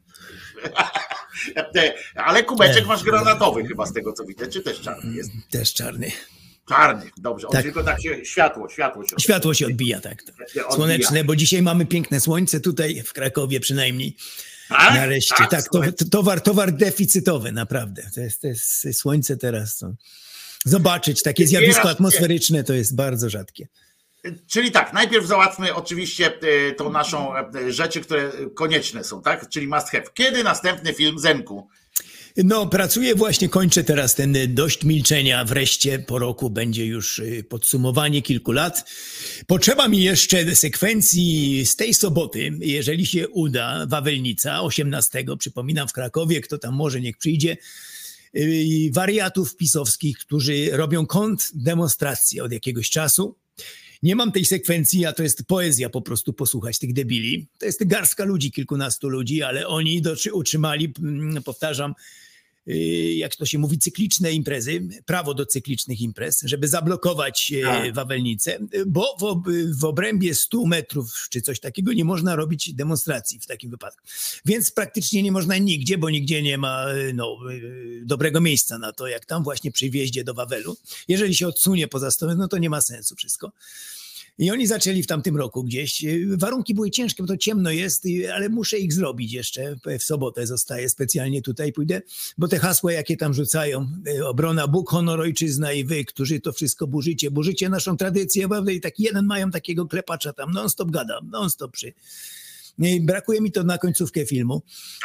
Ale kubeczek masz granatowy chyba z tego co widzę, czy też czarny jest? Też czarny. Czarny, dobrze, tak. Tylko tak się światło się odbija, tak. Słoneczne, bo dzisiaj mamy piękne słońce tutaj w Krakowie przynajmniej. Tak? Nareszcie, tak, towar deficytowy, naprawdę. To jest słońce teraz. To. Zobaczyć takie zjawisko atmosferyczne to jest bardzo rzadkie. Czyli tak, najpierw załatwmy oczywiście tą naszą rzeczy, które konieczne są, tak? Czyli must have. Kiedy następny film, Zenku? No, pracuję właśnie, kończę teraz ten Dość milczenia. Wreszcie po roku będzie już podsumowanie kilku lat. Potrzeba mi jeszcze sekwencji z tej soboty, jeżeli się uda, Wawelnica 18, przypominam w Krakowie, kto tam może niech przyjdzie, wariatów pisowskich, którzy robią kontrdemonstrację od jakiegoś czasu. Nie mam tej sekwencji, a to jest poezja po prostu posłuchać tych debili. To jest garstka ludzi, kilkunastu ludzi, ale oni utrzymali, powtarzam, jak to się mówi, cykliczne imprezy, prawo do cyklicznych imprez, żeby zablokować Wawelnicę, bo w obrębie 100 metrów czy coś takiego nie można robić demonstracji w takim wypadku. Więc praktycznie nie można nigdzie, bo nigdzie nie ma dobrego miejsca na to, jak tam właśnie przy wjeździe do Wawelu. Jeżeli się odsunie poza 100 metrów, no to nie ma sensu wszystko. I oni zaczęli w tamtym roku gdzieś. Warunki były ciężkie, bo to ciemno jest, ale muszę ich zrobić jeszcze. W sobotę zostaję specjalnie tutaj, pójdę, bo te hasła, jakie tam rzucają, obrona Bóg, honor, ojczyzna i wy, którzy to wszystko burzycie naszą tradycję, prawda? I taki jeden mają takiego klepacza tam, non-stop gada, non-stop Brakuje mi to na końcówkę filmu.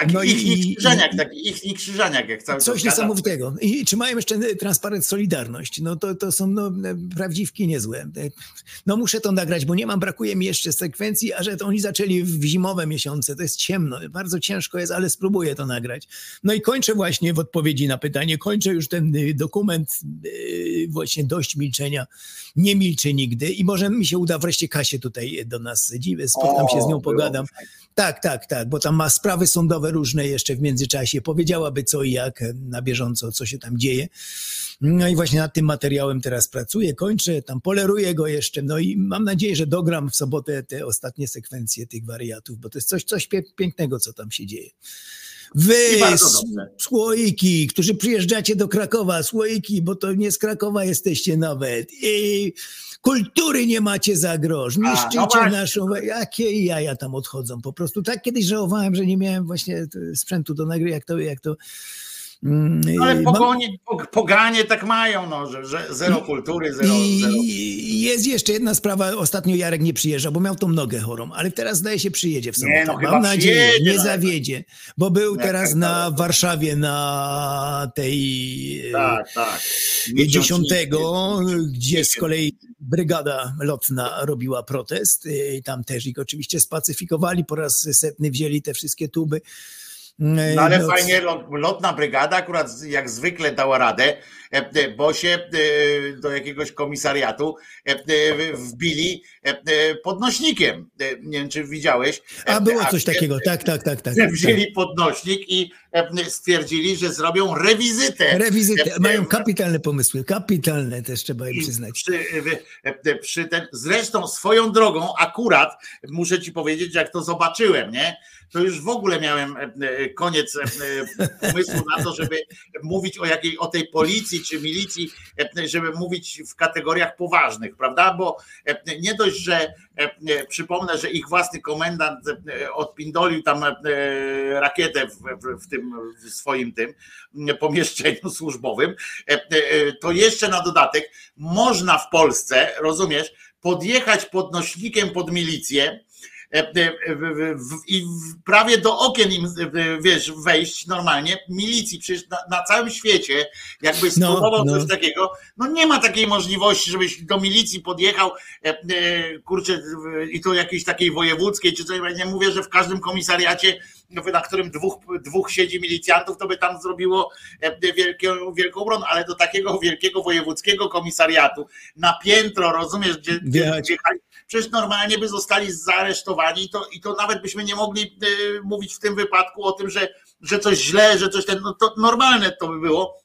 Ich Krzyżaniak, jak cały coś niesamowitego. I czy mają jeszcze transparent Solidarność? No to są prawdziwki niezłe. No muszę to nagrać, bo brakuje mi jeszcze sekwencji, a że to oni zaczęli w zimowe miesiące, to jest ciemno, bardzo ciężko jest, ale spróbuję to nagrać. No i kończę właśnie w odpowiedzi na pytanie, kończę już ten dokument właśnie Dość milczenia, nie milczy nigdy i może mi się uda wreszcie Kasię tutaj do nas, spotkam się z nią, pogadam. Tak, bo tam ma sprawy sądowe różne jeszcze w międzyczasie, powiedziałaby co i jak na bieżąco, co się tam dzieje. No i właśnie nad tym materiałem teraz pracuję, kończę, tam poleruję go jeszcze, no i mam nadzieję, że dogram w sobotę te ostatnie sekwencje tych wariatów, bo to jest coś pięknego, co tam się dzieje. Wy, słoiki, którzy przyjeżdżacie do Krakowa, słoiki, bo to nie z Krakowa jesteście nawet. I kultury nie macie za grosz, niszczycie naszą... Jakie jaja tam odchodzą po prostu. Tak kiedyś żałowałem, że nie miałem właśnie sprzętu do nagry, jak to ale poganie tak mają, no, że zero kultury, zero. Jest jeszcze jedna sprawa, ostatnio Jarek nie przyjeżdżał, bo miał tą nogę chorą, ale teraz zdaje się przyjedzie w sobotę. Mam nadzieję, nie zawiedzie, bo był teraz na Warszawie na tej 10, gdzie z kolei brygada lotna robiła protest i tam też ich oczywiście spacyfikowali, po raz setny wzięli te wszystkie tuby. No ale fajnie, lotna brygada akurat jak zwykle dała radę, bo się do jakiegoś komisariatu wbili podnośnikiem. Nie wiem, czy widziałeś. A było coś takiego, tak. Wzięli podnośnik i stwierdzili, że zrobią rewizytę. Mają kapitalne pomysły, kapitalne też trzeba im przyznać. Zresztą swoją drogą akurat muszę ci powiedzieć, że jak to zobaczyłem, nie? To już w ogóle miałem koniec pomysłu na to, żeby mówić o tej policji czy milicji, żeby mówić w kategoriach poważnych, prawda? Bo nie dość, że przypomnę, że ich własny komendant odpindolił tam rakietę w tym swoim pomieszczeniu służbowym, to jeszcze na dodatek można w Polsce, rozumiesz, podjechać podnośnikiem pod milicję i prawie do okien im, wiesz, wejść normalnie, milicji, przecież na całym świecie jakby spróbował coś takiego, no nie ma takiej możliwości, żebyś do milicji podjechał, kurczę, i to jakiejś takiej wojewódzkiej, czy coś, nie mówię, że w każdym komisariacie, na którym dwóch siedzi milicjantów, to by tam zrobiło wielką bron, ale do takiego wielkiego wojewódzkiego komisariatu na piętro, rozumiesz, gdzie przecież normalnie by zostali zaaresztowani i to nawet byśmy nie mogli mówić w tym wypadku o tym, że coś źle, że coś no to normalne to by było,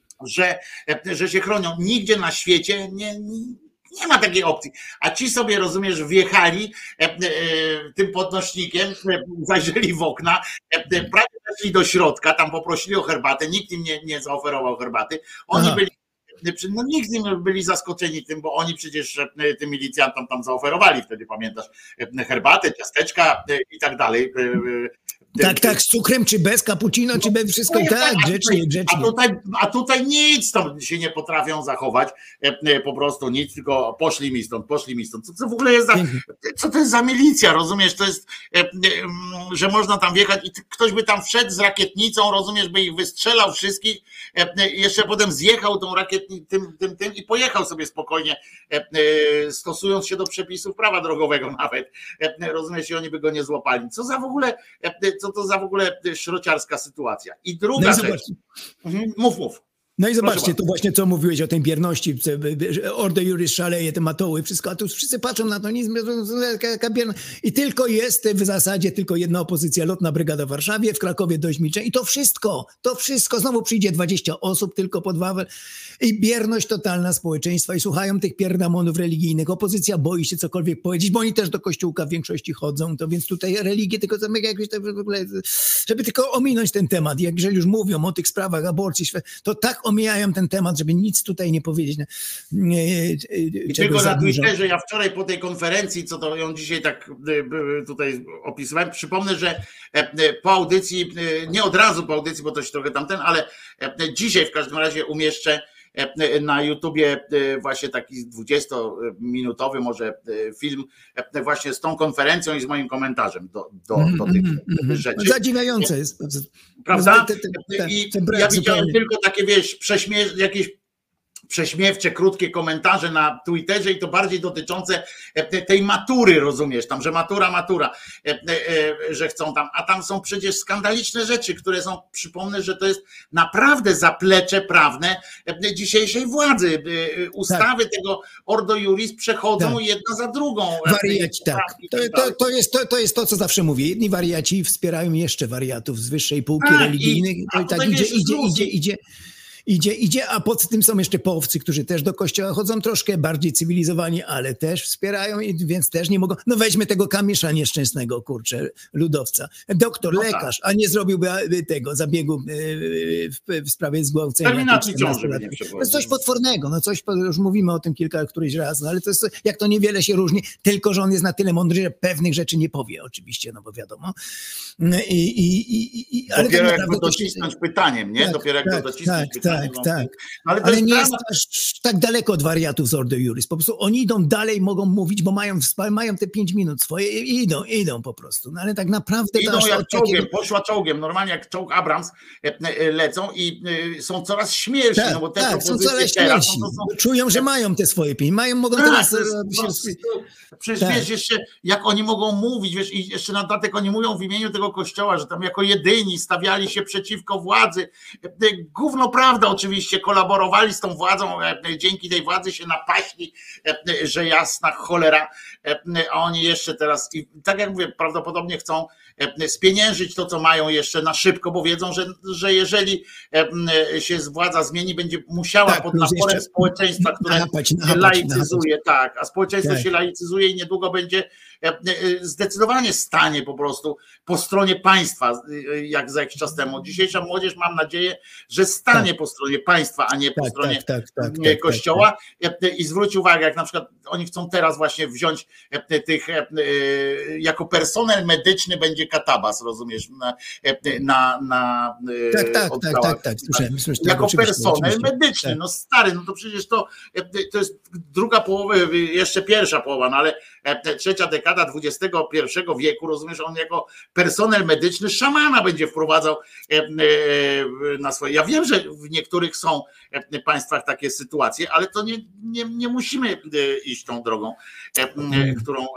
że się chronią. Nigdzie na świecie nie ma takiej opcji. A ci sobie, rozumiesz, wjechali tym podnośnikiem, zajrzeli w okna, prawie weszli do środka, tam poprosili o herbatę, nikt im nie zaoferował herbaty. Oni nikt z nimi byli zaskoczeni tym, bo oni przecież tym milicjantom tam zaoferowali wtedy, pamiętasz, herbatę, ciasteczka i tak dalej. Tak, z cukrem, czy bez, cappuccino, czy bez, wszystko tak, grzecznie. A tutaj nic tam się nie potrafią zachować, po prostu nic, tylko poszli mi stąd. Co w ogóle jest co to jest za milicja, rozumiesz, to jest, że można tam wjechać i ktoś by tam wszedł z rakietnicą, rozumiesz, by ich wystrzelał wszystkich, jeszcze potem zjechał tą rakietnicą, tym i pojechał sobie spokojnie, stosując się do przepisów prawa drogowego nawet, rozumiesz, i oni by go nie złapali. Co to za w ogóle szrociarska sytuacja. I druga rzecz. Mów. No i zobaczcie, to właśnie co mówiłeś o tej bierności, Ordo Iuris szaleje, te matoły, wszystko, a tu wszyscy patrzą na to, i tylko jest w zasadzie tylko jedna opozycja, lotna brygada w Warszawie, w Krakowie Dość milczenia i to wszystko, znowu przyjdzie 20 osób tylko pod Wawel i bierność totalna społeczeństwa i słuchają tych pierdamonów religijnych, opozycja boi się cokolwiek powiedzieć, bo oni też do kościółka w większości chodzą, to więc tutaj religie tylko jakoś tak w ogóle, żeby tylko ominąć ten temat, jeżeli już mówią o tych sprawach aborcji, to tak omijają ten temat, żeby nic tutaj nie powiedzieć. I tylko na Twitterze, ja wczoraj po tej konferencji, co to ją dzisiaj tak tutaj opisywałem, przypomnę, że po audycji, nie od razu po audycji, bo to się trochę tamten, ale dzisiaj w każdym razie umieszczę na YouTubie właśnie taki 20-minutowy może film właśnie z tą konferencją i z moim komentarzem do tych rzeczy. Zadziwiające jest. Prawda? I ja widziałem tylko takie, wiesz, jakieś prześmiewcze, krótkie komentarze na Twitterze i to bardziej dotyczące tej matury, rozumiesz, tam, że matura, że chcą tam, a tam są przecież skandaliczne rzeczy, które są, przypomnę, że to jest naprawdę zaplecze prawne dzisiejszej władzy. Ustawy tego Ordo Iuris przechodzą jedna za drugą. Wariaci, tak. To jest to, co zawsze mówię. Jedni wariaci wspierają jeszcze wariatów z wyższej półki religijnych. To i tak idzie, a pod tym są jeszcze połowcy, którzy też do kościoła chodzą, troszkę bardziej cywilizowani, ale też wspierają, więc też nie mogą. No weźmy tego Kamisza nieszczęsnego, kurczę, ludowca. Doktor, lekarz, a nie zrobiłby tego zabiegu w sprawie zgwałcenia. Terminacji ciąży. To jest coś potwornego, no coś, już mówimy o tym któryś raz, no ale to jest, jak to niewiele się różni, tylko że on jest na tyle mądry, że pewnych rzeczy nie powie oczywiście, no bo wiadomo. Ale dopiero jak go docisnąć pytaniem, nie? Dopiero jak go docisnąć pytaniem. Tak. Ale nie jest aż tak daleko od wariatów z Ordo Iuris. Po prostu oni idą dalej, mogą mówić, bo mają te 5 minut swoje i idą po prostu. No ale tak naprawdę... Idą jak czołgiem, poszła czołgiem. Normalnie jak czołg Abrams lecą i są coraz śmielsi. No bo te są coraz śmielsi. Czują, że mają te swoje pieniądze. Mogą teraz... Przecież wiesz jeszcze, jak oni mogą mówić, wiesz, i jeszcze na dodatek oni mówią w imieniu tego kościoła, że tam jako jedyni stawiali się przeciwko władzy. Gówno prawda oczywiście, kolaborowali z tą władzą, dzięki tej władzy się napaśli, że jasna cholera, a oni jeszcze teraz, i tak jak mówię, prawdopodobnie chcą spieniężyć to, co mają jeszcze na szybko, bo wiedzą, że jeżeli się władza zmieni, będzie musiała pod naporem społeczeństwa, które się laicyzuje, a społeczeństwo się laicyzuje i niedługo będzie zdecydowanie stanie po prostu po stronie państwa, jak za jakiś czas temu. Dzisiejsza młodzież, mam nadzieję, że stanie po stronie państwa, a nie po stronie kościoła. I zwróć uwagę, jak na przykład oni chcą teraz właśnie wziąć tych, jako personel medyczny będzie katabas, rozumiesz, tak. Słyszałem, jako personel medyczny, no stary, no to przecież to jest druga połowa, jeszcze pierwsza połowa, no ale trzecia dekada XXI wieku, rozumiesz, on jako personel medyczny szamana będzie wprowadzał na swoje. Ja wiem, że w niektórych są państwach takie sytuacje, ale to nie musimy iść tą drogą, którą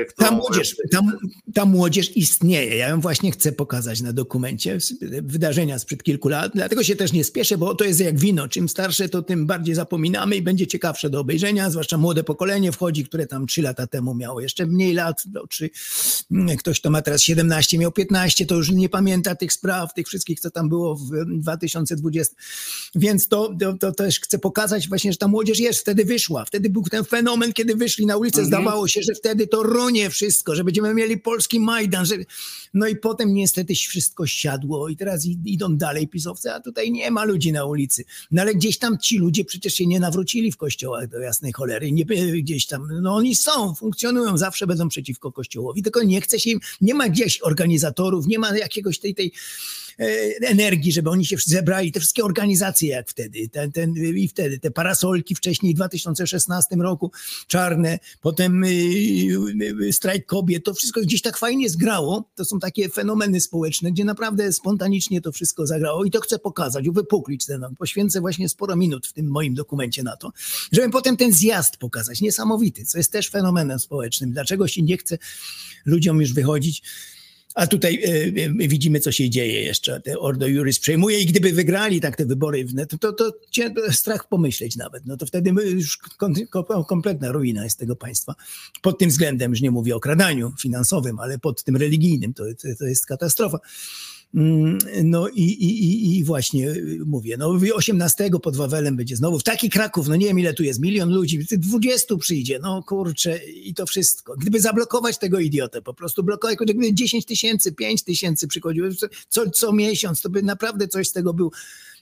ta młodzież istnieje. Ja ją właśnie chcę pokazać na dokumencie, wydarzenia sprzed kilku lat, dlatego się też nie spieszę, bo to jest jak wino. Czym starsze, to tym bardziej zapominamy i będzie ciekawsze do obejrzenia, zwłaszcza młode pokolenie wchodzi, które tam 3 lata temu miało jeszcze mniej lat, czy ktoś, kto ma teraz 17, miał 15, to już nie pamięta tych spraw, tych wszystkich, co tam było w 2020. Więc to też chcę pokazać właśnie, że ta młodzież wtedy wyszła. Wtedy był ten fenomen, kiedy wyszli na ulicę, zdawało się, że wtedy to ronie wszystko, że będziemy mieli polski Majdan. No i potem niestety wszystko siadło i teraz idą dalej pisowcy, a tutaj nie ma ludzi na ulicy. No ale gdzieś tam ci ludzie przecież się nie nawrócili w kościołach do jasnej cholery. Nie, gdzieś tam, no oni funkcjonują, zawsze będą przeciwko kościołowi, tylko nie chce się im, nie ma gdzieś organizatorów, nie ma jakiegoś tej energii, żeby oni się zebrali, te wszystkie organizacje jak wtedy, i wtedy te parasolki wcześniej w 2016 roku, czarne, potem strajk kobiet, to wszystko gdzieś tak fajnie zgrało, to są takie fenomeny społeczne, gdzie naprawdę spontanicznie to wszystko zagrało i to chcę pokazać, uwypuklić poświęcę właśnie sporo minut w tym moim dokumencie na to, żeby potem ten zjazd pokazać, niesamowity, co jest też fenomenem społecznym, dlaczego się nie chce ludziom już wychodzić. A tutaj widzimy, co się dzieje jeszcze. Te Ordo Iuris przejmuje i gdyby wygrali tak te wybory, to strach pomyśleć nawet. No to wtedy już kompletna ruina jest tego państwa. Pod tym względem, już nie mówię o kradaniu finansowym, ale pod tym religijnym. To jest katastrofa. No i właśnie mówię, no 18 pod Wawelem będzie znowu, w taki Kraków, no nie wiem ile tu jest, 1 milion ludzi, 20 przyjdzie, no kurczę i to wszystko. Gdyby zablokować tego idiotę, po prostu blokować, gdyby 10 000, 5 000 przychodziło co miesiąc, to by naprawdę coś z tego był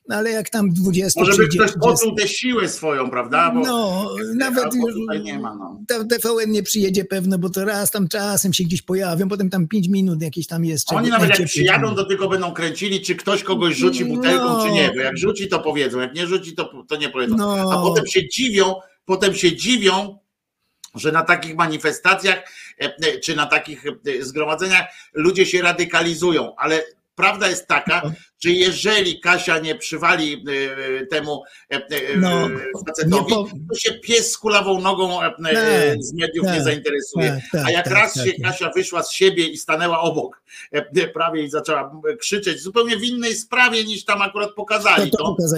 ale jak tam 20 Może by przyjdzie, ktoś poczuł tę siłę swoją, prawda? Bo, no, nawet już tutaj nie ma. No. TVN nie przyjedzie pewno, bo to raz tam czasem się gdzieś pojawią, potem tam 5 minut jakieś tam jest. Oni nawet jak przyjadą, to tylko będą kręcili, czy ktoś kogoś rzuci butelką, czy nie. Bo jak rzuci, to powiedzą, jak nie rzuci, to nie powiedzą. No. A potem się dziwią, że na takich manifestacjach czy na takich zgromadzeniach ludzie się radykalizują, ale prawda jest taka, że jeżeli Kasia nie przywali temu facetowi, to się pies z kulawą nogą z mediów nie zainteresuje. A jak raz się Kasia wyszła z siebie i stanęła obok prawie i zaczęła krzyczeć zupełnie w innej sprawie niż tam akurat pokazali,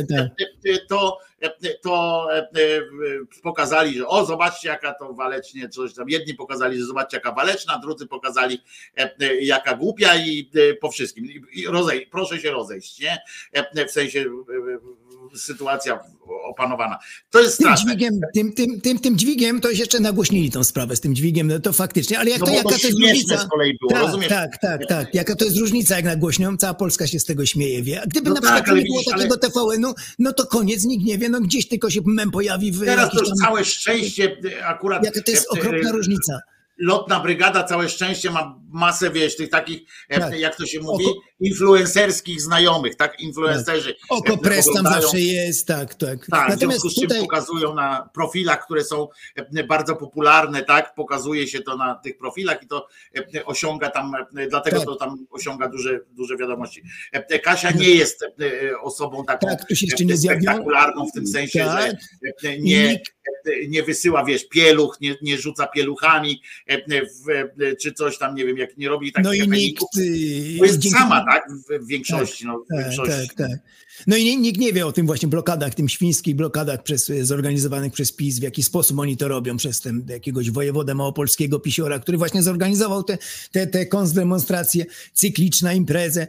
to pokazali, że o, zobaczcie jaka to walecznie, coś tam. Jedni pokazali, że zobaczcie jaka waleczna, drudzy pokazali jaka głupia i po wszystkim. Proszę się rozejść, nie? W sensie sytuacja opanowana. To jest straszne. Tym dźwigiem to jeszcze nagłośnili tą sprawę z tym dźwigiem, no to faktycznie, ale jak to jaka to jest różnica? Z kolei było, rozumiesz? Tak. Jaka to jest różnica, jak nagłośnią, cała Polska się z tego śmieje, wie. A gdyby na przykład nie było takiego TVN-u, no to koniec, nikt nie wie, no gdzieś tylko się mem pojawi w teraz to już całe szczęście akurat. Jaka to jest okropna różnica. Lotna brygada, całe szczęście ma masę, wiesz, tych takich, jak to się mówi, influencerskich znajomych, tak? Influencerzy. Okopres tam zawsze jest, tak. Tak, w związku z czym pokazują na profilach, które są bardzo popularne, tak? Pokazuje się to na tych profilach i to osiąga tam, dlatego to tam osiąga duże wiadomości. Kasia nie jest osobą taką spektakularną w tym sensie, że nie wysyła, wiesz, pieluch, nie rzuca pieluchami, czy coś tam, nie wiem, jak nie robi takich efektów. To jest sama, tak? W większości. Tak. No i nikt nie wie o tym właśnie blokadach, tym świńskich blokadach zorganizowanych przez PiS, w jaki sposób oni to robią, przez jakiegoś wojewodę małopolskiego pisiora, który właśnie zorganizował te kontrdemonstracje, cykliczna imprezę.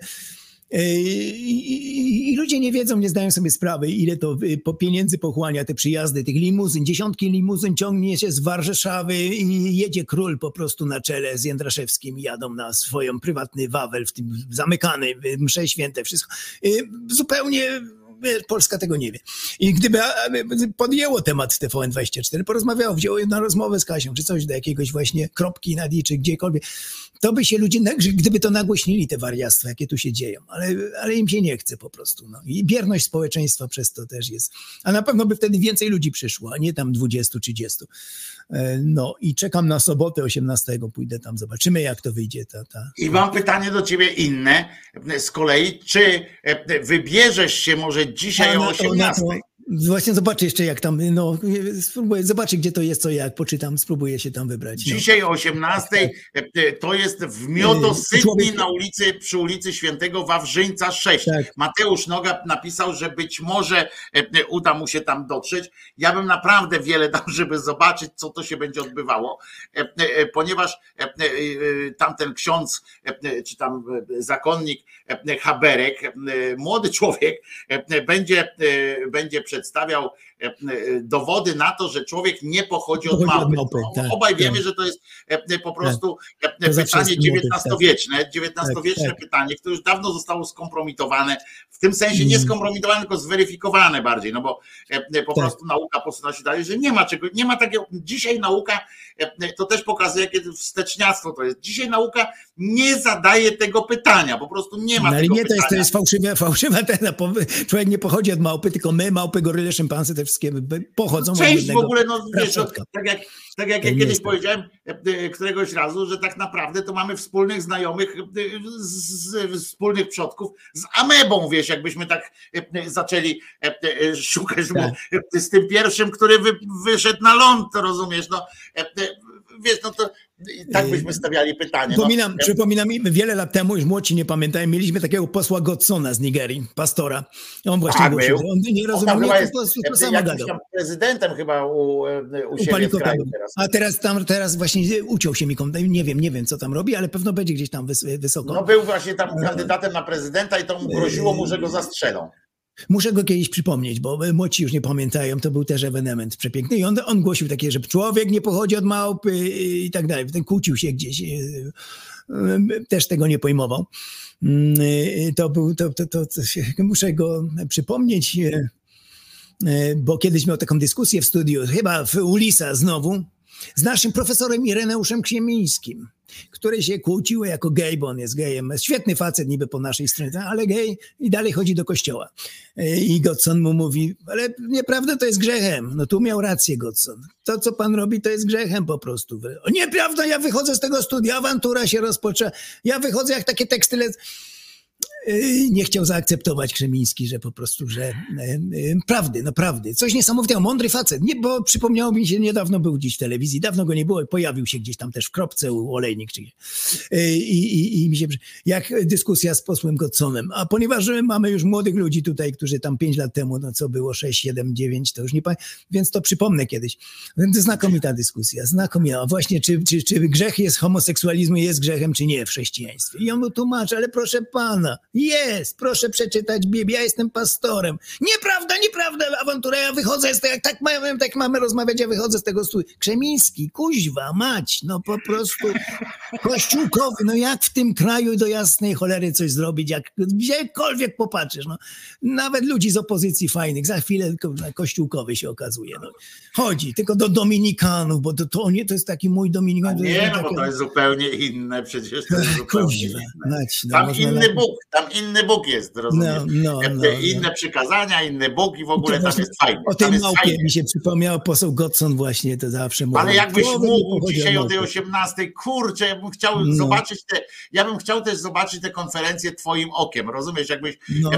I ludzie nie wiedzą, nie zdają sobie sprawy, ile to pieniędzy pochłania te przyjazdy tych limuzyn. Dziesiątki limuzyn ciągnie się z Warszawy i jedzie król po prostu na czele z Jędraszewskim i jadą na swoją prywatny Wawel, w tym zamykany, msze święte, wszystko. Zupełnie Polska tego nie wie. I gdyby podjęło temat TVN24, porozmawiało, wzięło na rozmowę z Kasią, czy coś do jakiegoś właśnie kropki nad i, czy gdziekolwiek, to by się ludzie, gdyby to nagłośnili, te wariactwa, jakie tu się dzieją, ale im się nie chce po prostu. No. I bierność społeczeństwa przez to też jest. A na pewno by wtedy więcej ludzi przyszło, a nie tam 20-30. No i czekam na sobotę 18, pójdę tam, zobaczymy jak to wyjdzie. I mam pytanie do ciebie inne z kolei, czy wybierzesz się może dzisiaj o 18? Właśnie zobaczę jeszcze jak tam, spróbuję, zobaczę gdzie to jest, co jak, poczytam, spróbuję się tam wybrać. Dzisiaj o 18 to jest w Miodosytni przy ulicy Świętego Wawrzyńca 6. Tak. Mateusz Noga napisał, że być może uda mu się tam dotrzeć. Ja bym naprawdę wiele dał, żeby zobaczyć, co to się będzie odbywało, ponieważ tamten ksiądz, czy tam zakonnik Haberek, młody człowiek, będzie przedstawiał dowody na to, że człowiek nie pochodzi od małpy. Obaj wiemy, że to jest po prostu pytanie XIX-wieczne pytanie, które już dawno zostało skompromitowane, w tym sensie nie skompromitowane, tylko zweryfikowane bardziej, no bo po prostu nauka posuwa się dalej, że nie ma takiego, dzisiaj nauka to też pokazuje, jakie wsteczniactwo to jest. Dzisiaj nauka nie zadaje tego pytania, po prostu nie ma tego pytania. To jest fałszywa teza. Człowiek nie pochodzi od małpy, tylko my, małpy, goryle, szympansy, te wszystkie pochodzą od jednego. Część w ogóle, wiesz, tak jak ja kiedyś powiedziałem któregoś razu, że tak naprawdę to mamy wspólnych znajomych, wspólnych przodków z amebą, wiesz, jakbyśmy tak zaczęli szukać z tym pierwszym, który wyszedł na ląd, to rozumiesz, wiesz, to tak byśmy stawiali pytanie. Przypominam, wiele lat temu, już młodsi nie pamiętają, mieliśmy takiego posła Godsona z Nigerii, pastora. On właśnie głosił, że on nie rozumiał, to samo gadał. Prezydentem chyba u siebie w kraju teraz. A teraz właśnie uciął się mi, nie wiem co tam robi, ale pewno będzie gdzieś tam wysoko. No był właśnie tam kandydatem na prezydenta i to groziło mu, że go zastrzelą. Muszę go kiedyś przypomnieć, bo młodzi już nie pamiętają, to był też ewenement przepiękny i on głosił takie, że człowiek nie pochodzi od małpy i tak dalej. Ten kłócił się gdzieś też tego nie pojmował. Muszę go przypomnieć, bo kiedyś miał taką dyskusję w studiu, chyba w Ulisa znowu, z naszym profesorem Ireneuszem Krzemińskim, który się kłócił jako gej, bo on jest gejem. Świetny facet niby po naszej stronie, ale gej i dalej chodzi do kościoła. I Godson mu mówi, ale nieprawda, to jest grzechem. No tu miał rację Godson. To, co pan robi, to jest grzechem po prostu. O, nieprawda, ja wychodzę z tego studia, awantura się rozpoczęła. Ja wychodzę jak takie teksty nie chciał zaakceptować Krzemiński, że po prostu, że prawdy. Coś niesamowitego, mądry facet. Nie, bo przypomniało mi się, niedawno był gdzieś w telewizji, dawno go nie było, pojawił się gdzieś tam też w Kropce u Olejnik. I mi się, jak dyskusja z posłem Godsonem. A ponieważ mamy już młodych ludzi tutaj, którzy tam 5 lat temu, no co było, 6, 7, 9, to już nie pamiętam, więc to przypomnę kiedyś. Znakomita dyskusja, znakomita. Właśnie, czy grzech jest homoseksualizmu, jest grzechem, czy nie w chrześcijaństwie. I on mu tłumaczy, ale proszę pana, jest, proszę przeczytać Biblię, ja jestem pastorem. Nieprawda, awantura, ja wychodzę z tego, tak mamy rozmawiać, ja wychodzę z tego studia. Krzemiński, kuźwa, mać, no po prostu kościółkowy, no jak w tym kraju do jasnej cholery coś zrobić, jak gdziekolwiek popatrzysz, no. Nawet ludzi z opozycji fajnych, za chwilę kościółkowy się okazuje, no. Chodzi tylko do dominikanów, bo to nie, to jest taki mój dominikan. Nie, no bo to jest zupełnie inne, przecież to jest zupełnie inne. Tam inny Bóg jest, rozumiesz? Inne przykazania, inny Bóg i w ogóle tam jest fajnie. O tej małpie mi się przypomniał poseł Godson właśnie, to zawsze mówił. Ale jakbyś mógł dzisiaj o tej 18, kurczę, ja bym chciał też zobaczyć tę konferencję twoim okiem, rozumiesz? Jakbyś...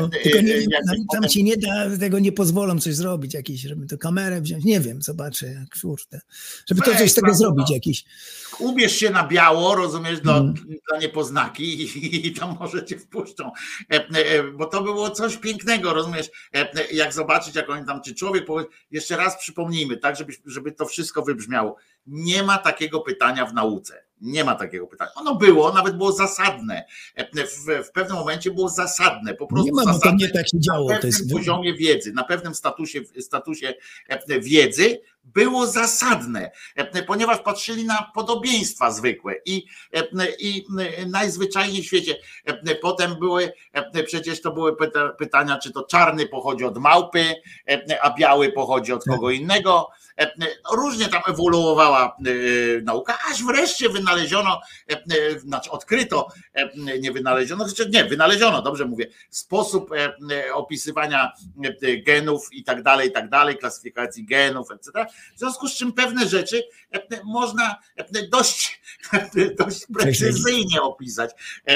tam ci nie da, tego nie pozwolą coś zrobić, żeby to kamerę wziąć, nie wiem, zobaczę, jak kurde. Żeby to coś z tego zrobić jakiś. Ubierz się na biało, rozumiesz, dla niepoznaki i tam może cię wpuszczą, bo to było coś pięknego, rozumiesz, jak zobaczyć, jak oni tam, czy człowiek, jeszcze raz przypomnijmy, tak, żeby to wszystko wybrzmiało, nie ma takiego pytania w nauce, nie ma takiego pytania, ono było, nawet było zasadne, w pewnym momencie było zasadne, po prostu nie ma, zasadne, to nie tak się działo, na pewnym poziomie wiedzy, na pewnym statusie wiedzy było zasadne, ponieważ patrzyli na podobieństwa zwykłe i najzwyczajniej w świecie. Potem przecież to były pytania, czy to czarny pochodzi od małpy, a biały pochodzi od kogo innego. Różnie tam ewoluowała nauka, aż wreszcie odkryto, wynaleziono, dobrze mówię, sposób opisywania genów i tak dalej, klasyfikacji genów, etc. W związku z czym pewne rzeczy można dość precyzyjnie opisać.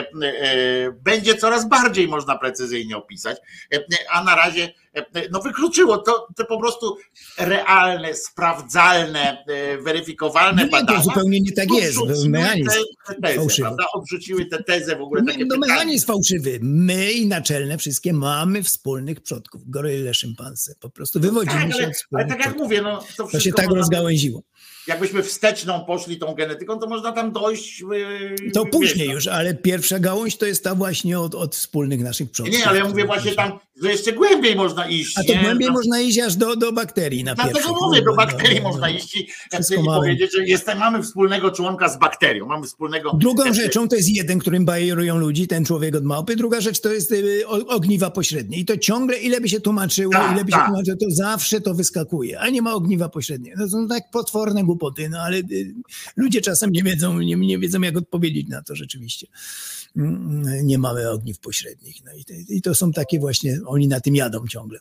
Będzie coraz bardziej można precyzyjnie opisać, a na razie wykluczyło to po prostu realne, sprawdzalne, weryfikowalne badania. To zupełnie nie tak jest. Mechanizm fałszywy. Odrzuciły tę tezę w ogóle. Mechanizm fałszywy. My i naczelne wszystkie mamy wspólnych przodków. Goryle, szympanse. Po prostu wywodzimy się od wspólnych ale tak jak mówię, to się tak rozgałęziło. Jakbyśmy wsteczną poszli tą genetyką, to można tam dojść. To później już, ale pierwsza gałąź to jest ta właśnie od wspólnych naszych przodków. Nie, ale ja mówię właśnie tam, że jeszcze głębiej można iść. A to głębiej można iść aż do bakterii na pierwszych. Dlatego mówię, do bakterii można iść i powiedzieć, że mamy wspólnego członka z bakterią. Mamy wspólnego. Drugą rzeczą to jest jeden, którym bajerują ludzi, ten człowiek od małpy. Druga rzecz to jest ogniwa pośrednie. I to ciągle, ile by się tłumaczyło, to zawsze to wyskakuje. A nie ma ogniwa pośredniego. To są tak potworne głupoty, ale ludzie czasem nie wiedzą, jak odpowiedzieć na to rzeczywiście. Nie mamy ogniw pośrednich. I to są takie właśnie, oni na tym jadą ciągle.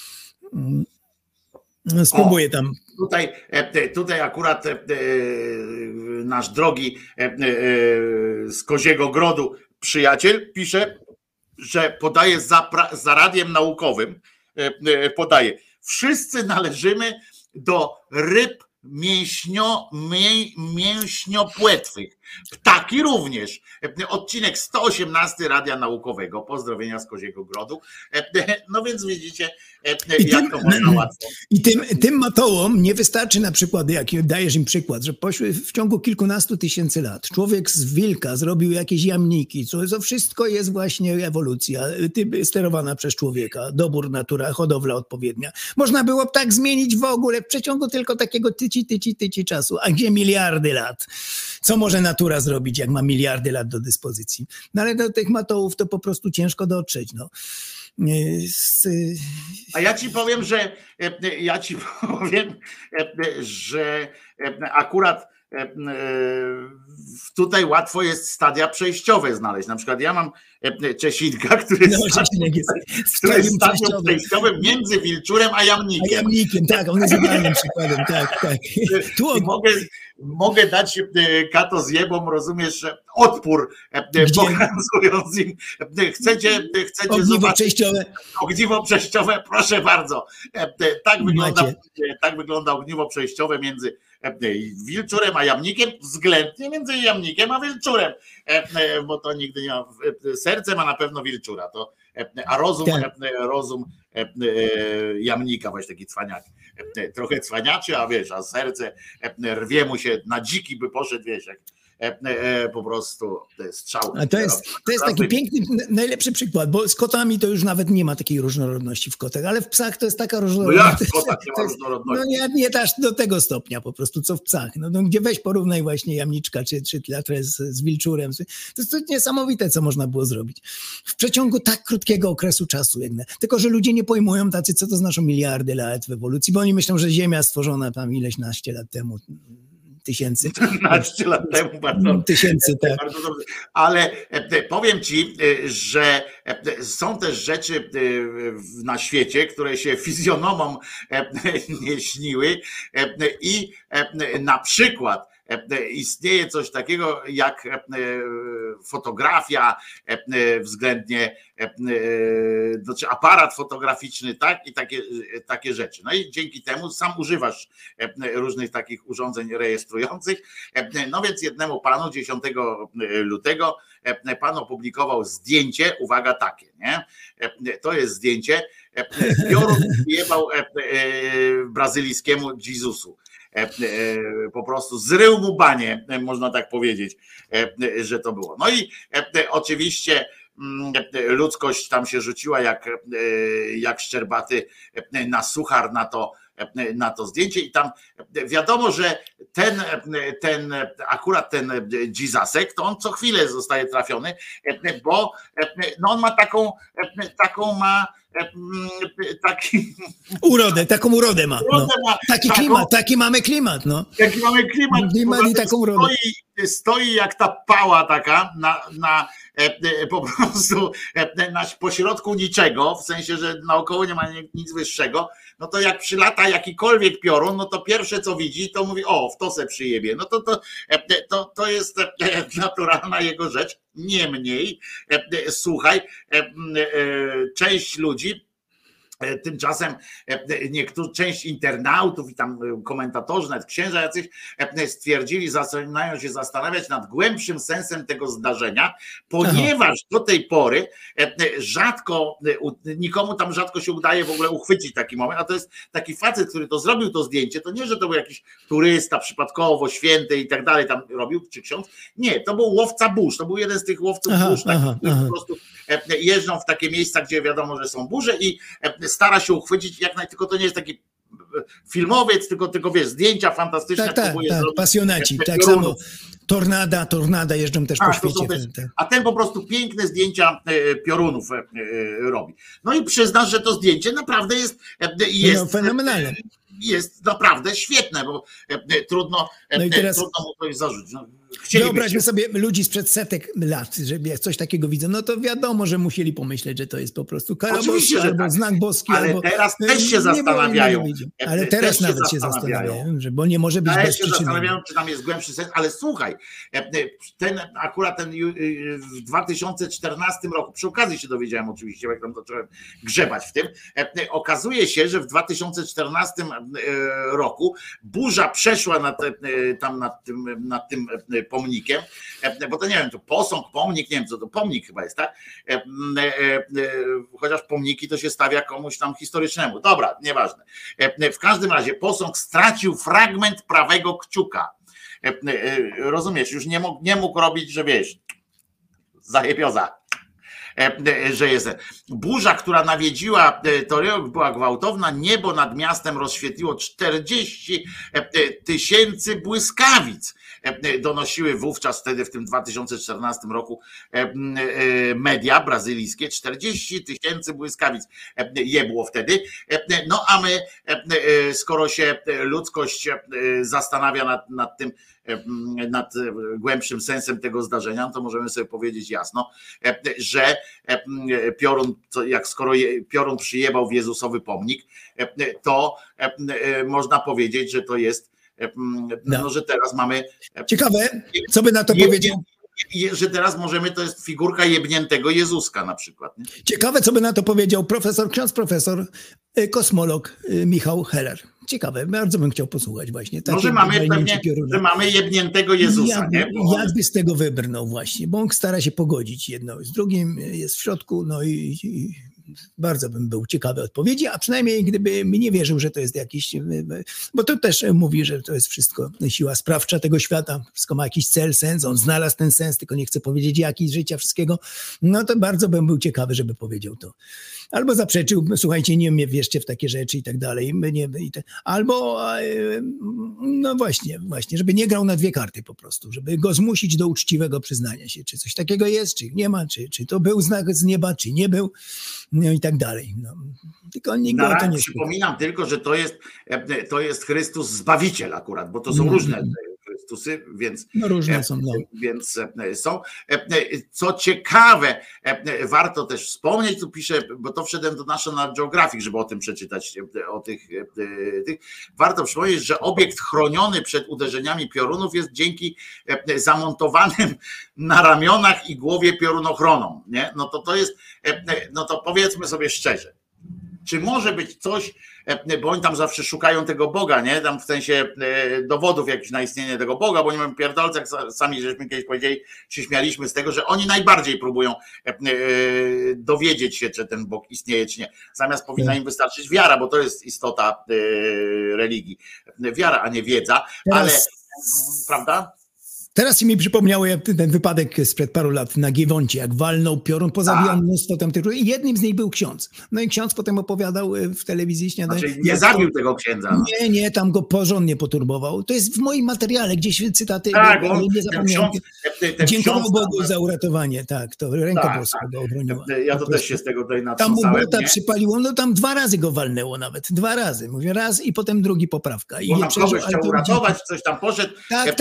Spróbuję tam. Tutaj akurat nasz drogi z Koziego Grodu przyjaciel pisze, że podaje za radiem naukowym, wszyscy należymy do ryb mięśniopłetwych. Ptaki również. Odcinek 118 Radia Naukowego. Pozdrowienia z Koziego Grodu. No więc widzicie, jak to można łatwo. I tym matołom nie wystarczy na przykład, jak dajesz im przykład, że w ciągu kilkunastu tysięcy lat człowiek z wilka zrobił jakieś jamniki, to wszystko jest właśnie ewolucja sterowana przez człowieka, dobór natura, hodowla odpowiednia. Można było tak zmienić w ogóle w przeciągu tylko takiego tyci czasu, a gdzie miliardy lat. Co może natura zrobić, jak ma miliardy lat do dyspozycji? No ale do tych matołów to po prostu ciężko dotrzeć. No. A ja ci powiem, że akurat tutaj łatwo jest stadia przejściowe znaleźć. Na przykład ja mam Czesinka, który jest stadium przejściowym między Wilczurem a Jamnikiem. A Jamnikiem, tak, on jest idealnym przykładem, tak. Mogę dać Kato z Jebą, rozumiesz, odpór, pokazując im, chcecie zobaczyć ogniwo przejściowe, proszę bardzo. Tak wygląda ogniwo przejściowe między Wilczurem a Jamnikiem, względnie między Jamnikiem a Wilczurem, bo to nigdy nie ma, serce ma na pewno Wilczura, a rozum Jamnika, właśnie taki cwaniak, trochę cwaniaczy, a wiesz, a serce rwie mu się, na dziki by poszedł, wiesz, jak po prostu strzał. A to jest taki piękny, najlepszy przykład, bo z kotami to już nawet nie ma takiej różnorodności w kotach, ale w psach to jest taka różnorodność. No jak w kotach nie ma różnorodności? No nie aż do tego stopnia po prostu, co w psach. No gdzie weź porównaj właśnie Jamniczka czy Tlatrę z Wilczurem. To jest niesamowite, co można było zrobić. W przeciągu tak krótkiego okresu czasu. Tylko, że ludzie nie pojmują tacy, co to znaczą miliardy lat w ewolucji, bo oni myślą, że Ziemia stworzona tam ileś naście lat temu. Tysięcy. 15 lat temu bardzo. Tysięcy, tak. Bardzo dobrze. Ale powiem ci, że są też rzeczy na świecie, które się fizjonomom nie śniły i na przykład istnieje coś takiego jak fotografia względnie, znaczy aparat fotograficzny, tak? I takie rzeczy. No i dzięki temu sam używasz różnych takich urządzeń rejestrujących. No więc jednemu panu 10 lutego pan opublikował zdjęcie, uwaga, takie, nie? To jest zdjęcie, piorun jebał brazylijskiemu Jezusu. Po prostu zrył mu banie, można tak powiedzieć, że to było. No i oczywiście ludzkość tam się rzuciła jak szczerbaty na suchar na to zdjęcie i tam wiadomo, że akurat ten Jesusek, to on co chwilę zostaje trafiony, bo no on ma taką taką urodę ma. Taki klimat, taki mamy klimat. No. Taki mamy klimat i taką urodę. Stoi jak ta pała taka po prostu na pośrodku niczego, w sensie, że naokoło nie ma nic wyższego, no to jak przylata jakikolwiek piorun, no to pierwsze co widzi, to mówi, o, w to se przyjebie. No to jest naturalna jego rzecz. Niemniej, słuchaj, część ludzi, tymczasem część internautów i tam komentatorzy, nawet księża jacyś stwierdzili, zaczynają się zastanawiać nad głębszym sensem tego zdarzenia, ponieważ do tej pory nikomu tam rzadko się udaje w ogóle uchwycić taki moment, a to jest taki facet, który to zrobił to zdjęcie, to nie, że to był jakiś turysta przypadkowo, święty i tak dalej tam robił, czy ksiądz, nie, to był łowca burz, to był jeden z tych łowców burz, którzy po prostu jeżdżą w takie miejsca, gdzie wiadomo, że są burze i stara się uchwycić, tylko to nie jest taki filmowiec, tylko wiesz, zdjęcia fantastyczne. Tak, pasjonaci, tak samo tornada jeżdżą też po świecie. A ten po prostu piękne zdjęcia piorunów robi. No i przyznasz, że to zdjęcie naprawdę jest fenomenalne. Jest naprawdę świetne, bo trudno mu coś zarzucić. Wyobraźmy sobie ludzi sprzed setek lat, żeby coś takiego widzą, no to wiadomo, że musieli pomyśleć, że to jest po prostu kara boska, albo znak boski. Ale teraz też się zastanawiają. Ale teraz nawet się zastanawiają, bo nie może być bez przyczyny. się zastanawiają, czy tam jest głębszy sens, ale słuchaj, ten w 2014 roku, przy okazji się dowiedziałem oczywiście, jak tam zacząłem grzebać w tym, okazuje się, że w 2014 roku burza przeszła nad tym pomnikiem, bo to nie wiem, to posąg, pomnik, nie wiem co to, pomnik chyba jest, tak? Chociaż pomniki to się stawia komuś tam historycznemu. Dobra, nieważne. W każdym razie posąg stracił fragment prawego kciuka. Rozumiesz, już nie mógł robić, że wiesz, zajebioza. że jest. Burza, która nawiedziła Torreón, była gwałtowna, niebo nad miastem rozświetliło 40 000 błyskawic. Donosiły wówczas wtedy w tym 2014 roku media brazylijskie. 40 000 błyskawic jebło wtedy. No a my, skoro się ludzkość zastanawia nad głębszym sensem tego zdarzenia, to możemy sobie powiedzieć jasno, że piorun, skoro piorun przyjebał w Jezusowy pomnik, to można powiedzieć, że to jest, że teraz mamy... Ciekawe, co by na to powiedział? Że teraz możemy, to jest figurka jebniętego Jezuska na przykład. Nie? Ciekawe, co by na to powiedział ksiądz profesor, kosmolog Michał Heller. Ciekawe, bardzo bym chciał posłuchać właśnie. Może mamy pewnie, że mamy jebniętego Jezusa. Jakby z tego wybrnął właśnie, bo on stara się pogodzić jedno z drugim, jest w środku, no i bardzo bym był ciekawy odpowiedzi, a przynajmniej gdyby mi nie wierzył, że to jest jakiś, bo to też mówi, że to jest wszystko siła sprawcza tego świata, wszystko ma jakiś cel, sens, on znalazł ten sens, tylko nie chce powiedzieć jaki, życia, wszystkiego, no to bardzo bym był ciekawy, żeby powiedział to. Albo zaprzeczył, słuchajcie, nie wierzcie w takie rzeczy i tak dalej, albo no właśnie, żeby nie grał na dwie karty po prostu, żeby go zmusić do uczciwego przyznania się, czy coś takiego jest, czy nie ma, czy to był znak z nieba, czy nie był, no i tak dalej. No. Tylko nikt o to nie przypominam tylko, że to jest Chrystus Zbawiciel akurat, bo to są różne Chrystusy, więc, no różne są, no. Więc są. Co ciekawe, warto też wspomnieć, tu piszę, bo to wszedłem do National Geographic, żeby o tym przeczytać, o tych. Warto przypomnieć, że obiekt chroniony przed uderzeniami piorunów jest dzięki zamontowanym na ramionach i głowie piorunochronom. Nie? To jest, no to powiedzmy sobie szczerze, czy może być coś, bo oni tam zawsze szukają tego Boga, nie? Tam w sensie dowodów jakichś na istnienie tego Boga, bo oni mają pierdolce, jak sami żeśmy kiedyś powiedzieli, się śmialiśmy z tego, że oni najbardziej próbują dowiedzieć się, czy ten Bóg istnieje, czy nie. Zamiast powinna im wystarczyć wiara, bo to jest istota religii. Wiara, a nie wiedza, ale prawda? Teraz mi przypomniało ten wypadek sprzed paru lat na Giewoncie, jak walnął piorun, pozabijał mnóstwo tam tych i jednym z nich był ksiądz. No i ksiądz potem opowiadał w telewizji śniadanie. Znaczy nie zabił tego księdza. Nie, tam go porządnie poturbował. To jest w moim materiale, gdzieś cytaty, ale nie zapomniałem. Dziękował Bogu za uratowanie, tak, to ręka boska go obroniła. Ja to też się z tego tutaj tam mu natrząsałem. bota przypaliło, no tam 2 razy go walnęło nawet, 2 razy. Mówię raz i potem drugi poprawka. I bo tam kogoś chciał uratować, coś tam poszedł. Tak.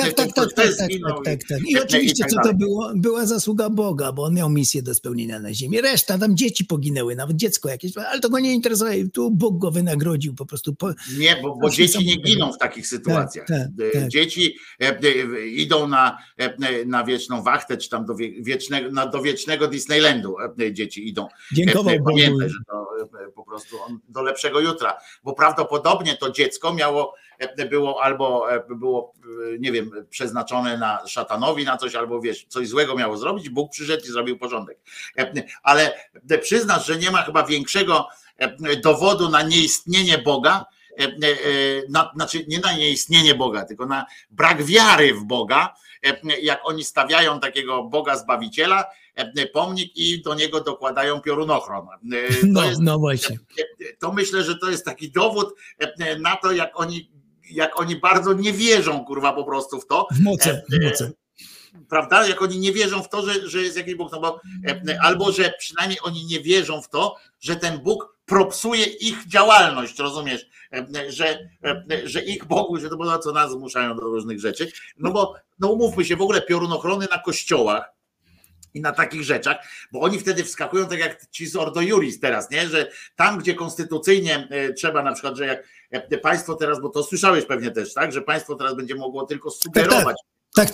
I oczywiście co to było? Była zasługa Boga, bo on miał misję do spełnienia na ziemi. Reszta, tam dzieci poginęły, nawet dziecko jakieś, ale to go nie interesuje. Tu Bóg go wynagrodził po prostu. Nie, bo dzieci nie giną w takich sytuacjach. Tak. Dzieci idą na wieczną wachtę, czy tam do wiecznego Disneylandu dzieci idą. Dziękował Bogu. Pamiętaj, że to po prostu do lepszego jutra, bo prawdopodobnie to dziecko było, nie wiem, przeznaczone na szatanowi, na coś, albo wiesz, coś złego miało zrobić, Bóg przyszedł i zrobił porządek. Ale przyznasz, że nie ma chyba większego dowodu na nieistnienie Boga, znaczy nie na nieistnienie Boga, tylko na brak wiary w Boga, jak oni stawiają takiego Boga Zbawiciela, pomnik i do niego dokładają piorunochron. No właśnie. To myślę, że to jest taki dowód na to, jak oni bardzo nie wierzą, kurwa, po prostu w to. W moce. Prawda? Jak oni nie wierzą w to, że jest jakiś Bóg, no bo, albo że przynajmniej oni nie wierzą w to, że ten Bóg propsuje ich działalność, rozumiesz? Że ich Bogu, że to było co nas zmuszają do różnych rzeczy. No bo umówmy się, w ogóle piorunochrony na kościołach i na takich rzeczach, bo oni wtedy wskakują tak jak ci z Ordo Iuris teraz, nie? Że tam, gdzie konstytucyjnie trzeba na przykład, że jak państwo teraz, bo to słyszałeś pewnie też, tak? Że państwo teraz będzie mogło tylko sugerować. Tak.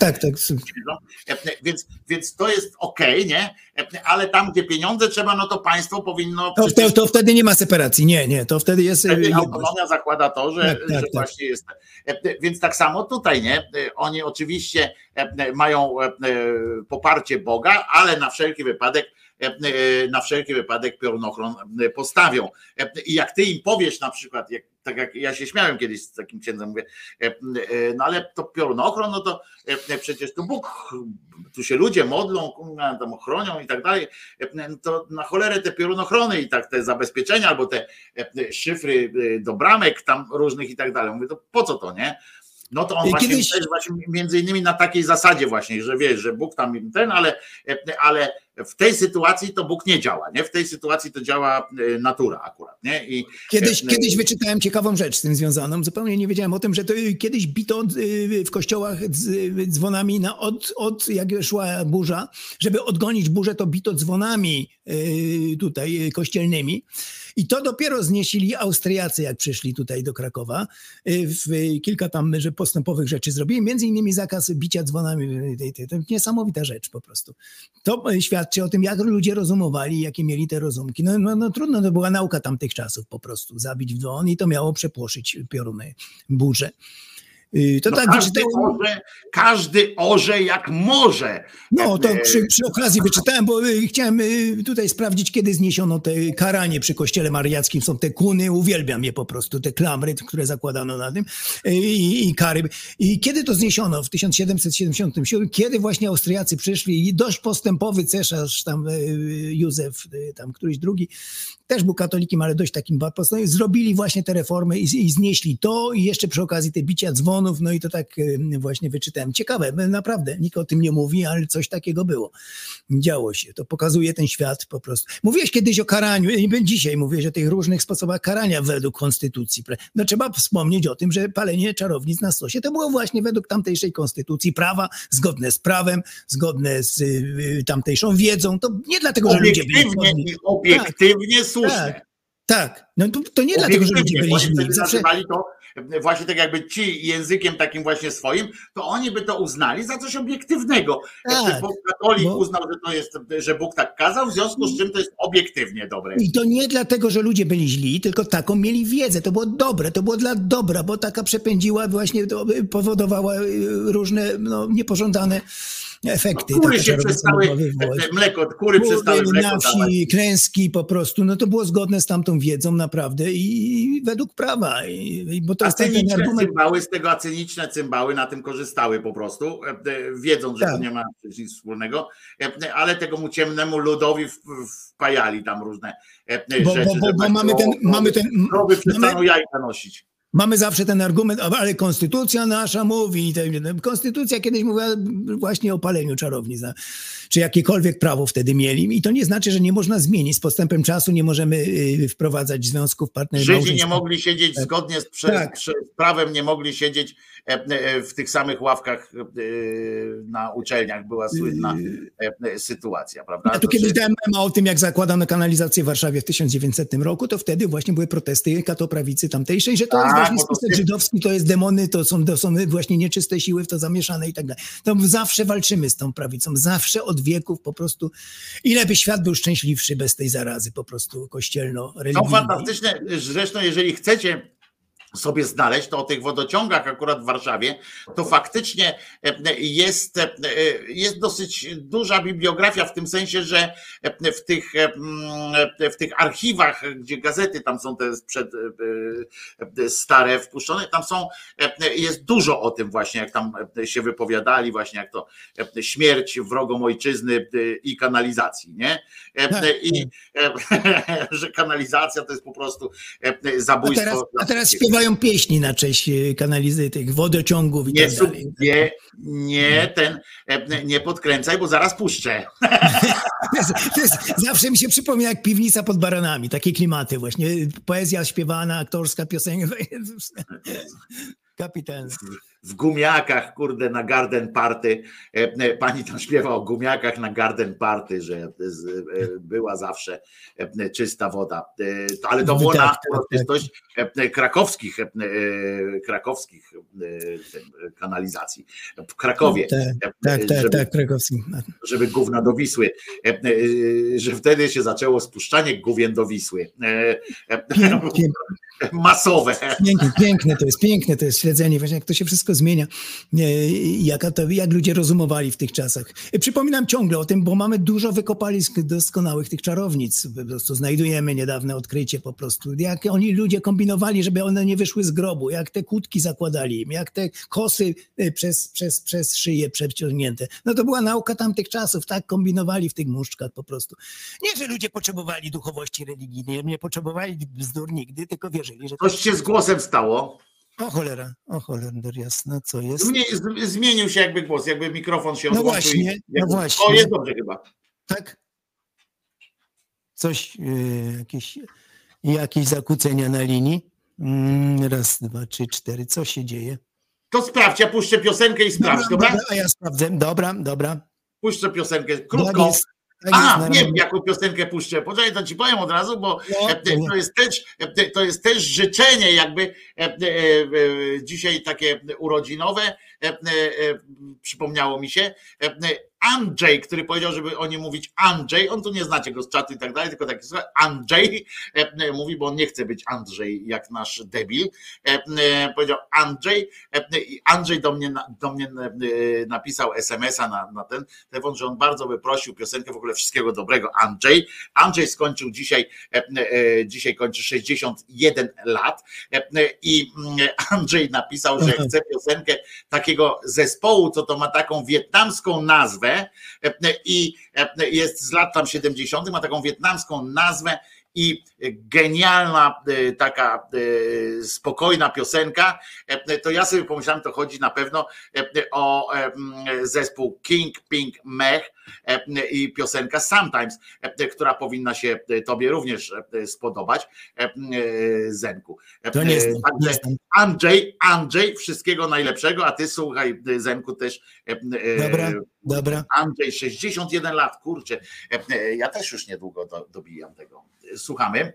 Więc to jest okej, nie? Ale tam, gdzie pieniądze trzeba, no to państwo powinno... To wtedy nie ma separacji, nie, to wtedy jest... Wtedy autonomia zakłada to, że właśnie jest... Więc tak samo tutaj, nie? Oni oczywiście mają poparcie Boga, ale na wszelki wypadek na wszelki wypadek piorunochron postawią. I jak ty im powiesz na przykład, tak jak ja się śmiałem kiedyś z takim księdzem, mówię, no ale to piorunochron, no to przecież to Bóg, tu się ludzie modlą, tam chronią i tak dalej, to na cholerę te piorunochrony i tak te zabezpieczenia albo te szyfry do bramek tam różnych i tak dalej. Mówię, to po co to, nie? No to on właśnie między innymi na takiej zasadzie właśnie, że wiesz, że Bóg tam ale w tej sytuacji to Bóg nie działa, nie? W tej sytuacji to działa natura akurat, nie? I kiedyś wyczytałem ciekawą rzecz z tym związaną, zupełnie nie wiedziałem o tym, że to kiedyś bito w kościołach dzwonami jak szła burza, żeby odgonić burzę, to bito dzwonami tutaj kościelnymi. I to dopiero znieśli Austriacy, jak przyszli tutaj do Krakowa. Kilka tam postępowych rzeczy zrobili, między innymi zakaz bicia dzwonami. To niesamowita rzecz po prostu. To świadczy o tym, jak ludzie rozumowali, jakie mieli te rozumki. No trudno, to była nauka tamtych czasów po prostu. Zabić w dzwon i to miało przepłoszyć pioruny, burze. To no tak każdy orze jak może. No to przy okazji wyczytałem, bo chciałem tutaj sprawdzić, kiedy zniesiono te karanie przy kościele mariackim. Są te kuny, uwielbiam je po prostu, te klamry, które zakładano na tym i kary. I kiedy to zniesiono? W 1777, kiedy właśnie Austriacy przyszli i dość postępowy cesarz, tam Józef, tam któryś drugi, też był katolikiem, ale dość takim postępowym, zrobili właśnie te reformy i znieśli to i jeszcze przy okazji te bicia dzwonów, no i to tak właśnie wyczytałem. Ciekawe, naprawdę, nikt o tym nie mówi, ale coś takiego było. Działo się, to pokazuje ten świat po prostu. Mówiłeś kiedyś o karaniu, i dzisiaj mówiłeś o tych różnych sposobach karania według konstytucji. No trzeba wspomnieć o tym, że palenie czarownic na stosie to było właśnie według tamtejszej konstytucji prawa, zgodne z prawem, zgodne z tamtejszą wiedzą. To nie dlatego, że ludzie byli obiektywnie słuszne. Tak. No to nie dlatego, że ludzie byli źli. Nazywali to właśnie tak jakby ci językiem takim właśnie swoim, to oni by to uznali za coś obiektywnego. Tak, katolik uznał, że to jest, że Bóg tak kazał, w związku z czym to jest obiektywnie dobre. I to nie dlatego, że ludzie byli źli, tylko taką mieli wiedzę. To było dobre, to było dla dobra, bo taka przepędziła właśnie, to powodowała różne niepożądane efekty. Kury się przestały, kury przestały mleko na wsi, klęski po prostu, no to było zgodne z tamtą wiedzą naprawdę i według prawa. Bo to cyniczne cymbały na tym korzystały po prostu, wiedząc, że to nie ma nic wspólnego, ale temu ciemnemu ludowi wpajali tam różne rzeczy. Bo mamy ten przestaną jajka nosić. Mamy zawsze ten argument, ale konstytucja nasza mówi, konstytucja kiedyś mówiła właśnie o paleniu czarownic, czy jakiekolwiek prawo wtedy mieli i to nie znaczy, że nie można zmienić. Z postępem czasu nie możemy wprowadzać związków partnerskich. Żydzi nie mogli siedzieć zgodnie z prawem, nie mogli siedzieć w tych samych ławkach na uczelniach. Była słynna sytuacja, prawda? Ja tu kiedyś dałem o tym, jak zakładano kanalizację w Warszawie w 1900 roku, to wtedy właśnie były protesty katoprawicy tamtejszej, że to jest właśnie spisek żydowski, to jest demony, to są właśnie nieczyste siły w to zamieszane i tak dalej. To zawsze walczymy z tą prawicą, zawsze od wieków po prostu. Ile by świat był szczęśliwszy bez tej zarazy po prostu kościelno-religijnej. Są fantastyczne, zresztą jeżeli chcecie sobie znaleźć, to o tych wodociągach akurat w Warszawie, to faktycznie jest dosyć duża bibliografia w tym sensie, że w tych archiwach, gdzie gazety tam są te stare wpuszczone, tam jest dużo o tym właśnie, jak tam się wypowiadali, właśnie jak to śmierć wrogom ojczyzny i kanalizacji, nie? I że kanalizacja to jest po prostu zabójstwo. A teraz śpiewają pieśni na cześć kanalizy tych wodociągów i tak dalej. Nie podkręcaj, bo zaraz puszczę. Zawsze mi się przypomina jak piwnica pod baranami, takie klimaty właśnie. Poezja śpiewana, aktorska piosenka. Kapitalne. W gumiakach, kurde, na garden party. Pani tam śpiewa o gumiakach na garden party, że była zawsze czysta woda. Ale to było na uroczystość krakowskich kanalizacji. W Krakowie. Tak, krakowskich. Żeby gówna do Wisły. Że wtedy się zaczęło spuszczanie główien do Wisły. masowe. Piękne to jest śledzenie, właśnie jak to się wszystko zmienia, jak ludzie rozumowali w tych czasach. Przypominam ciągle o tym, bo mamy dużo wykopalisk doskonałych tych czarownic. Po prostu znajdujemy niedawne odkrycie po prostu, jak oni ludzie kombinowali, żeby one nie wyszły z grobu, jak te kłódki zakładali im, jak te kosy przez szyję przeciągnięte. No to była nauka tamtych czasów, tak kombinowali w tych muszczkach po prostu. Nie, że ludzie potrzebowali duchowości religijnej, nie potrzebowali bzdur nigdy, tylko wierzyli, że... Coś się z głosem stało. O cholera, jasno, co jest? Zmienił się jakby głos, jakby mikrofon się No odłączył. właśnie. O, jest dobrze chyba. Tak? Coś, jakieś zakłócenia na linii? Raz, dwa, trzy, cztery. Co się dzieje? To sprawdź, ja puszczę piosenkę i sprawdź, dobra? A ja sprawdzę. Dobra. Puszczę piosenkę, krótko. Nie wiem, jaką piosenkę puszczę. Poczekaj, to ci powiem od razu, bo to jest też życzenie jakby dzisiaj takie urodzinowe. Przypomniało mi się. Andrzej, który powiedział, żeby o nim mówić Andrzej, on tu nie znacie go z czatu i tak dalej, tylko taki Andrzej mówi, bo on nie chce być Andrzej jak nasz debil. Powiedział Andrzej. Andrzej do mnie napisał SMS-a na ten telefon, że on bardzo by prosił piosenkę, w ogóle wszystkiego dobrego. Andrzej skończył dzisiaj kończy 61 lat i Andrzej napisał, że chce piosenkę takiego zespołu, co to ma taką wietnamską nazwę i jest z lat tam 70., ma taką wietnamską nazwę i genialna, taka spokojna piosenka, to ja sobie pomyślałem, to chodzi na pewno o zespół King Pink Mech i piosenka Sometimes, która powinna się tobie również spodobać, Zenku. Andrzej, wszystkiego najlepszego, a ty słuchaj, Zenku, też. Dobra. Andrzej, 61 lat, kurczę, ja też już niedługo dobijam tego. Słuchamy.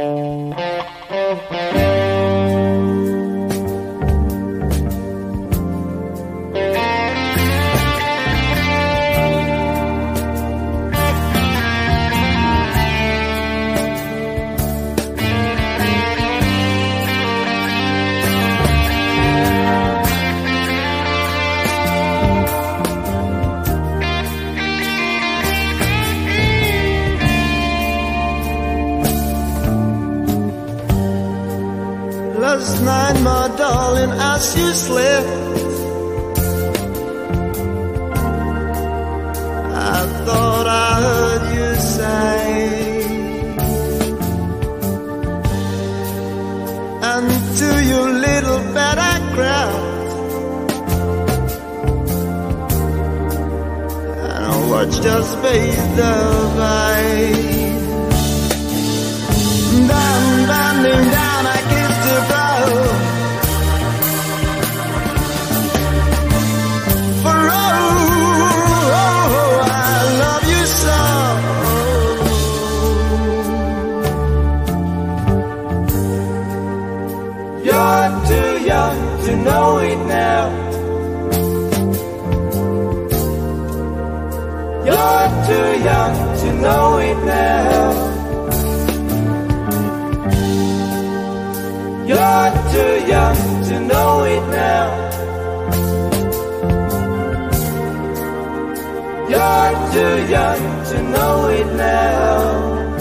Last night, my darling, as you slept, I thought I heard you say, and to your little bed I crept, and I watched us bathe away. Down, bending down, I kissed your brow. For oh, I love you so. You're too young to know it now. You're too young to know it now. You're too young to know it now. You're too young to know it now.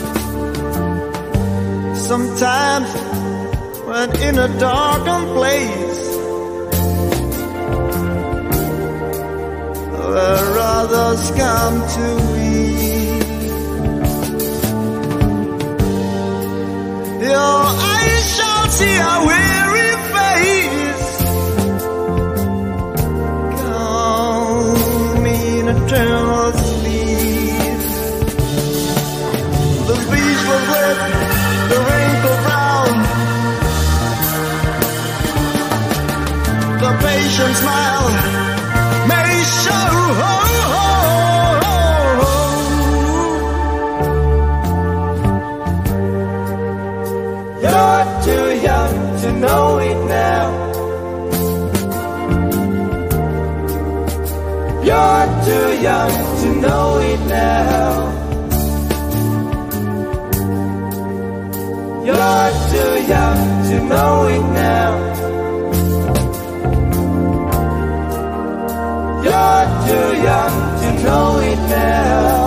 Sometimes when in a darkened place where others come to weep, your eyes shall see a weary face, calm in eternal sleep. The beach was wet, the wrinkled brown, the patient smile may show. You're too young to know it now. You're too young to know it now. You're too young to know it now. You're too young to know it now.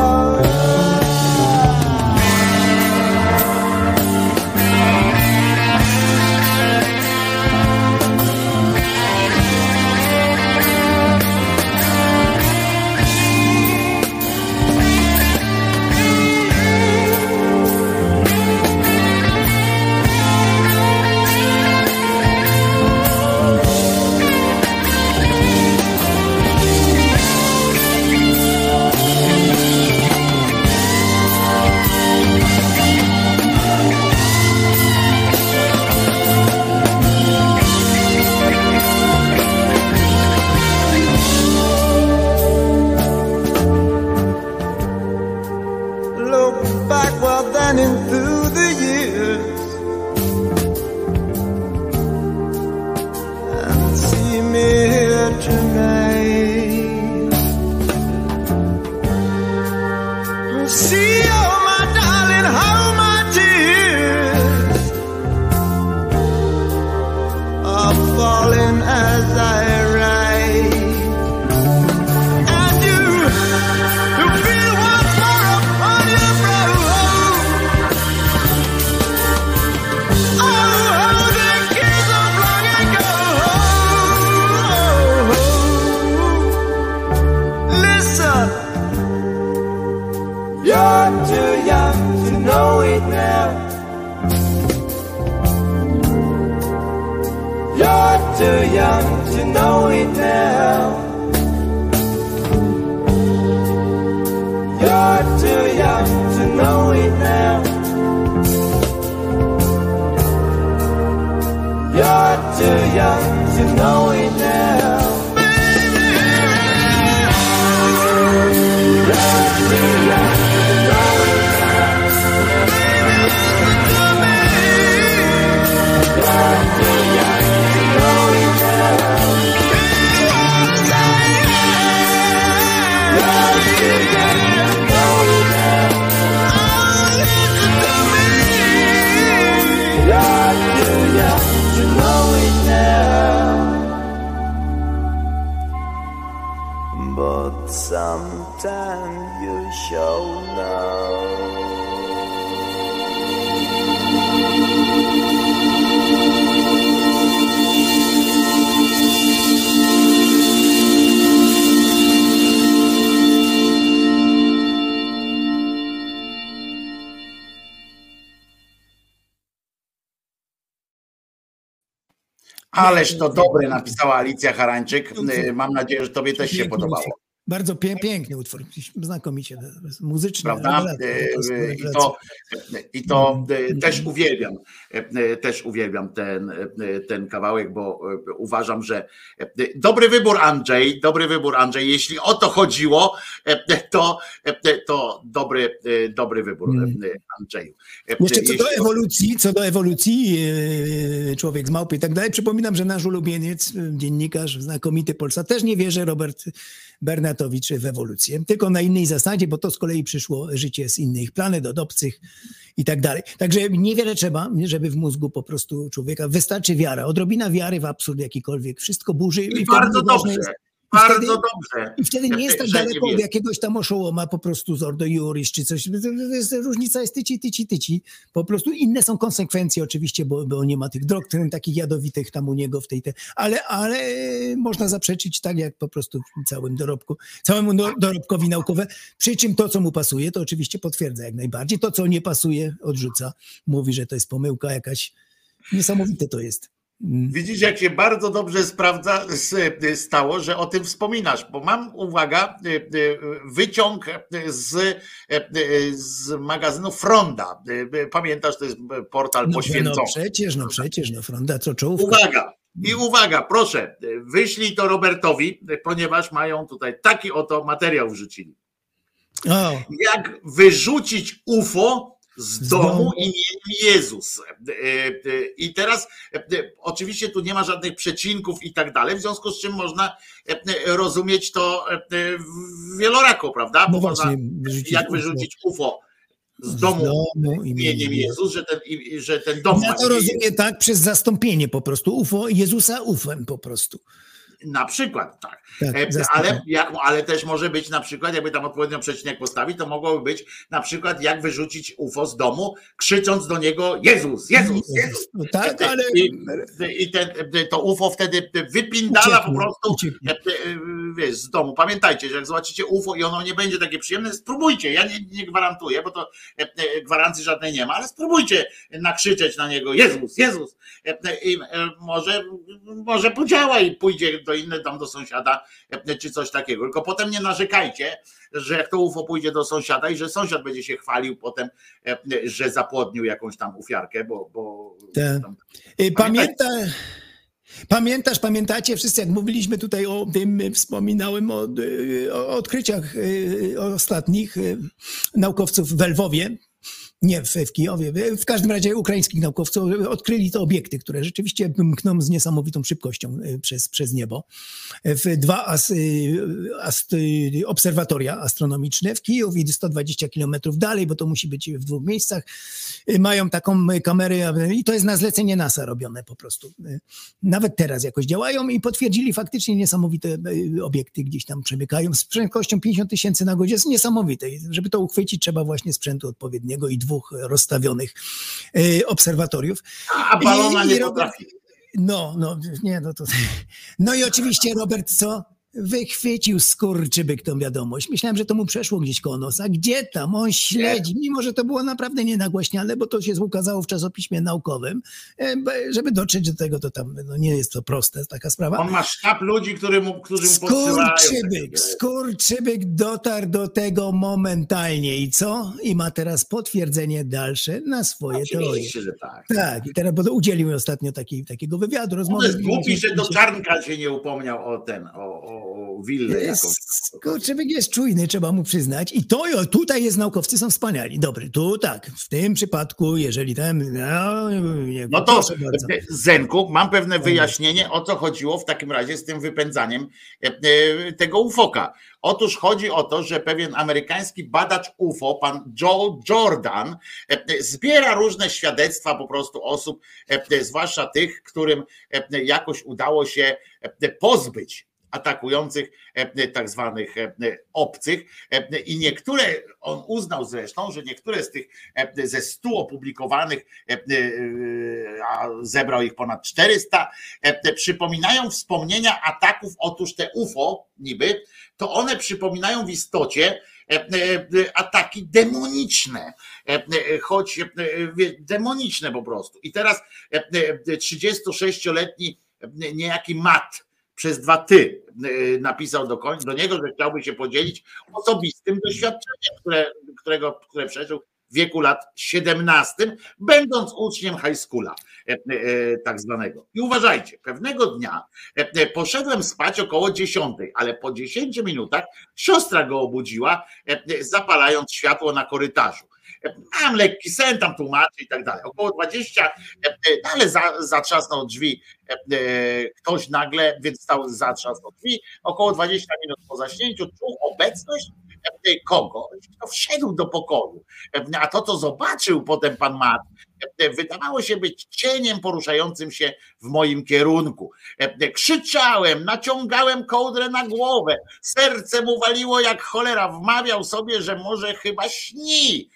Through the years and see me here tonight. See, oh my darling, how my tears are falling as I write. And you feel once more upon your brow. You're too young to know it now. You're too young to know it now. You're too young to know it now. You're too young to know it now. You're too young. But sometime you shall know. Ależ to dobre, napisała Alicja Harańczyk. Mam nadzieję, że tobie też się podobało. Bardzo piękny utwór, znakomicie, muzyczny. Prawda? I to też uwielbiam ten kawałek, bo uważam, że dobry wybór, Andrzej, jeśli o to chodziło, to dobry wybór, Andrzeju. Jeszcze co do ewolucji, Człowiek z małpy i tak dalej, przypominam, że nasz ulubieniec, dziennikarz, znakomity Polsat, też nie wierzy, Robert Bernatowicz, w ewolucję, tylko na innej zasadzie, bo to z kolei przyszło życie z innych planet, od obcych i tak dalej. Także niewiele trzeba, żeby w mózgu po prostu człowieka, wystarczy wiara, odrobina wiary w absurd jakikolwiek, wszystko burzy. I bardzo dobrze. Dobrze. I wtedy nie jest tak daleko od jakiegoś tam oszołoma, po prostu z Ordo Iuris czy coś. Różnica jest tyci. Po prostu inne są konsekwencje oczywiście, bo nie ma tych doktryn takich jadowitych tam u niego w ale można zaprzeczyć tak jak po prostu całemu dorobkowi naukowe. Przy czym to, co mu pasuje, to oczywiście potwierdza jak najbardziej. To, co nie pasuje, odrzuca. Mówi, że to jest pomyłka jakaś. Niesamowite to jest. Widzisz, jak się bardzo dobrze stało, że o tym wspominasz, bo mam, uwaga, wyciąg z magazynu Fronda. Pamiętasz, to jest portal poświęcony. Przecież, Fronda, co czołówka. Uwaga, proszę, wyślij to Robertowi, ponieważ mają tutaj taki oto materiał wrzucili. Jak wyrzucić UFO z domu imieniem Jezus. I teraz oczywiście tu nie ma żadnych przecinków i tak dalej, w związku z czym można rozumieć to wielorako, prawda? Bo można, jak wyrzucić UFO z domu imieniem Jezus, że ten dom ja to rozumiem tak, przez zastąpienie po prostu UFO Jezusa UFO-em po prostu. Na przykład, tak. Ale też może być na przykład, jakby tam odpowiednio przecinek postawić, to mogłoby być na przykład jak wyrzucić UFO z domu, krzycząc do niego Jezus, Jezus, Jezus. No tak, ale... I to UFO wtedy wypindala po prostu wiesz, z domu. Pamiętajcie, że jak zobaczycie UFO i ono nie będzie takie przyjemne, spróbujcie. Ja nie gwarantuję, bo to gwarancji żadnej nie ma, ale spróbujcie nakrzyczeć na niego Jezus, Jezus. I może podziała i pójdzie do sąsiada, czy coś takiego. Tylko potem nie narzekajcie, że jak to UFO pójdzie do sąsiada i że sąsiad będzie się chwalił potem, że zapłodnił jakąś tam ofiarkę, bo Pamiętacie wszyscy, jak mówiliśmy tutaj o tym, wspominałem o odkryciach ostatnich naukowców w Lwowie, nie w Kijowie, w każdym razie ukraińskich naukowców odkryli te obiekty, które rzeczywiście mkną z niesamowitą szybkością przez niebo. Dwa obserwatoria astronomiczne w Kijów i 120 kilometrów dalej, bo to musi być w dwóch miejscach, mają taką kamerę i to jest na zlecenie NASA robione po prostu. Nawet teraz jakoś działają i potwierdzili faktycznie niesamowite obiekty gdzieś tam przemykają z prędkością 50 000 na godzinę. Jest niesamowite. Żeby to uchwycić, trzeba właśnie sprzętu odpowiedniego i dwóch rozstawionych obserwatoriów. A balona nie potrafi. No i oczywiście Robert co? Wychwycił skurczybyk tą wiadomość. Myślałem, że to mu przeszło gdzieś koło nosa. Gdzie tam? On śledzi, mimo że to było naprawdę nienagłaśniane, bo to się ukazało w czasopiśmie naukowym. Żeby dotrzeć do tego, to tam nie jest to proste, taka sprawa. On ma sztab ludzi, którzy mu podsyłają. Skurczybyk dotarł do tego momentalnie. I co? I ma teraz potwierdzenie dalsze na swoje teorie. Że tak. Tak, i teraz, bo udzielił mi ostatnio takiego wywiadu, rozmowy. To jest głupi, że do Czarnka się nie upomniał o willę jakąś. Skurczybyk jest czujny, trzeba mu przyznać. I tutaj naukowcy są wspaniali. Dobry, tu tak, w tym przypadku, jeżeli tam... No to Zenku, mam pewne wyjaśnienie, o co chodziło w takim razie z tym wypędzaniem tego UFO-ka. Otóż chodzi o to, że pewien amerykański badacz UFO, pan Joe Jordan, zbiera różne świadectwa po prostu osób, zwłaszcza tych, którym jakoś udało się pozbyć atakujących tak zwanych obcych i niektóre, on uznał zresztą, że niektóre z tych ze 100 opublikowanych, a zebrał ich ponad 400, przypominają wspomnienia ataków. Otóż te UFO niby, to one przypominają w istocie ataki demoniczne, choć demoniczne po prostu. I teraz 36-letni niejaki Matt przez 2 ty napisał do niego, że chciałby się podzielić osobistym doświadczeniem, które przeżył w wieku lat 17, będąc uczniem high schoola tak zwanego. I uważajcie, pewnego dnia poszedłem spać około 10, ale po 10 minutach siostra go obudziła, zapalając światło na korytarzu. Mam lekki sen, tam tłumaczy i tak dalej. Około 20, ale zatrzasnął drzwi ktoś nagle, więc zatrzasnął drzwi. Około 20 minut po zaśnięciu czuł obecność kogoś, kto wszedł do pokoju. A to, co zobaczył potem pan Matt, wydawało się być cieniem poruszającym się w moim kierunku. Krzyczałem, naciągałem kołdrę na głowę, serce mu waliło jak cholera, wmawiał sobie, że może chyba śni.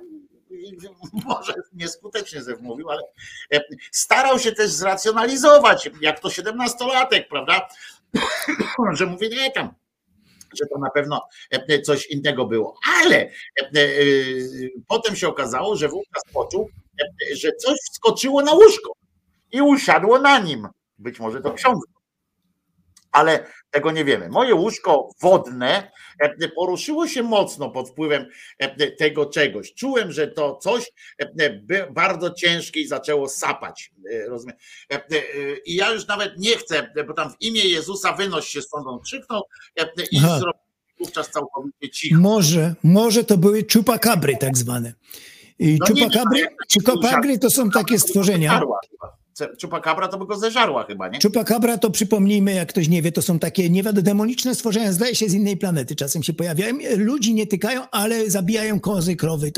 Może nieskutecznie ze wmówił, ale starał się też zracjonalizować, jak to 17-latek, prawda? Że mówię, nie tam, że to na pewno coś innego było. Ale potem się okazało, że wówczas poczuł, że coś wskoczyło na łóżko i usiadło na nim. Być może to książka. Ale tego nie wiemy. Moje łóżko wodne poruszyło się mocno pod wpływem tego czegoś. Czułem, że to coś bardzo ciężkie i zaczęło sapać. Rozumiem. I ja już nawet nie chcę, bo tam w imię Jezusa wynoś się stąd, on krzyknął i zrobił wówczas całkowicie cicho. Może to były czupakabry tak zwane. Czupakabry to są takie stworzenia. Chupacabra to by go zeżarła chyba, nie? Chupacabra to przypomnijmy, jak ktoś nie wie, to są takie demoniczne stworzenia, zdaje się z innej planety, czasem się pojawiają. Ludzi nie tykają, ale zabijają kozy, krowy,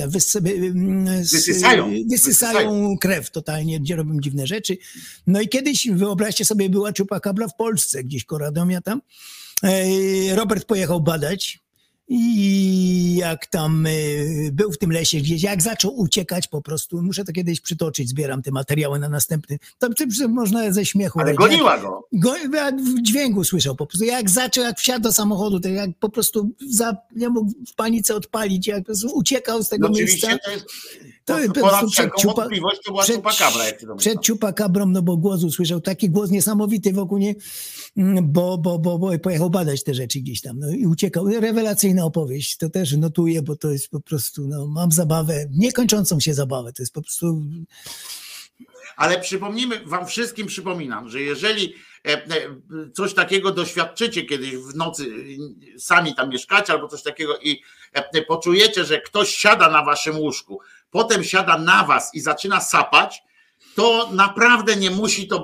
wysysają krew totalnie, gdzie robią dziwne rzeczy. No i kiedyś, wyobraźcie sobie, była Chupacabra w Polsce, gdzieś koło Radomia tam. Robert pojechał badać. I jak tam był w tym lesie gdzieś, jak zaczął uciekać po prostu, muszę to kiedyś przytoczyć, zbieram te materiały na następny, to można ze śmiechu. Ale goniła go. W dźwięku słyszał po prostu, jak wsiadł do samochodu, to jak po prostu nie mógł w panice odpalić, jak po prostu uciekał z tego miejsca. Przed Chupacabrą, no bo głos usłyszał, taki głos niesamowity wokół niej, bo pojechał badać te rzeczy gdzieś tam, no i uciekał. Rewelacyjna opowieść, to też notuję, bo to jest po prostu, no mam zabawę, niekończącą się zabawę, to jest po prostu... Ale wam wszystkim przypominam, że jeżeli coś takiego doświadczycie kiedyś w nocy, sami tam mieszkacie albo coś takiego i poczujecie, że ktoś siada na waszym łóżku, potem siada na was i zaczyna sapać, to naprawdę nie musi to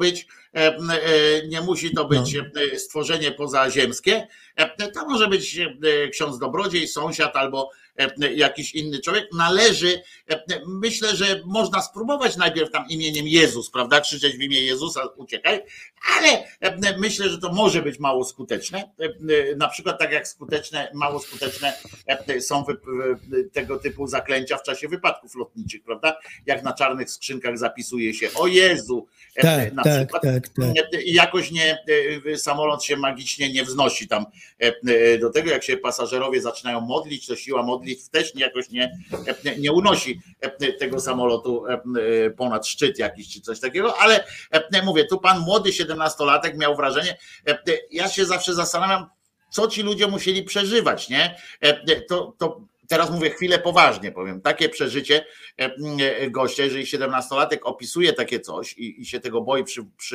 być stworzenie pozaziemskie. To może być ksiądz dobrodziej, sąsiad albo jakiś inny człowiek. Myślę, że można spróbować najpierw tam imieniem Jezus, prawda, krzyczeć w imię Jezusa, uciekaj, ale myślę, że to może być mało skuteczne. Na przykład tak jak mało skuteczne są tego typu zaklęcia w czasie wypadków lotniczych, prawda? Jak na czarnych skrzynkach zapisuje się o Jezu, na przykład. I jakoś samolot się magicznie nie wznosi tam do tego, jak się pasażerowie zaczynają modlić, to siła modlitw też jakoś nie unosi tego samolotu ponad szczyt jakiś czy coś takiego, ale mówię, tu pan młody 17-latek miał wrażenie, ja się zawsze zastanawiam, co ci ludzie musieli przeżywać, nie? To teraz mówię chwilę poważnie, powiem, takie przeżycie gościa, jeżeli 17-latek opisuje takie coś i się tego boi,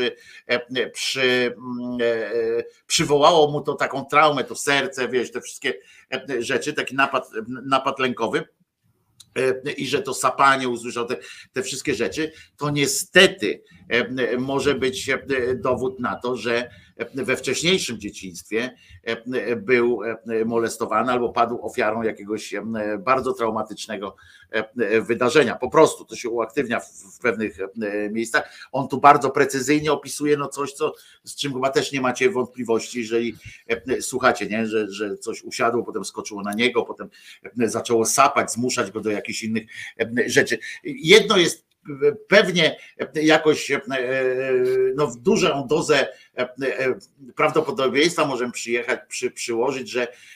przywołało mu to taką traumę, to serce, wiesz, te wszystkie rzeczy, taki napad lękowy, i że to sapanie usłyszał, te wszystkie rzeczy, to niestety może być dowód na to, że we wcześniejszym dzieciństwie był molestowany albo padł ofiarą jakiegoś bardzo traumatycznego wydarzenia. Po prostu to się uaktywnia w pewnych miejscach. On tu bardzo precyzyjnie opisuje coś, z czym chyba też nie macie wątpliwości, jeżeli słuchacie, nie? Że coś usiadło, potem skoczyło na niego, potem zaczęło sapać, zmuszać go do jakichś innych rzeczy. Jedno jest pewnie jakoś w dużą dozę prawdopodobieństwa możemy przyłożyć,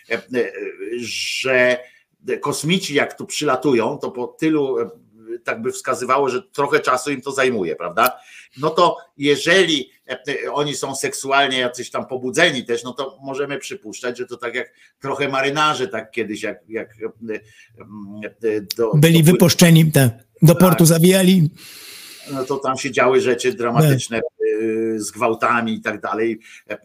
że kosmici jak tu przylatują, to po tylu tak by wskazywało, że trochę czasu im to zajmuje, prawda? No to jeżeli oni są seksualnie jacyś tam pobudzeni też, no to możemy przypuszczać, że to tak jak trochę marynarze tak kiedyś jak byli wypuszczeni do portu, zawijali. No to tam się działy rzeczy dramatyczne z gwałtami i tak dalej.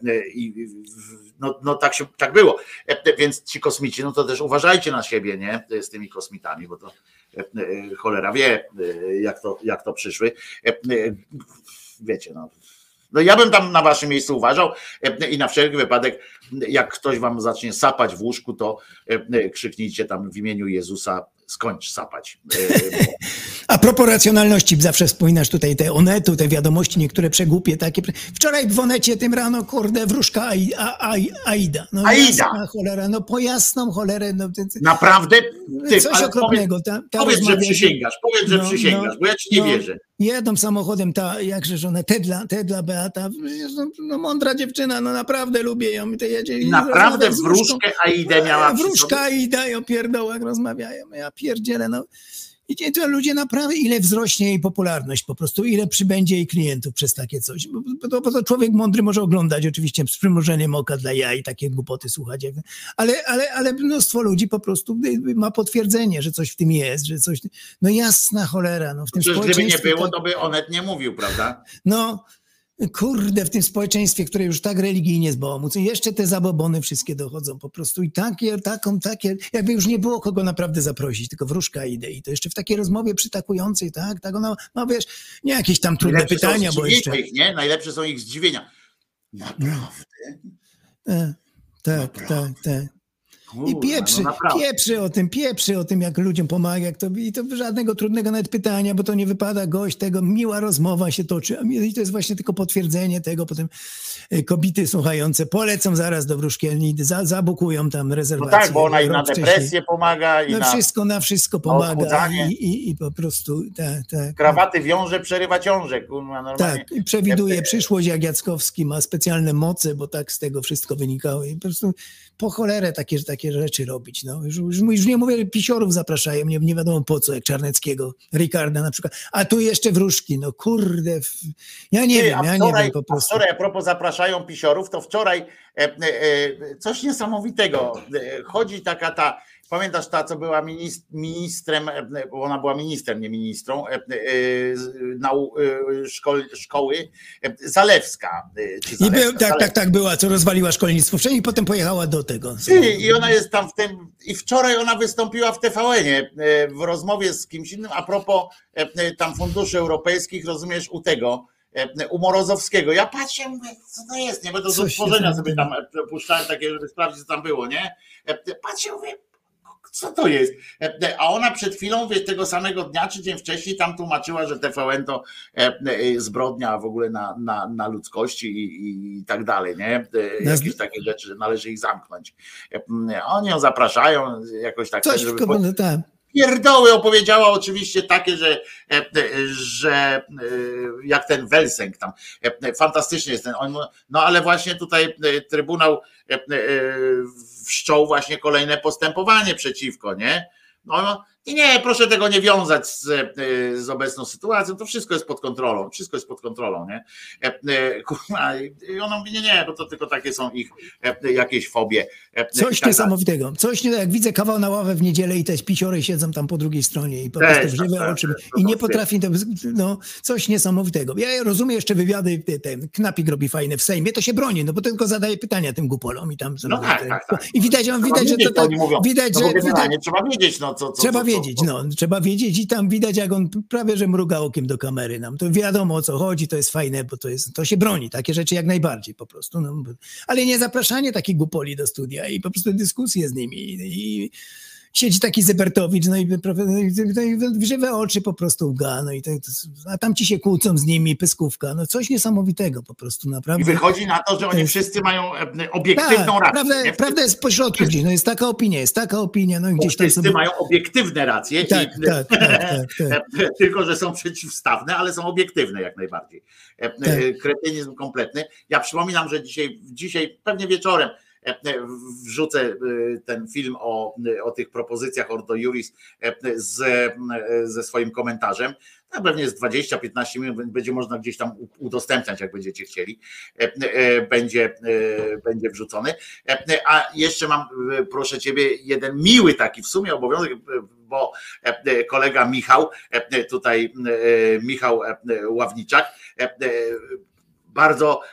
No tak było. Więc ci kosmici, no to też uważajcie na siebie, nie? Z tymi kosmitami, bo to cholera wie, jak to przyszły. Wiecie, no ja bym tam na waszym miejscu uważał i na wszelki wypadek, jak ktoś wam zacznie sapać w łóżku, to krzyknijcie tam w imieniu Jezusa, skończ sapać. A propos racjonalności, zawsze wspominasz tutaj te Onetu, te wiadomości, niektóre przegłupie takie. Wczoraj w Onecie tym rano, kurde, wróżka Aida. No Aida! Jasna cholera, no po jasną cholerę. No, naprawdę? Coś okropnego. Powiedz, że przysięgasz, bo ja ci nie wierzę. Jedą samochodem, jakże żona, Tedla Beata, no mądra dziewczyna, no naprawdę lubię ją. I naprawdę wróżkę Aidę miała wróżka Aida i o pierdołach rozmawiają. Ja pierdzielę, no. I to ludzie naprawdę, ile wzrośnie jej popularność po prostu, ile przybędzie jej klientów przez takie coś. Bo to człowiek mądry może oglądać oczywiście z przymrużeniem oka dla jaj, takie głupoty słuchać. Ale mnóstwo ludzi po prostu ma potwierdzenie, że coś w tym jest, że coś... No jasna cholera. No, w tym przecież gdyby nie było, to by Onet nie mówił, prawda? No... Kurde, w tym społeczeństwie, które już tak religijnie zbałamuca, jeszcze te zabobony wszystkie dochodzą po prostu i takie, jakby już nie było kogo naprawdę zaprosić, tylko wróżka idę i to jeszcze w takiej rozmowie przytakującej, tak ona ma, wiesz, nie jakieś tam trudne pytania, bo jeszcze... Ich, nie? Najlepsze są ich zdziwienia. Naprawdę? Tak. I pieprzy o tym, jak ludziom pomaga, i to żadnego trudnego nawet pytania, bo to nie wypada gość tego, miła rozmowa się toczy, i to jest właśnie tylko potwierdzenie tego, potem kobiety słuchające polecą zaraz do wróżki, zabukują tam rezerwację. No tak, bo ona i na depresję pomaga, i na wszystko pomaga i po prostu tak. Krawaty wiąże, przerywa ciążę. Normalnie. Tak, i przewiduje przyszłość, jak Jackowski ma specjalne moce, bo tak z tego wszystko wynikało i po prostu po cholerę takie rzeczy robić. No. Już nie mówię, pisiorów zapraszają, nie wiadomo po co, jak Czarneckiego, Ricarda na przykład, a tu jeszcze wróżki, no kurde, ja nie wiem po prostu. Wczoraj, a propos zapraszają pisiorów, to wczoraj coś niesamowitego, chodzi taka pamiętasz ta, co była ministrem, bo ona była ministrem, nie ministrą, szkoły, Zalewska. Tak była, co rozwaliła szkolnictwo wcześniej i potem pojechała do tego. I ona jest tam i wczoraj ona wystąpiła w TVN-ie w rozmowie z kimś innym a propos tam funduszy europejskich, rozumiesz, u Morozowskiego. Ja patrzę, mówię, co to jest, nie? Bo to z utworzenia sobie tam puszczałem takie, żeby sprawdzić, co tam było, nie? Patrzę, mówię, co to jest? A ona przed chwilą, tego samego dnia, czy dzień wcześniej, tam tłumaczyła, że TVN to zbrodnia w ogóle na ludzkości i tak dalej, nie? Jakieś takie rzeczy, że należy ich zamknąć. Oni ją zapraszają jakoś tak, żeby... Pierdoły opowiedziała oczywiście takie, że jak ten Welsenk tam, fantastycznie jest ten, no ale właśnie tutaj Trybunał wszczął właśnie kolejne postępowanie przeciwko, nie? No nie, proszę tego nie wiązać z obecną sytuacją, to wszystko jest pod kontrolą, nie? I ona mówi, nie, bo to tylko takie są ich jakieś fobie. Coś niesamowitego, jak widzę kawał na ławę w niedzielę i te pisiory siedzą tam po drugiej stronie i po prostu w żywe oczy i nie potrafi, coś niesamowitego. Ja rozumiem jeszcze wywiady, ten Knapik robi fajne w Sejmie, to się broni, no bo tylko zadaje pytania tym głupolom i tam... I widać, że to tak... Widać, że... Trzeba wiedzieć, co... Trzeba wiedzieć i tam widać, jak on prawie że mruga okiem do kamery nam. To wiadomo, o co chodzi, to jest fajne, bo to się broni. Takie rzeczy jak najbardziej po prostu. No. Ale nie zapraszanie takich głupoli do studia i po prostu dyskusje z nimi. I siedzi taki Zebertowicz, no i w żywe oczy po prostu łga, a tam ci się kłócą z nimi, pyskówka, no coś niesamowitego po prostu, naprawdę. I wychodzi na to, że oni wszyscy mają obiektywną rację. Prawda jest pośrodku gdzieś, jest taka opinia, no i gdzieś tam wszyscy mają obiektywne racje, tak. Tylko że są przeciwstawne, ale są obiektywne jak najbardziej. Kretynizm kompletny. Ja przypominam, że dzisiaj pewnie wieczorem wrzucę ten film o tych propozycjach Ordo Iuris ze swoim komentarzem. No pewnie z 20-15 minut będzie można gdzieś tam udostępniać, jak będziecie chcieli. Będzie wrzucony. A jeszcze mam, proszę ciebie, jeden miły taki w sumie obowiązek, bo kolega Michał Ławniczak, bardzo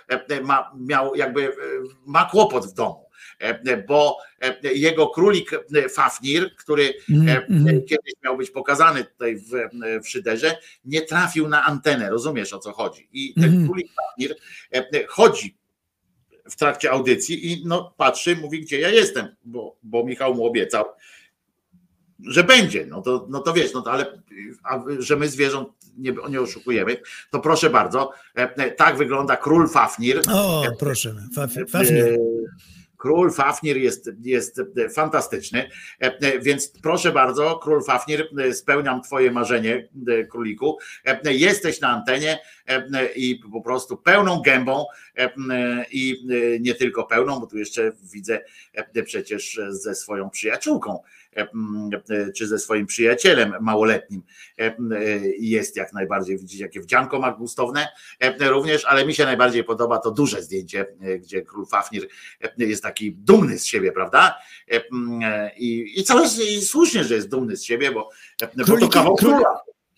ma kłopot w domu, bo jego królik Fafnir, który kiedyś miał być pokazany tutaj w Szyderze, nie trafił na antenę, rozumiesz, o co chodzi. I ten królik Fafnir chodzi w trakcie audycji i patrzy, mówi, gdzie ja jestem, bo Michał mu obiecał, że będzie, no to wiesz, ale że my zwierząt nie oszukujemy, to proszę bardzo, tak wygląda król Fafnir. O, proszę, Fafnir. Król Fafnir jest fantastyczny, więc proszę bardzo, król Fafnir, spełniam twoje marzenie, króliku, jesteś na antenie i po prostu pełną gębą i nie tylko pełną, bo tu jeszcze widzę przecież ze swoją przyjaciółką, czy ze swoim przyjacielem małoletnim jest jak najbardziej, widzicie, jakie wdzianko ma gustowne również, ale mi się najbardziej podoba to duże zdjęcie, gdzie król Fafnir jest taki dumny z siebie, prawda? I słusznie, że jest dumny z siebie, bo to kawał króla.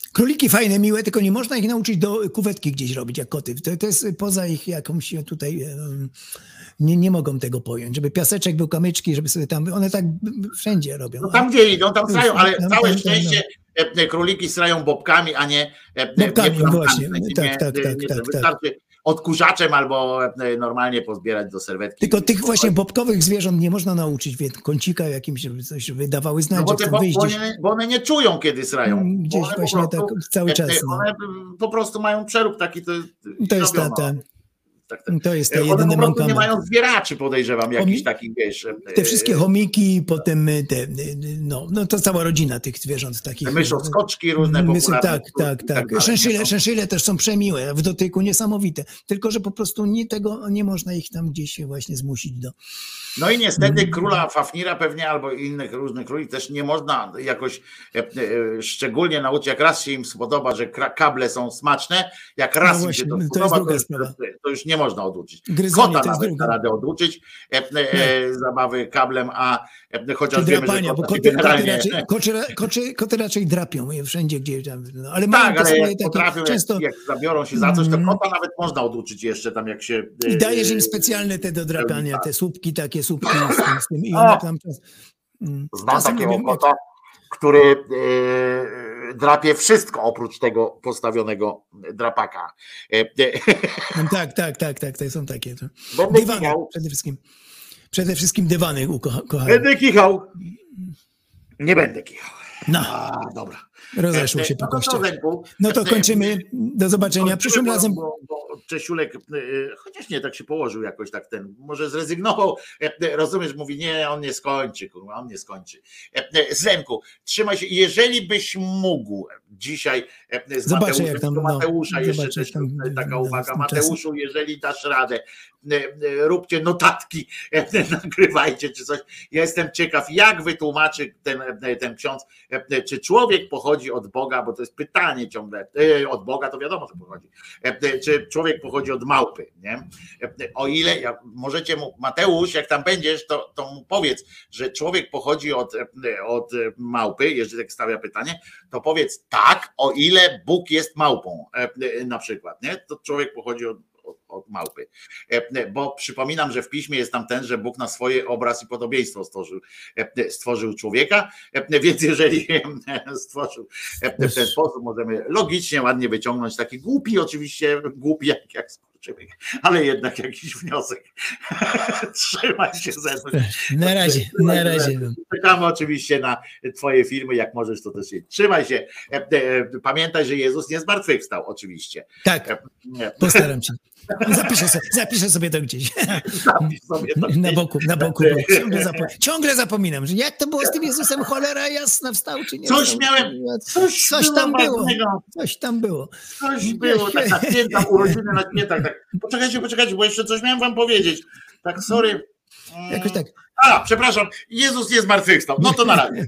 Króliki fajne, miłe, tylko nie można ich nauczyć do kuwetki gdzieś robić, jak koty. To jest poza ich jakąś tutaj... Nie mogą tego pojąć, żeby piaseczek był, kamyczki, żeby sobie tam... One tak wszędzie robią. No tam gdzie idą, tam srają, ale całe szczęście króliki srają bobkami, a nie bobkami, nie właśnie. Tak. Wystarczy odkurzaczem albo normalnie pozbierać do serwetki. Tylko tych właśnie bobkowych zwierząt nie można nauczyć, wie, kącika jakimś, żeby coś wydawały znać, no że chcą wyjść gdzieś. Bo one nie czują, kiedy srają. Gdzieś właśnie tak cały czas. One po prostu mają przerób taki, to jest To jest te one jedyne po prostu nie mankament. mają zwieraczy, podejrzewam, jakichś takich, wiesz. Te wszystkie chomiki, potem no to cała rodzina tych zwierząt takich. Myszoskoczki różne. Tak. Szynszyle też są przemiłe, w dotyku niesamowite. Tylko, że po prostu nie można ich tam gdzieś właśnie zmusić do... No i niestety króla Fafnira pewnie albo innych różnych króli też nie można jakoś szczególnie nauczyć, jak raz się im spodoba, że kable są smaczne, jak raz im się to spodoba, to już nie można oduczyć. Gryzonie, Kota nawet da radę oduczyć zabawy kablem, a chociaż czy wiemy, drapania, że bo koty raczej drapią je wszędzie, gdzie tam. No, ale tak, ale jak potrafią, często... jak zabiorą się za coś, to kota nawet można oduczyć jeszcze tam, jak się... I dajesz im specjalne te do drapania, te słupki, takie słupki z tym i one tam... Znam takiego kota, który drapie wszystko oprócz tego postawionego drapaka. Tak, to są takie. Będę dywany kichał. Przede wszystkim dywany ukochałem. Będę kichał. Nie będę kichał. No. Dobra. Rozeszło się po kościach. No to kończymy. Do zobaczenia. Przyszłym razem. Bo Czesiulek, chociaż nie, tak się położył jakoś tak może zrezygnował. Rozumiesz, mówi, nie, on nie skończy, kurwa, on nie skończy. Zenku, trzymaj się. Jeżeli byś mógł dzisiaj z Mateusza, jeszcze też taka uwaga, Mateuszu, jeżeli dasz radę, róbcie notatki, nagrywajcie czy coś. Ja jestem ciekaw, jak wytłumaczy ten ksiądz, czy człowiek pochodzi od Boga, bo to jest pytanie ciągle, od Boga to wiadomo, że pochodzi, czy człowiek pochodzi od małpy, nie? O ile, możecie mu, Mateusz, jak tam będziesz, to mu powiedz, że człowiek pochodzi od małpy, jeżeli tak stawia pytanie, to powiedz tak, o ile Bóg jest małpą, na przykład, nie? To człowiek pochodzi od małpy. Bo przypominam, że w piśmie jest tam że Bóg na swoje obraz i podobieństwo stworzył człowieka, więc jeżeli stworzył w ten sposób, możemy logicznie, ładnie wyciągnąć taki głupi jak skurczybyk, ale jednak jakiś wniosek. Trzymaj się ze mną. Na razie. Czekamy oczywiście na twoje filmy, jak możesz to też. Trzymaj się. Pamiętaj, że Jezus nie zmartwychwstał, oczywiście. Tak, postaram się. Zapiszę sobie to gdzieś. Na boku. Ciągle zapominam, że jak to było z tym Jezusem, cholera jasna, wstał czy nie coś wstał? Miałem, coś tam było. Coś tam było. Coś było, tak na święta, urodziny na świętach. Tak. Poczekajcie, bo jeszcze coś miałem wam powiedzieć. Tak, sorry. Jakoś tak. Przepraszam, Jezus nie zmartwychwstał. No to na razie.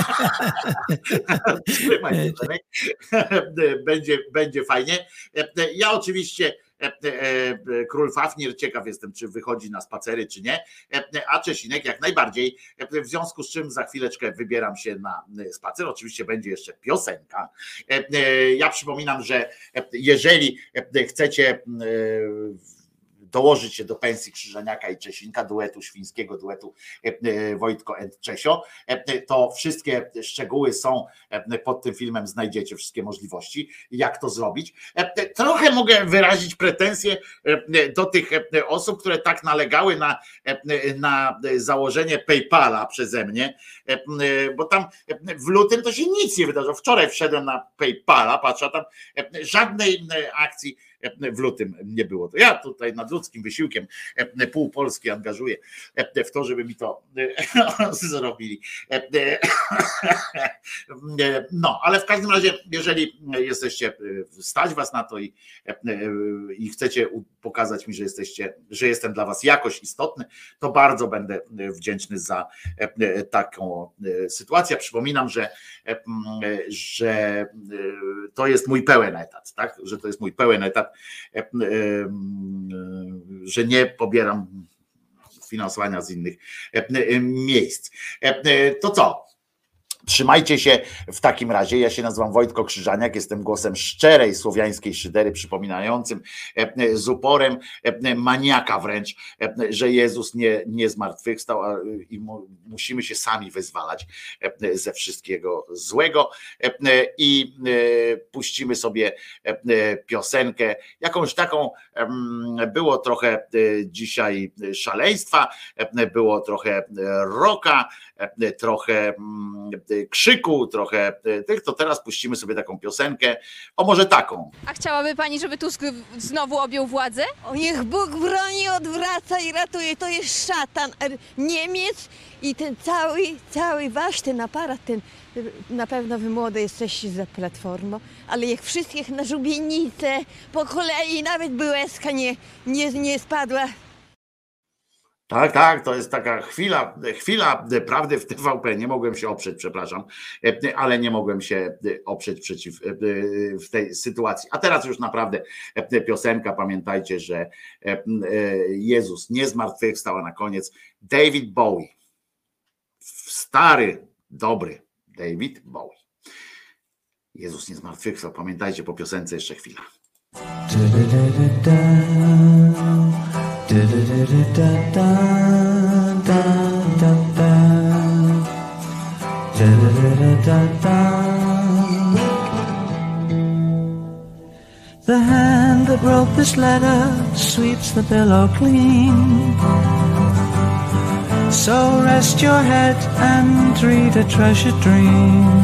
Będzie fajnie. Ja oczywiście król Fafnir, ciekaw jestem, czy wychodzi na spacery, czy nie, a Czesinek jak najbardziej, w związku z czym za chwileczkę wybieram się na spacer, oczywiście będzie jeszcze piosenka. Ja przypominam, że jeżeli chcecie dołożyć się do pensji Krzyżaniaka i Czesinka, świńskiego duetu Wojtko and Czesio, to wszystkie szczegóły są pod tym filmem, znajdziecie wszystkie możliwości, jak to zrobić. Trochę mogę wyrazić pretensje do tych osób, które tak nalegały na założenie PayPala przeze mnie, bo tam w lutym to się nic nie wydarzyło. Wczoraj wszedłem na PayPala, patrzę, tam żadnej akcji w lutym nie było. To ja tutaj nad ludzkim wysiłkiem pół Polski angażuję w to, żeby mi to zrobili. No, ale w każdym razie, jeżeli jesteście, stać was na to i chcecie pokazać mi, że jestem dla was jakoś istotny, to bardzo będę wdzięczny za taką sytuację. Przypominam, że to jest mój pełen etat, tak? Że to jest mój pełen etat, że nie pobieram finansowania z innych miejsc. To co? Trzymajcie się w takim razie. Ja się nazywam Wojtko Krzyżaniak, jestem głosem szczerej słowiańskiej szydery, przypominającym z uporem maniaka wręcz, że Jezus nie zmartwychwstał i musimy się sami wyzwalać ze wszystkiego złego i puścimy sobie piosenkę, jakąś taką, było trochę dzisiaj szaleństwa, było trochę rocka, trochę krzyku, trochę tych, to teraz puścimy sobie taką piosenkę, o może taką. A chciałaby pani, żeby Tusk znowu objął władzę? O, niech Bóg broni, odwraca i ratuje, to jest szatan Niemiec i ten cały wasz ten aparat, ten, na pewno wy młode jesteście za Platformą, ale jak wszystkich na żubienicę, po kolei nawet by łezka nie spadła. Tak, to jest taka chwila prawdy w TVP. Nie mogłem się oprzeć, przepraszam, ale nie mogłem się oprzeć w tej sytuacji. A teraz już naprawdę piosenka. Pamiętajcie, że Jezus nie zmartwychwstał, a na koniec David Bowie. Stary, dobry David Bowie. Jezus nie zmartwychwstał. Pamiętajcie, po piosence jeszcze chwila. The hand that wrote this letter sweeps the pillow clean. So rest your head and read a treasured dream.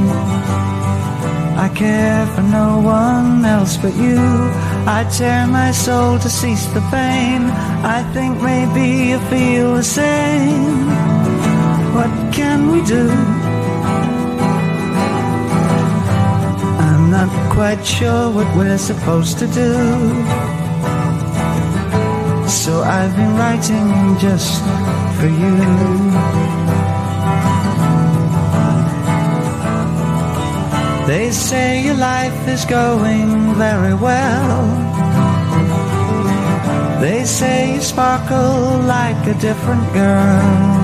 I care for no one else but you. I tear my soul to cease the pain. I think maybe you feel the same. What can we do? I'm not quite sure what we're supposed to do. So I've been writing just for you. They say your life is going very well. They say you sparkle like a different girl.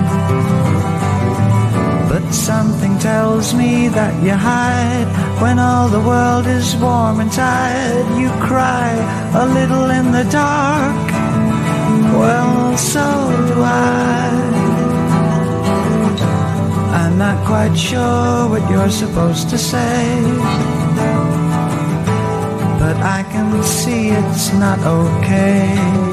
But something tells me that you hide. When all the world is warm and tired, you cry a little in the dark. Well, so do I. I'm not quite sure what you're supposed to say, but I can see it's not okay.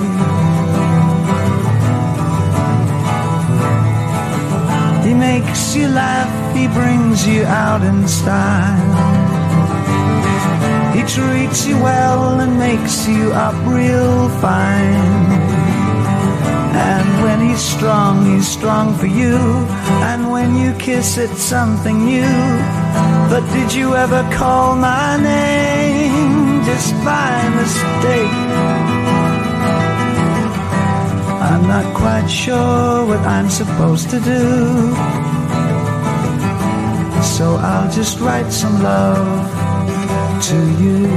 He makes you laugh, he brings you out in style. He treats you well and makes you up real fine. And when he's strong for you. And when you kiss, it's something new. But did you ever call my name just by mistake? I'm not quite sure what I'm supposed to do. So I'll just write some love to you.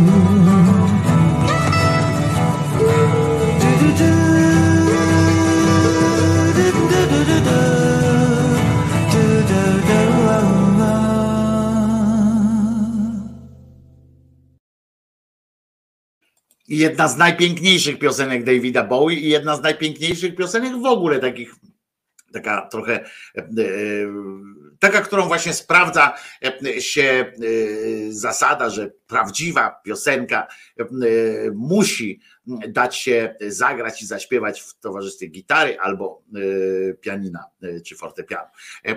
Jedna z najpiękniejszych piosenek Davida Bowie i jedna z najpiękniejszych piosenek w ogóle takich, taka trochę, taka, którą właśnie sprawdza się zasada, że prawdziwa piosenka musi dać się zagrać i zaśpiewać w towarzystwie gitary albo pianina czy fortepianu.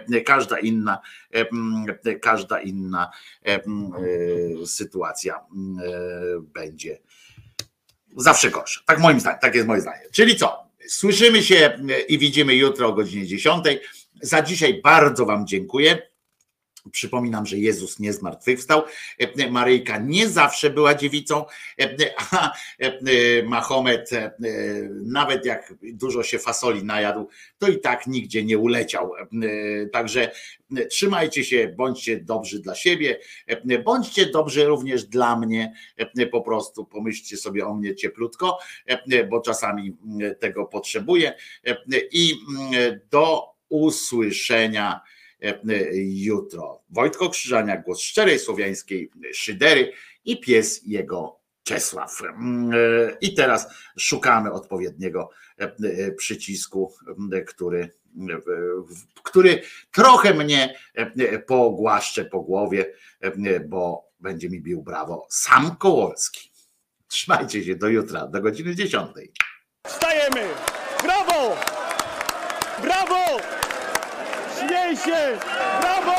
Każda inna sytuacja będzie zawsze gorsza. Tak moim zdaniem, tak jest moje zdanie. Czyli co? Słyszymy się i widzimy jutro o godzinie 10. Za dzisiaj bardzo wam dziękuję. Przypominam, że Jezus nie zmartwychwstał. Maryjka nie zawsze była dziewicą, a Mahomet, nawet jak dużo się fasoli najadł, to i tak nigdzie nie uleciał. Także trzymajcie się, bądźcie dobrzy dla siebie, bądźcie dobrzy również dla mnie. Po prostu pomyślcie sobie o mnie cieplutko, bo czasami tego potrzebuję. I do usłyszenia jutro. Wojtko Krzyżaniak, głos szczerej słowiańskiej szydery i pies jego Czesław. I teraz szukamy odpowiedniego przycisku, który trochę mnie pogłaszcze po głowie, bo będzie mi bił brawo sam Kołowski. Trzymajcie się do jutra, do godziny 10. Wstajemy! Brawo! Brawo! Śmiej się! Brawo!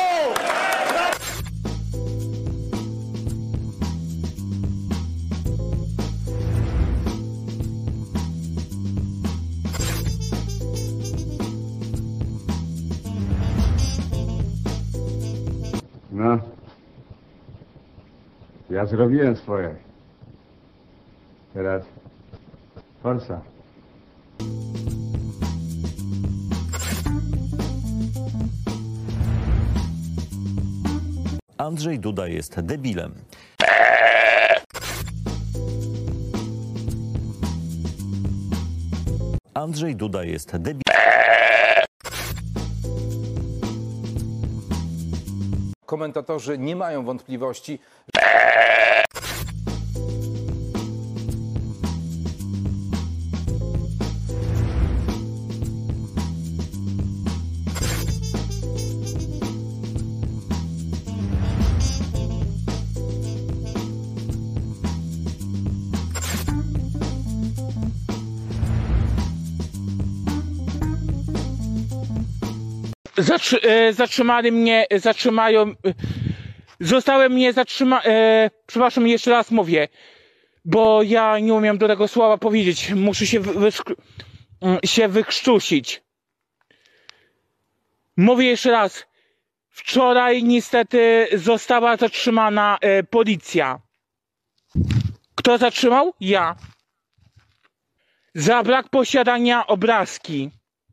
No, ja zrobiłem swoje. Teraz forsa. Andrzej Duda jest debilem. Andrzej Duda jest debilem. Komentatorzy nie mają wątpliwości. Zostałem mnie przepraszam, jeszcze raz mówię, bo ja nie umiem do tego słowa powiedzieć, muszę się wykrztusić. Mówię jeszcze raz, wczoraj niestety została zatrzymana policja. Kto zatrzymał? Ja. Za brak posiadania obrazki.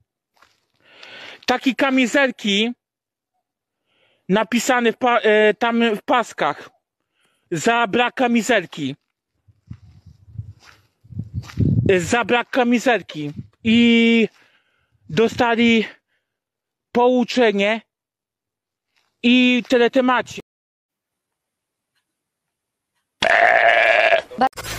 Takie kamizelki napisane tam w paskach. Za brak kamizelki. Za brak kamizelki. I dostali pouczenie i tyle temacie.